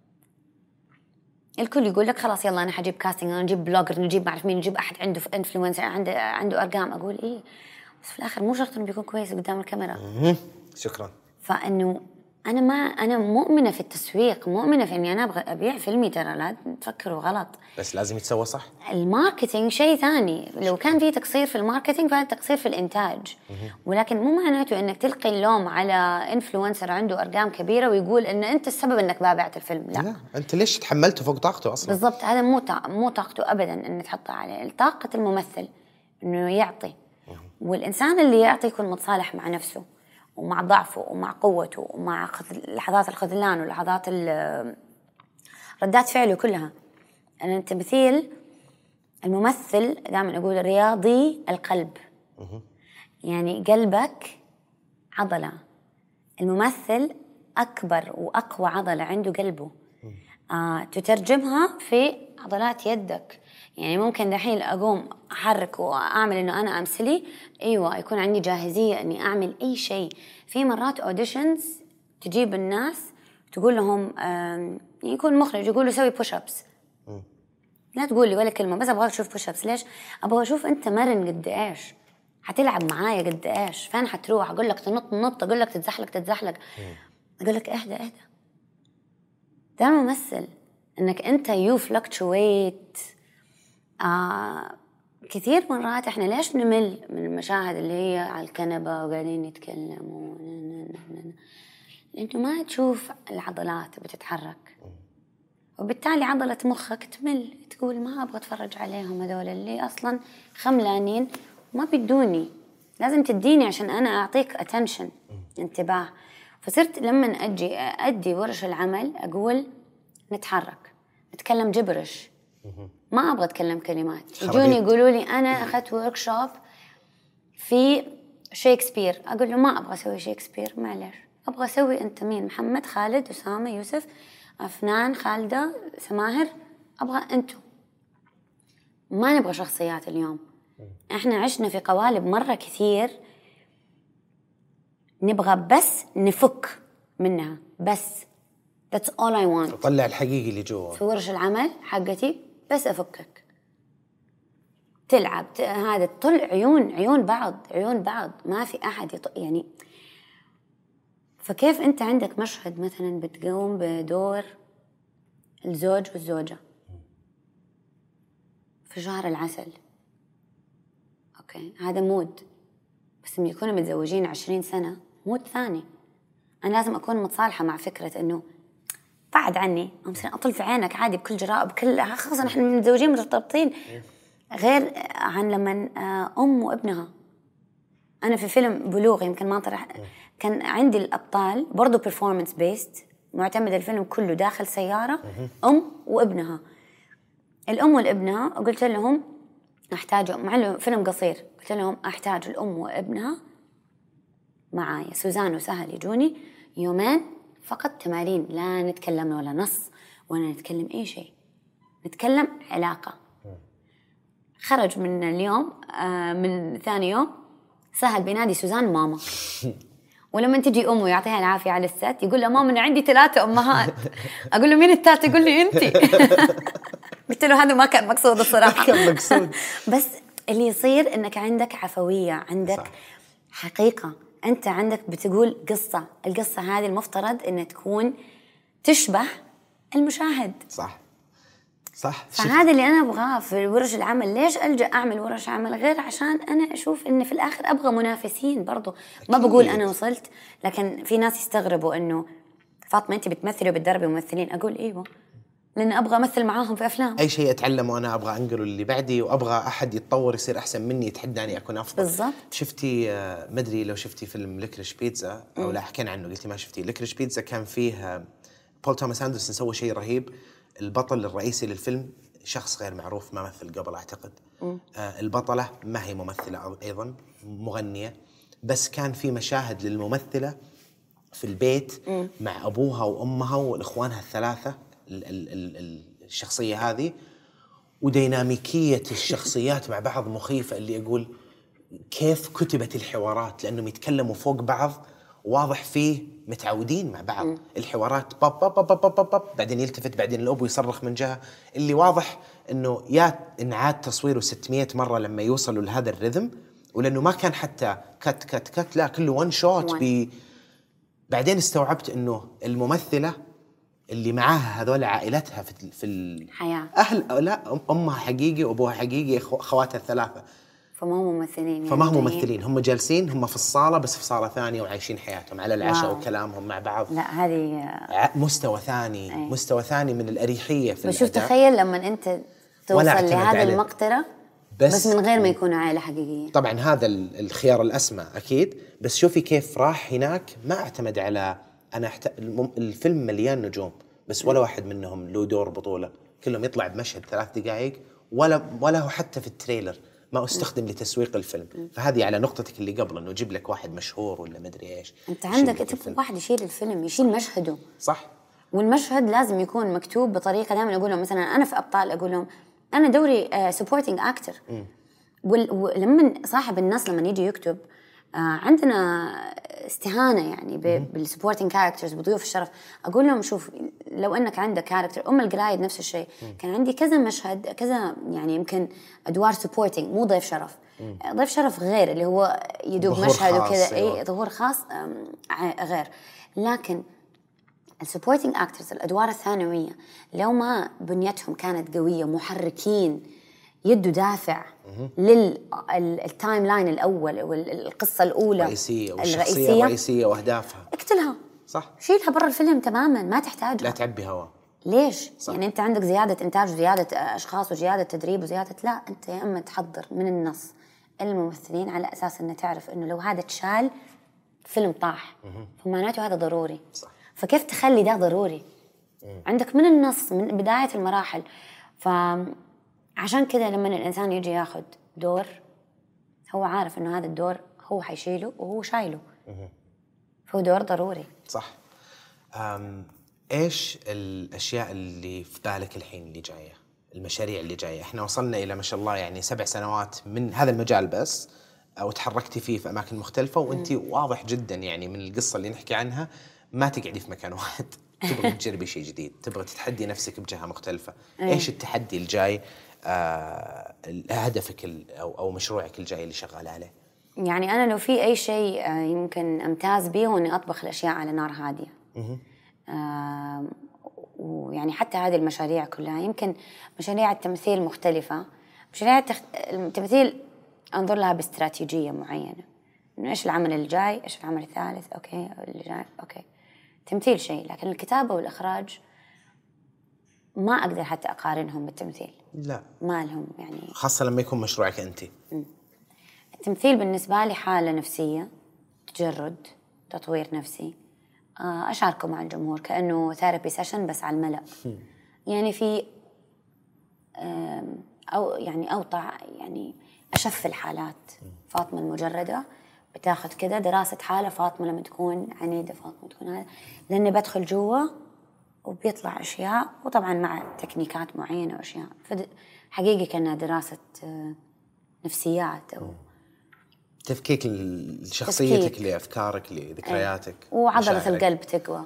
الكل يقول لك خلاص يلا أنا حجيب كاستنج، أنا نجيب بلوجر، نجيب معرف مين، نجيب أحد عنده إنفلونسر، عنده أرقام. أقول إيه، بس في الآخر مو شرط إنه بيكون كويس قدام الكاميرا. شكرا. فإنه أنا مؤمنة في التسويق، مؤمنة في إني أنا أبغى أبيع فيلمي، ترى لا تفكروا غلط. بس لازم يتسوى صح. الماركتينج شيء ثاني، لو كان في تقصير في الماركتينج فهذا تقصير في الإنتاج. ولكن مو معناته إنك تلقي اللوم على إنفلونسر عنده أرقام كبيرة ويقول إن أنت السبب إنك بعت الفيلم. لا، أنت ليش تحملته فوق طاقته أصلا؟ بالضبط، هذا مو طاقته أبدا إن تحطها عليه. طاقة الممثل إنه يعطي، والإنسان اللي يعطي يكون متصالح مع نفسه ومع ضعفه ومع قوته ومع لحظات الخذلان ولحظات ردات فعله كلها. أنا التمثيل الممثل دائما أقول رياضي القلب، يعني قلبك عضلة، الممثل أكبر وأقوى عضلة عنده قلبه. تترجمها في عضلات يدك، يعني ممكن دحين أقوم أحرك وأعمل إنه أنا أمثلي، أيوة يكون عندي جاهزية إني أعمل أي شيء. في مرات أوديشنز تجيب الناس تقول لهم يكون مخرج يقول له سوي بوش أبس، لا تقول لي ولا كلمة، بس أبغاك تشوف بوش أبس. ليش؟ أبغى أشوف أنت مرن قد إيش، حتلعب معايا قد إيش، فين حتروح. أقول لك تنط، أقول لك تتزحلق. أقول لك اهدى. ده الممثل، إنك أنت you fluctuate. كثير مرات إحنا ليش نمل من المشاهد اللي هي على الكنبة وقاعدين يتكلموا، لأنه ما تشوف العضلات بتتحرك، وبالتالي عضلة مخك تمل، تقول ما أبغى أتفرج عليهم هذول اللي أصلاً خملانين ما بيدوني، لازم تديني عشان أنا أعطيك attention، انتباه. فصرت لما أدي ورش العمل أقول نتحرك، نتكلم جبرش، ما أبغى أتكلم كلمات. يجوني يقولوا لي أنا أخذت وركشوب في شيكسبير، أقول له ما أبغى أسوي شيكسبير، معلش أبغى أسوي أنت مين، محمد، خالد، أسامة، يوسف، أفنان، خالدة، سماهر، أبغى أنتو، ما نبغى شخصيات. اليوم إحنا عشنا في قوالب مرة كثير، نبغى بس نفك منها، بس that's all I want. أطلع الحقيقي اللي جوا في ورش العمل حقتي بس أفكك، تلعب هذا طلع عيون بعض، ما في أحد يعني. فكيف أنت عندك مشهد مثلا بتقوم بدور الزوج والزوجة في شهر العسل، أوكي هذا مود، بس لما يكونوا متزوجين 20 سنة مود ثاني. أنا لازم أكون متصالحة مع فكرة إنه بعد عني مثلا أطل في عينك عادي بكل جراءة، بكل خاصة نحن متزوجين مرتبطين، غير عن لما أم وابنها. أنا في فيلم بلوغ يمكن ما طرح، كان عندي الأبطال برضو performance based، معتمد الفيلم كله داخل سيارة وابنها. الأم والابنها قلت لهم أحتاج، مع فيلم قصير، قلت لهم أحتاج الأم وابنها معايا، سوزان وسهل يجوني يومين فقط تمارين، لا نتكلم ولا نص ولا نتكلم أي شيء، نتكلم علاقة. خرج من اليوم من ثاني يوم سهل بينادي سوزان ماما. ولما تجي أمه يعطيها العافية على الست يقول لها ماما أنا عندي 3 أمهات. أقول له مين الثالثة؟ يقول لي أنتي. قلت له هذا ما كان مقصود الصراحة. كان مقصود. بس اللي يصير إنك عندك عفوية، عندك صح. حقيقة، أنت عندك بتقول قصة. القصة هذه المفترض إن تكون تشبه المشاهد. صح صح. فهذا اللي أنا أبغاه في ورش العمل. ليش ألجأ أعمل ورش عمل غير عشان أنا أشوف إن في الآخر أبغى منافسين برضو. ما بقول أنا وصلت، لكن في ناس يستغربوا إنه فاطمة أنت بتمثلي وبتدربي ممثلين. أقول إيوه، لأن أبغى أمثل معاهم في أفلام. أي شيء أتعلمه أنا أبغى أنقله اللي بعدي، وأبغى أحد يتطور يصير أحسن مني، يتحداني أكون أفضل. بالضبط. شفتي مدري لو شفتي فيلم ليكريش بيتزا أو لا، حكينا عنه قلتي ما شفتي. ليكريش بيتزا كان فيه بول توماس أندرسون سوى شيء رهيب. البطل الرئيسي للفيلم شخص غير معروف، ما مثل قبل أعتقد. البطلة ما هي ممثلة أيضا، مغنية، بس كان في مشاهد للممثلة في البيت مع أبوها وأمها والإخوانها الثلاثة، الشخصية هذه، وديناميكية الشخصيات مع بعض مخيفة. اللي أقول كيف كتبت الحوارات، لأنهم يتكلموا فوق بعض، واضح فيه متعودين مع بعض. الحوارات باب باب باب باب باب باب، بعدين يلتفت، بعدين الأب يصرخ من جهة. اللي واضح إنه يا إنعاد تصويره 600 مرة لما يوصلوا لهذا الرذم، ولأنه ما كان حتى كت كت كت، لا كله وان شوت. بعدين استوعبت إنه الممثلة اللي معاها هذول عائلتها في الحياة، لا أمها حقيقي وأبوها حقيقي، أخواتها الثلاثة. فما هم ممثلين يعني. فما هم ممثلين، هم جالسين هم في الصالة بس في صالة ثانية وعايشين حياتهم على العشاء وكلامهم مع بعض. لا هذه مستوى ثاني. مستوى ثاني من الأريحية في الأداء. بس تخيل لما أنت توصل لهذا المقطرة بس من غير ما يكونوا عائلة حقيقية. طبعا هذا الخيار الأسمى أكيد، بس شوفي كيف راح هناك. ما اعتمد على الفيلم مليان نجوم بس ولا واحد منهم له دور بطولة. كلهم يطلع بمشهد 3 دقائق، ولا هو حتى في التريلر ما استخدم لتسويق الفيلم. فهذه على نقطتك اللي قبل، انه يجيب لك واحد مشهور ولا مدري ايش. انت عندك تبغى واحد يشيل الفيلم، يشيل مشهده. صح. والمشهد لازم يكون مكتوب بطريقه. دائما اقول لهم مثلا انا في ابطال اقول لهم انا دوري سبورتنج اكتر. ولما صاحب النص لما يجي يكتب عندنا استهانه يعني بالسبورتنج كاركترز بضيوف الشرف. اقول لهم شوف، لو انك عندك كاركتر القرايد نفس الشيء، كان عندي كذا مشهد كذا يعني يمكن ادوار سبورتنج مو ضيف شرف. ضيف شرف غير اللي هو يدوب مشهد وكذا، اي ظهور خاص غير. لكن السبورتنج اكترز الادوار الثانويه لو ما بنيتهم كانت قويه، محركين، يدوا دافع للتايم لاين الأول والقصة الأولى الرئيسية الرئيسية وأهدافها، اقتلها. صح. شيلها برا الفيلم تماما، ما تحتاجها. لا تعبي هوا. ليش؟ صح. يعني أنت عندك زيادة إنتاج وزيادة أشخاص وزيادة تدريب وزيادة، لا أنت يا أما تحضر من النص الممثلين على أساس أنه تعرف أنه لو هذا تشال فيلم طاح، فمعناته هذا ضروري. صح. فكيف تخلي ده ضروري؟ عندك من النص من بداية المراحل. عشان كذا لما الإنسان يجي ياخد دور هو عارف إنه هذا الدور هو حيشيله وهو شايله، فهو دور ضروري. صح. إيش الأشياء اللي في بالك الحين اللي جاية، المشاريع اللي جاية؟ إحنا وصلنا إلى ما شاء الله يعني 7 سنوات من هذا المجال بس، أو تحركتي فيه في أماكن مختلفة، وأنتي واضح جدا يعني من القصة اللي نحكي عنها ما تقعدي في مكان واحد، تبغي تجربي شيء جديد، تبغي تتحدي نفسك بجهة مختلفة. إيش التحدي الجاي؟ هدفك أو مشروعك الجاي اللي شغال عليه؟ يعني أنا لو في أي شيء يمكن أمتاز به هو إني أطبخ الأشياء على نار هادية. ويعني حتى هذه المشاريع كلها، يمكن مشاريع التمثيل مختلفة. مشاريع التمثيل أنظر لها باستراتيجية معينة، إنه إيش العمل الجاي، إيش العمل الثالث، أوكي اللي جاي أوكي. تمثيل شيء، لكن الكتابة والإخراج ما أقدر حتى أقارنهم بالتمثيل. لا ما لهم يعني، خاصة لما يكون مشروعك أنت. التمثيل بالنسبة لي حالة نفسية، تجرد، تطوير نفسي، أشاركه مع الجمهور كأنه ثيرابي سيشن بس على الملأ. يعني في أو يعني أوطع يعني أشف الحالات. فاطمة المجردة بتاخد كده دراسة حالة فاطمة لما تكون عنيدة، فاطمة تكون هذا، لأني بدخل جوا وبيطلع أشياء، وطبعا مع تكنيكات معينة وأشياء. حقيقي كانها دراسة نفسيات أو تفكيك لشخصيتك، لأفكارك، لذكرياتك. وعضلة مشاعرك. القلب تقوى.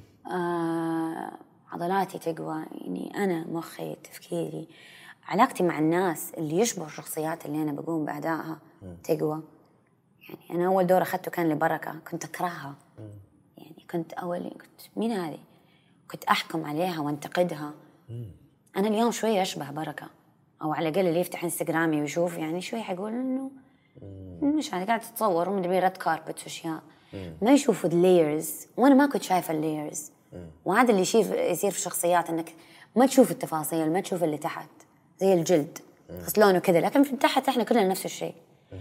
عضلاتي تقوى، يعني أنا مخي، تفكيري، علاقتي مع الناس اللي يشبه الشخصيات اللي أنا بقوم بأدائها تقوى. يعني أنا أول دور أخذته كان لبركة، كنت أكرهها. يعني كنت مين هذه؟ كنت أحكم عليها وانتقدها. أنا اليوم شوية أشبه بركة، أو على الأقل اللي يفتح انستغرامي ويشوف يعني شوية حيقول إنه مش أنا قاعدة تتصور ومدري ريد كاربت وأشياء، ما يشوفوا اللايرز، وأنا ما كنت شايفة اللايرز. وهذا اللي يصير في الشخصيات، إنك ما تشوف التفاصيل، ما تشوف اللي تحت، زي الجلد بس لونه كذا، لكن في تحت إحنا كلنا نفس الشيء.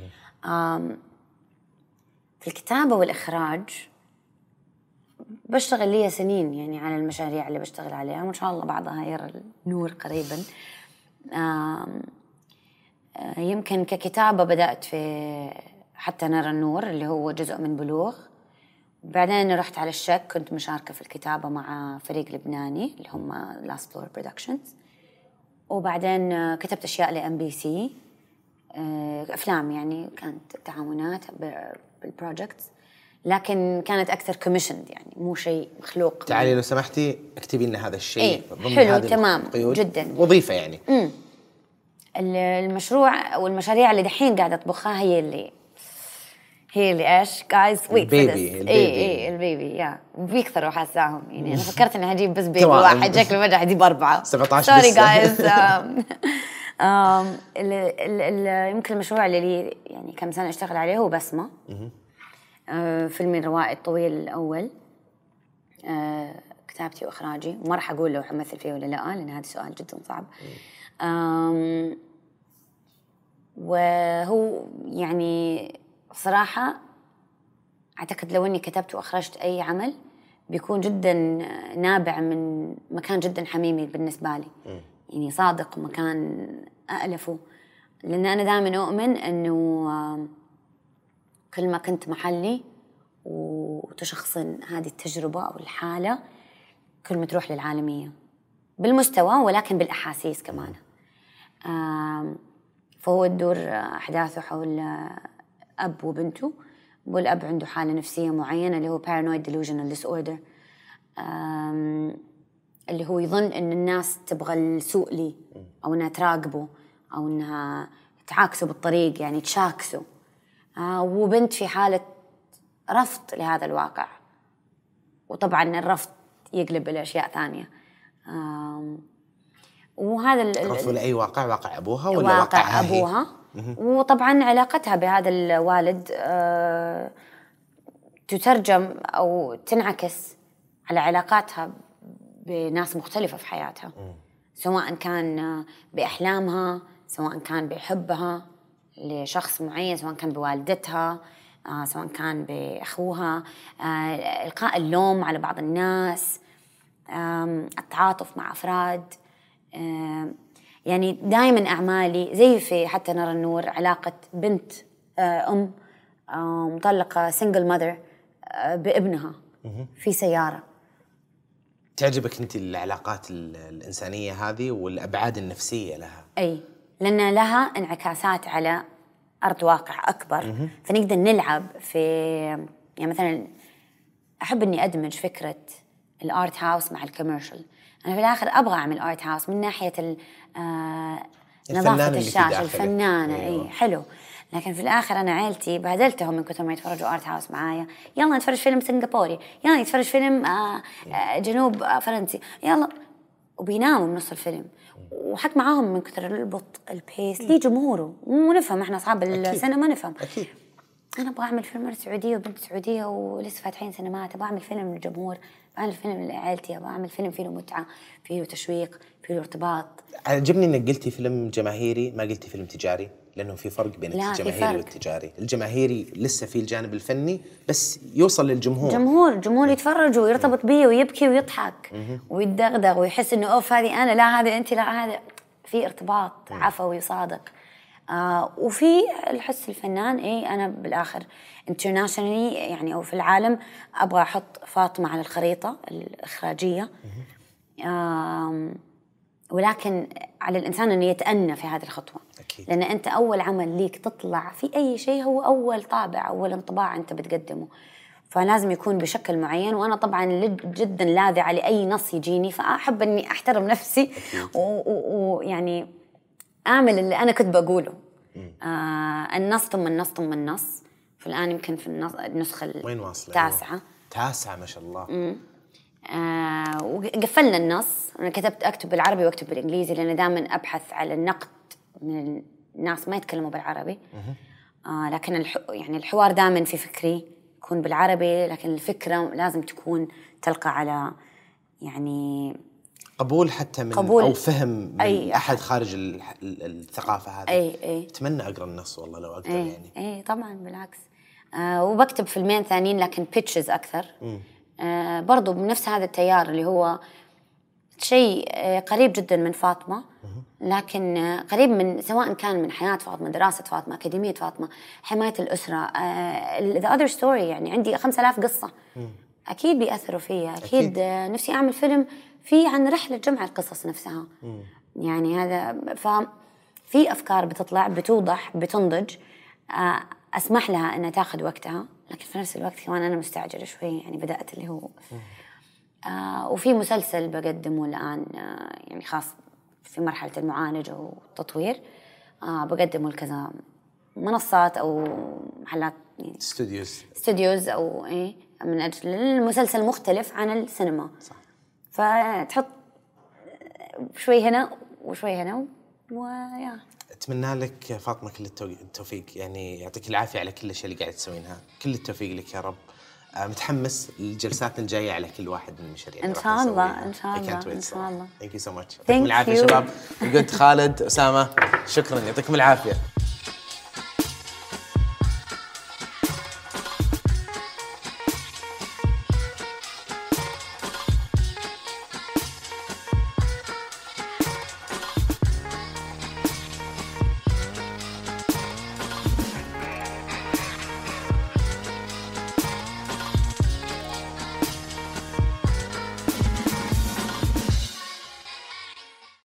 في الكتابة والإخراج بشتغل لي سنين يعني على المشاريع اللي بشتغل عليها، وإن شاء الله بعضها يرى النور قريبا. يمكن ككتابة بدأت في حتى نرى النور اللي هو جزء من بلوغ، بعدين رحت على الشك، كنت مشاركة في الكتابة مع فريق لبناني اللي هم Last Floor Productions، وبعدين كتبت أشياء لMBC، أفلام يعني كانت تعاونات بالبروجكتس، لكن كانت أكثر كوميشند، يعني مو شيء مخلوق. تعالي لو سمحتي اكتبي لنا هذا الشيء ضمن حلو هذه تمام القيود. جدا وظيفة يعني. المشروع أو المشاريع اللي دحين قاعدة أطبخها هي اللي إيش guys wait البيبي for this. إيه البيبي يا بيكثروا حاساهم، يعني أنا فكرت إني هجيب بس بيبي طبعاً. واحد، شكله ما راح أجيب 4. 17 sorry لسه. guys. يمكن المشروع اللي يعني كم سنة أشتغل عليه هو بسمة، فيلمي الروائي الطويل الأول، كتابتي وإخراجي، وما راح أقول لو حمثل فيه ولا لا، لأن هذا سؤال جدا صعب. وهو يعني صراحة أعتقد لو أني كتبت وأخرجت أي عمل بيكون جدا نابع من مكان جدا حميمي بالنسبة لي، يعني صادق ومكان أألفه، لأن أنا دائما أؤمن أنه كل ما كنت محلي وتشخصن هذه التجربة أو الحالة، كل ما تروح للعالمية بالمستوى ولكن بالأحاسيس كمان. فهو الدور أحداثه حول أب وبنته، والأب عنده حالة نفسية معينة اللي هو paranoid delusional disorder، اللي هو يظن أن الناس تبغى السوء لي، أو أنها تراقبه، أو أنها تعاكسه بالطريق، يعني تشاكسه. وبنت في حالة رفض لهذا الواقع، وطبعا الرفض يقلب إلى أشياء ثانية. وهذا رفض لأي واقع، واقع أبوها ولا واقع أبوها، وطبعا علاقتها بهذا الوالد تترجم أو تنعكس على علاقاتها بناس مختلفة في حياتها، سواء كان بأحلامها، سواء كان بحبها لشخص معين، سواء كان بوالدتها، سواء كان بأخوها، إلقاء اللوم على بعض الناس، التعاطف مع أفراد. يعني دائما أعمالي زي في حتى نرى النور، علاقة بنت أم مطلقة single mother بابنها في سيارة. تعجبك أنت العلاقات الإنسانية هذه والأبعاد النفسية لها؟ أي، لأن لها انعكاسات على أرض واقع أكبر، فنقدر نلعب في، يعني مثلا أحب أني أدمج فكرة الآرت هاوس مع الكوميرشال. أنا في الآخر أبغى أعمل آرت هاوس من ناحية نظافة الشاشة، الفنانة. أي حلو، لكن في الآخر أنا عائلتي بهدلتهم من كثر ما يتفرجوا آرت هاوس معايا. يلا نتفرج فيلم سنغافوري، يلا نتفرج فيلم جنوب فرنسي، يلا، وبيناموا من نص الفيلم. وحق معاهم من كثر البطء البيس ليه جمهوره، ونفهم احنا أصحاب السينما نفهم. أكيد. أنا أبغى أعمل فيلم سعودية وبنت سعودية ولسه فاتحين سينمات، أبغى أعمل فيلم للجمهور، أبغى أعمل فيلم لعائلتي، أبغى أعمل فيلم فيه متعة، فيه تشويق، فيه ارتباط. عجبني إنك قلتي فيلم جماهيري، ما قلتي فيلم تجاري، لأنه في فرق بين الجماهيري والتجاري. الجماهيري لسه فيه الجانب الفني بس يوصل للجمهور، جمهور يتفرج ويرتبط بيه ويبكي ويضحك ويتدغدغ ويحس إنه أوف هذه أنا، لا هذه أنت، لا هذا، في ارتباط عفوي صادق. وفي الحس الفنان. أنا بالآخر internationally يعني أو في العالم أبغى أحط فاطمة على الخريطة الإخراجية، ولكن على الإنسان أنه يتأنى في هذه الخطوة. أكيد. لأن أنت أول عمل ليك تطلع في أي شيء هو أول طابع، أول انطباع أنت بتقدمه، فلازم يكون بشكل معين. وأنا طبعا جدا لاذعة لأي نص يجيني، فأحب أني أحترم نفسي ويعني أعمل اللي أنا كنت بقوله. النص ثم النص ثم النص. فالآن يمكن في النسخة التاسعة. تاسعة ما شاء الله. وقفلنا النص. أنا أكتب بالعربي وأكتب بالإنجليزي، لأن دائما أبحث على النقد من الناس ما يتكلموا بالعربي. لكن يعني الحوار دائما في فكري يكون بالعربي، لكن الفكرة لازم تكون تلقى على يعني قبول حتى من قبول أو فهم من أحد خارج الثقافة هذه. أي. أتمنى أقرأ النص والله لو أقدر. يعني أي طبعا بالعكس. وبكتب فيلمين ثانيين لكن بيتشز أكثر. برضو بنفس هذا التيار اللي هو شيء قريب جدا من فاطمة، لكن قريب من سواء كان من حياة فاطمة، دراسة فاطمة، أكاديمية فاطمة، حماية الأسرة، the other story. يعني عندي 5000 قصة أكيد بيأثروا فيها. أكيد نفسي أعمل فيلم فيه عن رحلة جمع القصص نفسها. يعني هذا ففي أفكار بتطلع، بتوضح، بتنضج، أسمح لها أنها تاخذ وقتها، لكن في نفس الوقت كمان أنا مستعجلة شوي. يعني بدأت اللي هو وفي مسلسل بقدمه الآن يعني خاص في مرحلة المعالجة والتطوير، بقدمه لكذا منصات أو محلات، يعني استوديوز أو إيه، من أجل المسلسل مختلف عن السينما. صح. فتحط شوي هنا وشوي هنا ويا. أتمنى لك فاطمة كل التوفيق، يعني يعطيك العافية على كل الأشياء اللي قاعد تسوينها. كل التوفيق لك يا رب. متحمس لجلساتنا الجاية على كل واحد من المشاريع. إن شاء الله إن شاء الله إن شاء الله. Thank you so much. يعطيكم العافية شباب. قلت خالد، أسامة، شكرا، يعطيكم العافية.